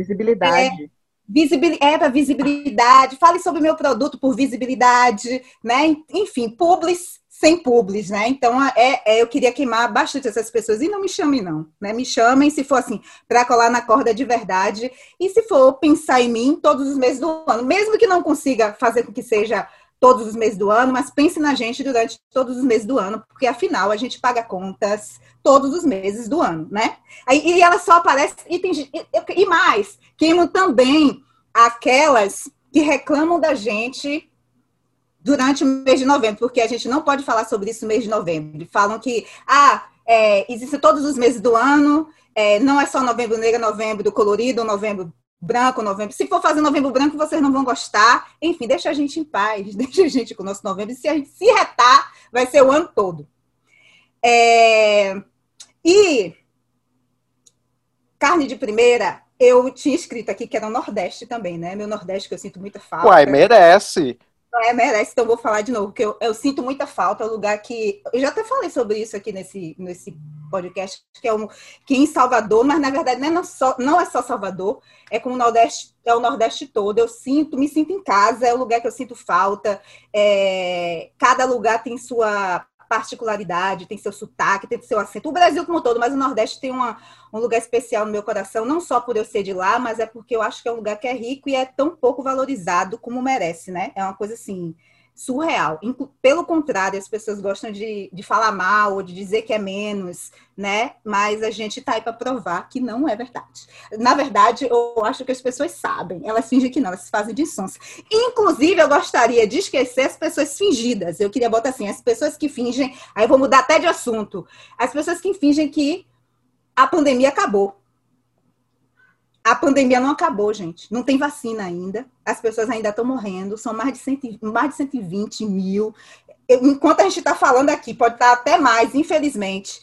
Para visibilidade. Fale sobre o meu produto por visibilidade, né? Enfim, publis sem publis, né? Então, eu queria queimar bastante essas pessoas. E não me chamem, não. Né? Me chamem se for assim, para colar na corda de verdade. E se for pensar em mim todos os meses do ano. Mesmo que não consiga fazer com que seja todos os meses do ano, mas pense na gente durante todos os meses do ano, porque afinal a gente paga contas todos os meses do ano, né? E ela só aparece... E mais, queimam também aquelas que reclamam da gente durante o mês de novembro, porque a gente não pode falar sobre isso no mês de novembro. Falam que existem todos os meses do ano, não é só novembro negro, novembro colorido, novembro branco, novembro. Se for fazer novembro branco, vocês não vão gostar. Enfim, deixa a gente em paz, deixa a gente com o nosso novembro. Se a gente se retar, vai ser o ano todo. E carne de primeira, eu tinha escrito aqui que era o Nordeste também, né? Meu Nordeste, que eu sinto muita falta. Uai, merece. Merece, então vou falar de novo, porque eu sinto muita falta, é um lugar que... Eu já até falei sobre isso aqui nesse podcast, que em Salvador, mas na verdade não é só Salvador, é como o Nordeste todo. Me sinto em casa, é o lugar que eu sinto falta. Cada lugar tem sua particularidade, tem seu sotaque, tem seu acento. O Brasil como um todo, mas o Nordeste tem um lugar especial no meu coração, não só por eu ser de lá, mas é porque eu acho que é um lugar que é rico e é tão pouco valorizado como merece, né? É uma coisa assim, surreal. Pelo contrário, as pessoas gostam de falar mal ou de dizer que é menos, né? Mas a gente tá aí para provar que não é verdade. Na verdade, eu acho que as pessoas sabem. Elas fingem que não, elas se fazem de sonsa. Inclusive, eu gostaria de esquecer as pessoas fingidas. Eu queria botar assim, as pessoas que fingem... Aí eu vou mudar até de assunto. As pessoas que fingem que a pandemia acabou. A pandemia não acabou, gente. Não tem vacina ainda. As pessoas ainda estão morrendo. São mais de 120 mil. Enquanto a gente está falando aqui, pode estar até mais, infelizmente.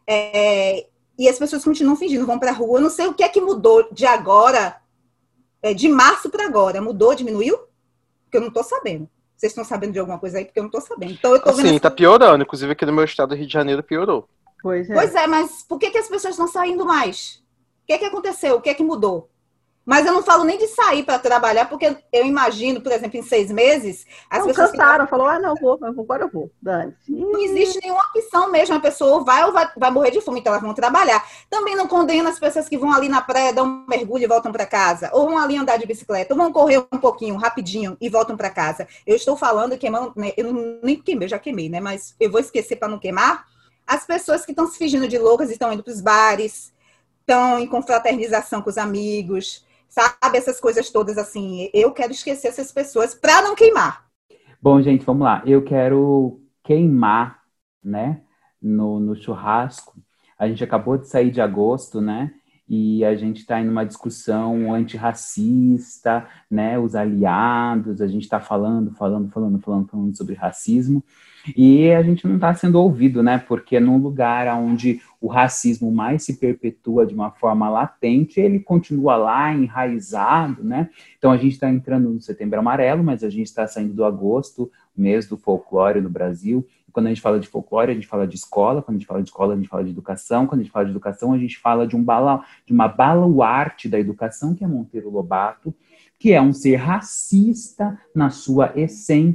E as pessoas continuam fingindo, vão para a rua. Eu não sei o que é que mudou de agora, de março para agora. Mudou, diminuiu? Porque eu não estou sabendo. Vocês estão sabendo de alguma coisa aí? Porque eu não estou sabendo. Então, eu tô vendo tá piorando. Inclusive aqui no meu estado do Rio de Janeiro piorou. Pois é, mas por que as pessoas estão saindo mais? O que aconteceu? O que mudou? Mas eu não falo nem de sair para trabalhar, porque eu imagino, por exemplo, em 6 meses... As pessoas cansaram, falou, agora eu vou. Dane-se. Não existe nenhuma opção mesmo, a pessoa vai morrer de fome, então elas vão trabalhar. Também não condeno as pessoas que vão ali na praia, dão um mergulho e voltam para casa, ou vão ali andar de bicicleta, ou vão correr um pouquinho, rapidinho, e voltam para casa. Eu estou falando, queimando, né? Eu nem queimei, eu já queimei, né? Mas eu vou esquecer para não queimar. As pessoas que estão se fingindo de loucas e estão indo para os bares, estão em confraternização com os amigos, sabe? Essas coisas todas, assim. Eu quero esquecer essas pessoas para não queimar. Bom, gente, vamos lá. Eu quero queimar, né, no churrasco. A gente acabou de sair de agosto, né? E a gente está em uma discussão antirracista, né? Os aliados, a gente está falando sobre racismo. E a gente não está sendo ouvido, né? Porque num lugar onde o racismo mais se perpetua de uma forma latente, ele continua lá, enraizado, né? Então a gente está entrando no Setembro Amarelo, mas a gente está saindo do agosto, mês do folclore no Brasil. E quando a gente fala de folclore, a gente fala de escola. Quando a gente fala de escola, a gente fala de educação. Quando a gente fala de educação, a gente fala de uma baluarte da educação, que é Monteiro Lobato, que é um ser racista na sua essência,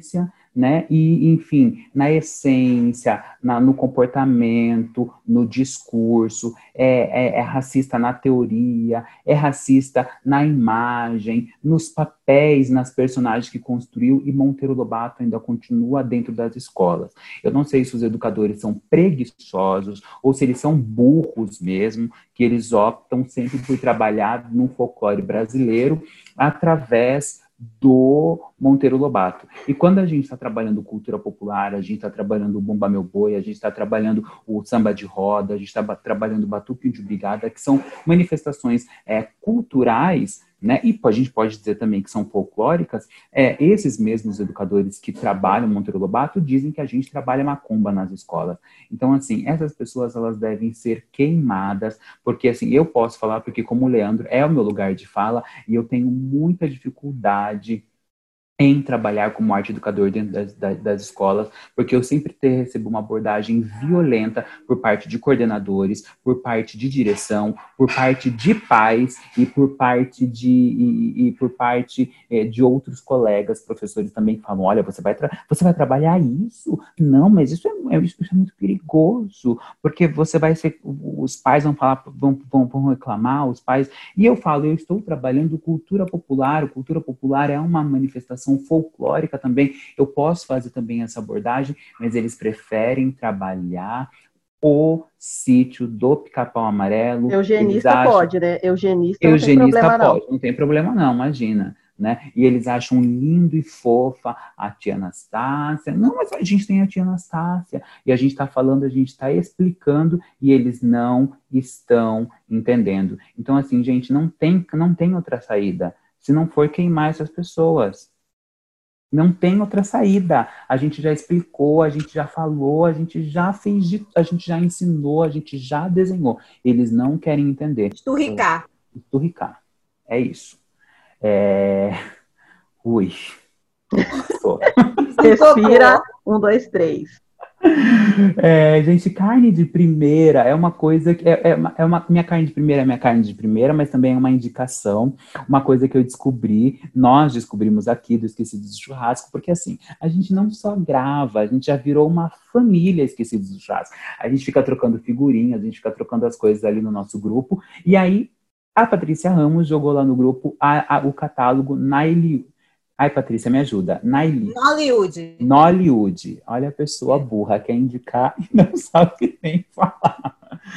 né? E, enfim, na essência, no comportamento, no discurso, é racista na teoria, é racista na imagem, nos papéis, nas personagens que construiu, e Monteiro Lobato ainda continua dentro das escolas. Eu não sei se os educadores são preguiçosos ou se eles são burros mesmo, que eles optam sempre por trabalhar no folclore brasileiro através do Monteiro Lobato. E quando a gente está trabalhando cultura popular, a gente está trabalhando o Bumba Meu Boi, a gente está trabalhando o samba de roda, a gente está trabalhando o batuque de brigada, que são manifestações culturais, né? E a gente pode dizer também que são folclóricas. Esses mesmos educadores que trabalham Monteiro Lobato dizem que a gente trabalha macumba nas escolas. Então, assim, essas pessoas, elas devem ser queimadas, porque, assim, eu posso falar porque, como o Leandro é o meu lugar de fala, e eu tenho muita dificuldade em trabalhar como arte educador dentro das escolas, porque eu sempre recebo uma abordagem violenta por parte de coordenadores, por parte de direção, por parte de pais e por parte de outros colegas, professores também que falam, olha, você vai trabalhar isso? Não, mas isso é muito perigoso, porque você vai ser, os pais vão falar, vão reclamar, os pais, e eu falo, eu estou trabalhando cultura popular é uma manifestação folclórica também, eu posso fazer também essa abordagem, mas eles preferem trabalhar o sítio do Pica-Pau Amarelo. Eugenista pode, né? Eugenista não tem problema, não. Não tem problema não, imagina. Né? E eles acham lindo e fofa a tia Anastácia. Não, mas a gente tem a tia Anastácia. E a gente está falando, a gente está explicando e eles não estão entendendo. Então, assim, gente, não tem outra saída. Se não for queimar essas pessoas. Não tem outra saída. A gente já explicou, a gente já falou, a gente já fez, a gente já ensinou, a gente já desenhou. Eles não querem entender. Esturricar. Esturricar. É isso. Ui. Respira. 1, 2, 3. Gente, carne de primeira é uma coisa que minha carne de primeira é minha carne de primeira, mas também é uma indicação, uma coisa que eu descobri, nós descobrimos aqui do Esquecidos do Churrasco, porque assim, a gente não só grava, a gente já virou uma família Esquecidos do Churrasco. A gente fica trocando figurinhas, a gente fica trocando as coisas ali no nosso grupo, e aí a Patrícia Ramos jogou lá no grupo o catálogo Nollywood. Ai, Patrícia, me ajuda. Nollywood. Olha a pessoa burra, quer indicar e não sabe nem falar.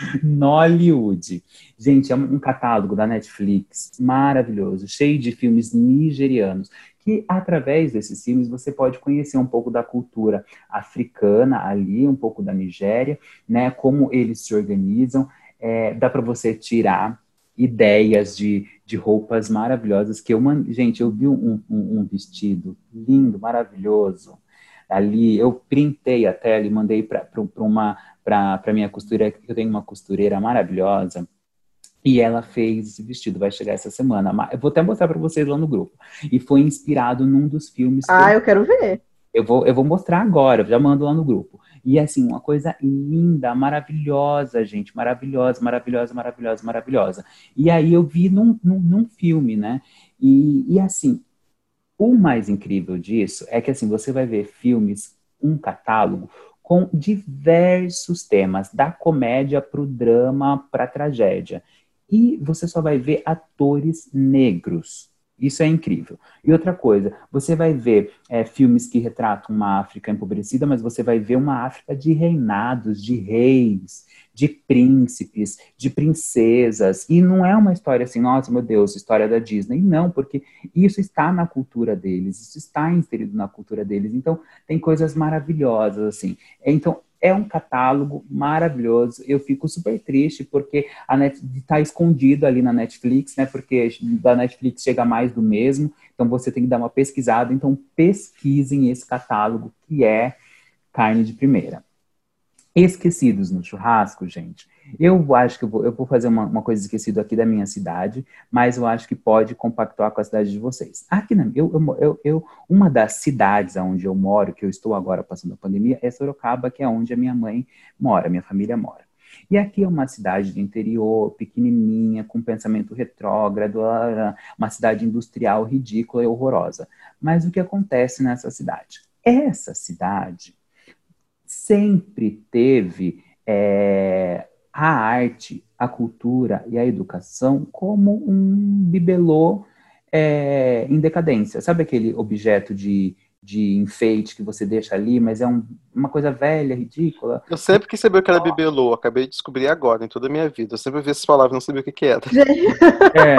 Nollywood. Gente, é um catálogo da Netflix maravilhoso, cheio de filmes nigerianos, que através desses filmes você pode conhecer um pouco da cultura africana ali, um pouco da Nigéria, né? Como eles se organizam. Dá para você tirar ideias de roupas maravilhosas que gente, eu vi um vestido lindo, maravilhoso ali, eu printei a tela e mandei para minha costureira, que eu tenho uma costureira maravilhosa, e ela fez esse vestido, vai chegar essa semana, eu vou até mostrar para vocês lá no grupo, e foi inspirado num dos filmes eu quero ver. Eu vou mostrar agora, eu já mando lá no grupo. E assim, uma coisa linda, maravilhosa, gente. Maravilhosa, maravilhosa, maravilhosa, maravilhosa. E aí eu vi num filme, né? E assim, o mais incrível disso é que assim, você vai ver filmes, um catálogo, com diversos temas, da comédia para o drama, para a tragédia. E você só vai ver atores negros. Isso é incrível. E outra coisa, você vai ver filmes que retratam uma África empobrecida, mas você vai ver uma África de reinados, de reis, de príncipes, de princesas. E não é uma história assim, nossa, meu Deus, história da Disney. Não, porque isso está na cultura deles, isso está inserido na cultura deles. Então, tem coisas maravilhosas, assim. Então, é um catálogo maravilhoso. Eu fico super triste porque está escondido ali na Netflix, né? Porque da Netflix chega mais do mesmo. Então você tem que dar uma pesquisada. Então pesquisem esse catálogo que é carne de primeira. Esquecidos no Churrasco, gente. Eu acho que eu vou fazer uma coisa esquecida aqui da minha cidade, mas eu acho que pode compactuar com a cidade de vocês. Aqui, uma das cidades onde eu moro, que eu estou agora passando a pandemia, é Sorocaba, que é onde a minha mãe mora, minha família mora. E aqui é uma cidade de interior, pequenininha, com pensamento retrógrado, uma cidade industrial ridícula e horrorosa. Mas o que acontece nessa cidade? essa cidade sempre teve a arte, a cultura e a educação como um bibelô em decadência. Sabe aquele objeto de enfeite que você deixa ali, mas é uma coisa velha, ridícula? Eu sempre quis saber o que era bibelô, acabei de descobrir agora, em toda a minha vida. Eu sempre vi essas palavras e não sabia o que era. É.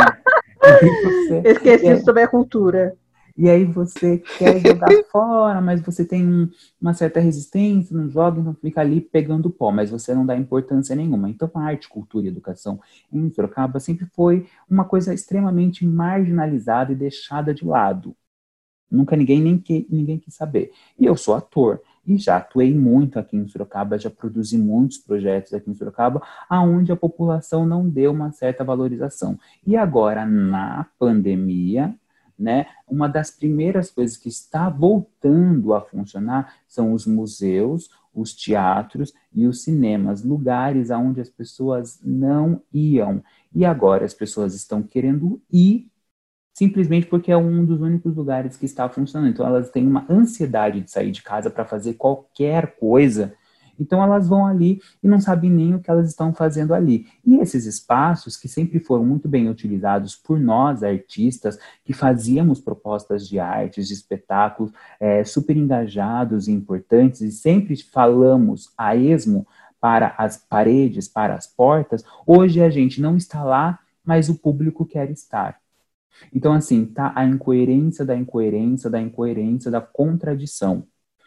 Esqueci sobre a cultura. E aí você quer jogar fora, mas você tem uma certa resistência, não joga, então fica ali pegando pó, mas você não dá importância nenhuma. Então a arte, cultura e educação em Sorocaba sempre foi uma coisa extremamente marginalizada e deixada de lado. Nunca ninguém quis saber. E eu sou ator, e já atuei muito aqui em Sorocaba, já produzi muitos projetos aqui em Sorocaba, aonde a população não deu uma certa valorização. E agora, na pandemia, né, uma das primeiras coisas que está voltando a funcionar são os museus, os teatros e os cinemas, lugares aonde as pessoas não iam. E agora as pessoas estão querendo ir simplesmente porque é um dos únicos lugares que está funcionando. Então elas têm uma ansiedade de sair de casa para fazer qualquer coisa. Então elas vão ali e não sabem nem o que elas estão fazendo ali. E esses espaços que sempre foram muito bem utilizados por nós, artistas, que fazíamos propostas de artes, de espetáculos, super engajados e importantes, e sempre falamos a esmo para as paredes, para as portas, hoje a gente não está lá, mas o público quer estar. Então, assim, tá a incoerência da incoerência, da incoerência, da contradição.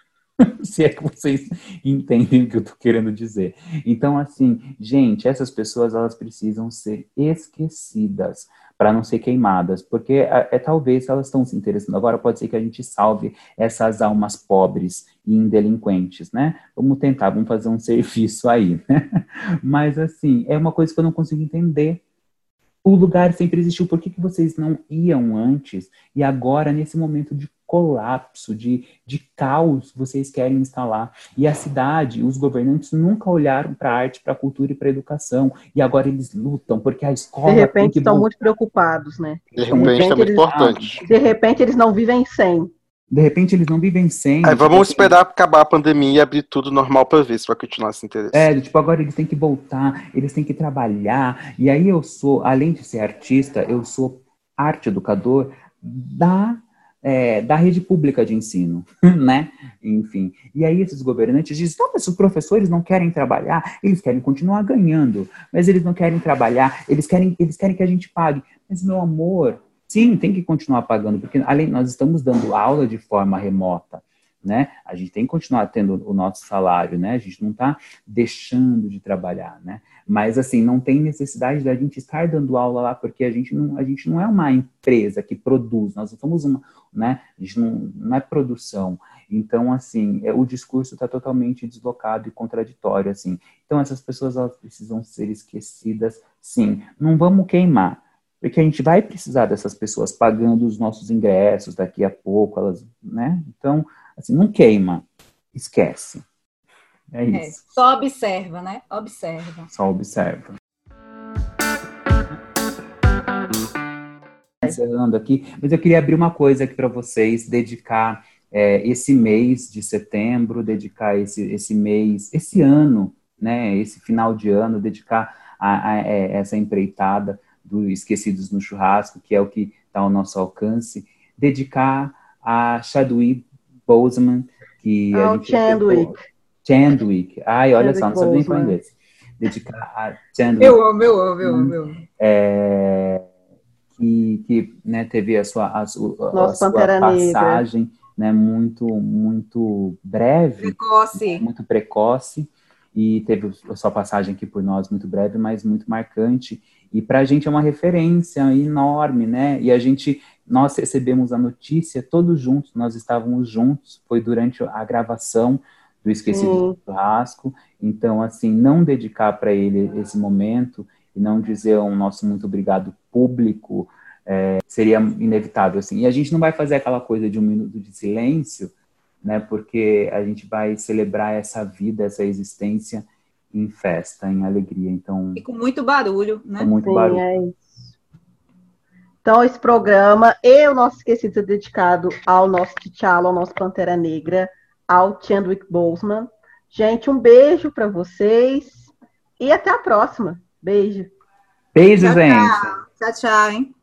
Se é que vocês entendem o que eu tô querendo dizer. Então, assim, gente, essas pessoas, elas precisam ser esquecidas para não ser queimadas, porque talvez elas estão se interessando. Agora pode ser que a gente salve essas almas pobres e delinquentes, né? Vamos tentar, vamos fazer um serviço aí, né? Mas, assim, é uma coisa que eu não consigo entender. O lugar sempre existiu, por que vocês não iam antes? E agora, nesse momento de colapso, de caos, vocês querem instalar. E a cidade, os governantes nunca olharam para a arte, para a cultura e para a educação. E agora eles lutam, porque a escola De tem repente que estão muito preocupados, né? De repente é muito importante. De repente eles não vivem sem. De repente eles não vivem sem. Aí vamos esperar acabar a pandemia e abrir tudo normal para ver se vai continuar esse interesse. Tipo, agora eles têm que voltar, eles têm que trabalhar. E aí eu sou, além de ser artista, eu sou arte educador da rede pública de ensino, né? Enfim. E aí esses governantes dizem, não, mas os professores não querem trabalhar, eles querem continuar ganhando, mas eles não querem trabalhar, eles querem que a gente pague. Mas, meu amor, sim, tem que continuar pagando, porque além nós estamos dando aula de forma remota, né? A gente tem que continuar tendo o nosso salário, né? A gente não está deixando de trabalhar, né? Mas, assim, não tem necessidade da gente estar dando aula lá, porque a gente não é uma empresa que produz, nós não somos uma, né? A gente não é produção. Então, assim, o discurso está totalmente deslocado e contraditório, assim. Então, essas pessoas, elas precisam ser esquecidas, sim. Não vamos queimar, porque a gente vai precisar dessas pessoas pagando os nossos ingressos daqui a pouco, elas, né? Então, assim, não queima, esquece. É isso. Só observa, né? Observa. Só observa. Encerrando aqui, mas eu queria abrir uma coisa aqui para vocês, dedicar esse mês de setembro, dedicar esse mês, esse ano, né? Esse final de ano, dedicar a essa empreitada do Esquecidos no Churrasco, que é o que está ao nosso alcance, dedicar a Chadwick Boseman, que a gente Chadwick. Ai, olha só, não sabia nem falar inglês. Dedicar a Chadwick. Eu amo. Que né, teve a sua Negra. passagem, né, muito breve. Muito precoce. E teve a sua passagem aqui por nós muito breve, mas muito marcante. E para a gente é uma referência enorme, né? E nós recebemos a notícia todos juntos, nós estávamos juntos, foi durante a gravação do Esquecido do Churrasco. Então, assim, não dedicar para ele esse momento e não dizer um nosso muito obrigado público seria inevitável, assim. E a gente não vai fazer aquela coisa de um minuto de silêncio, né? Porque a gente vai celebrar essa vida, essa existência em festa, em alegria. Então, e com muito barulho, né? Com muito barulho. Então, esse programa e o nosso Esquecido é dedicado ao nosso T'Challa, ao nosso Pantera Negra, ao Chadwick Boseman. Gente, um beijo para vocês e até a próxima. Beijo. Beijo, Tchau, gente. tchau. Tchau, tchau, hein?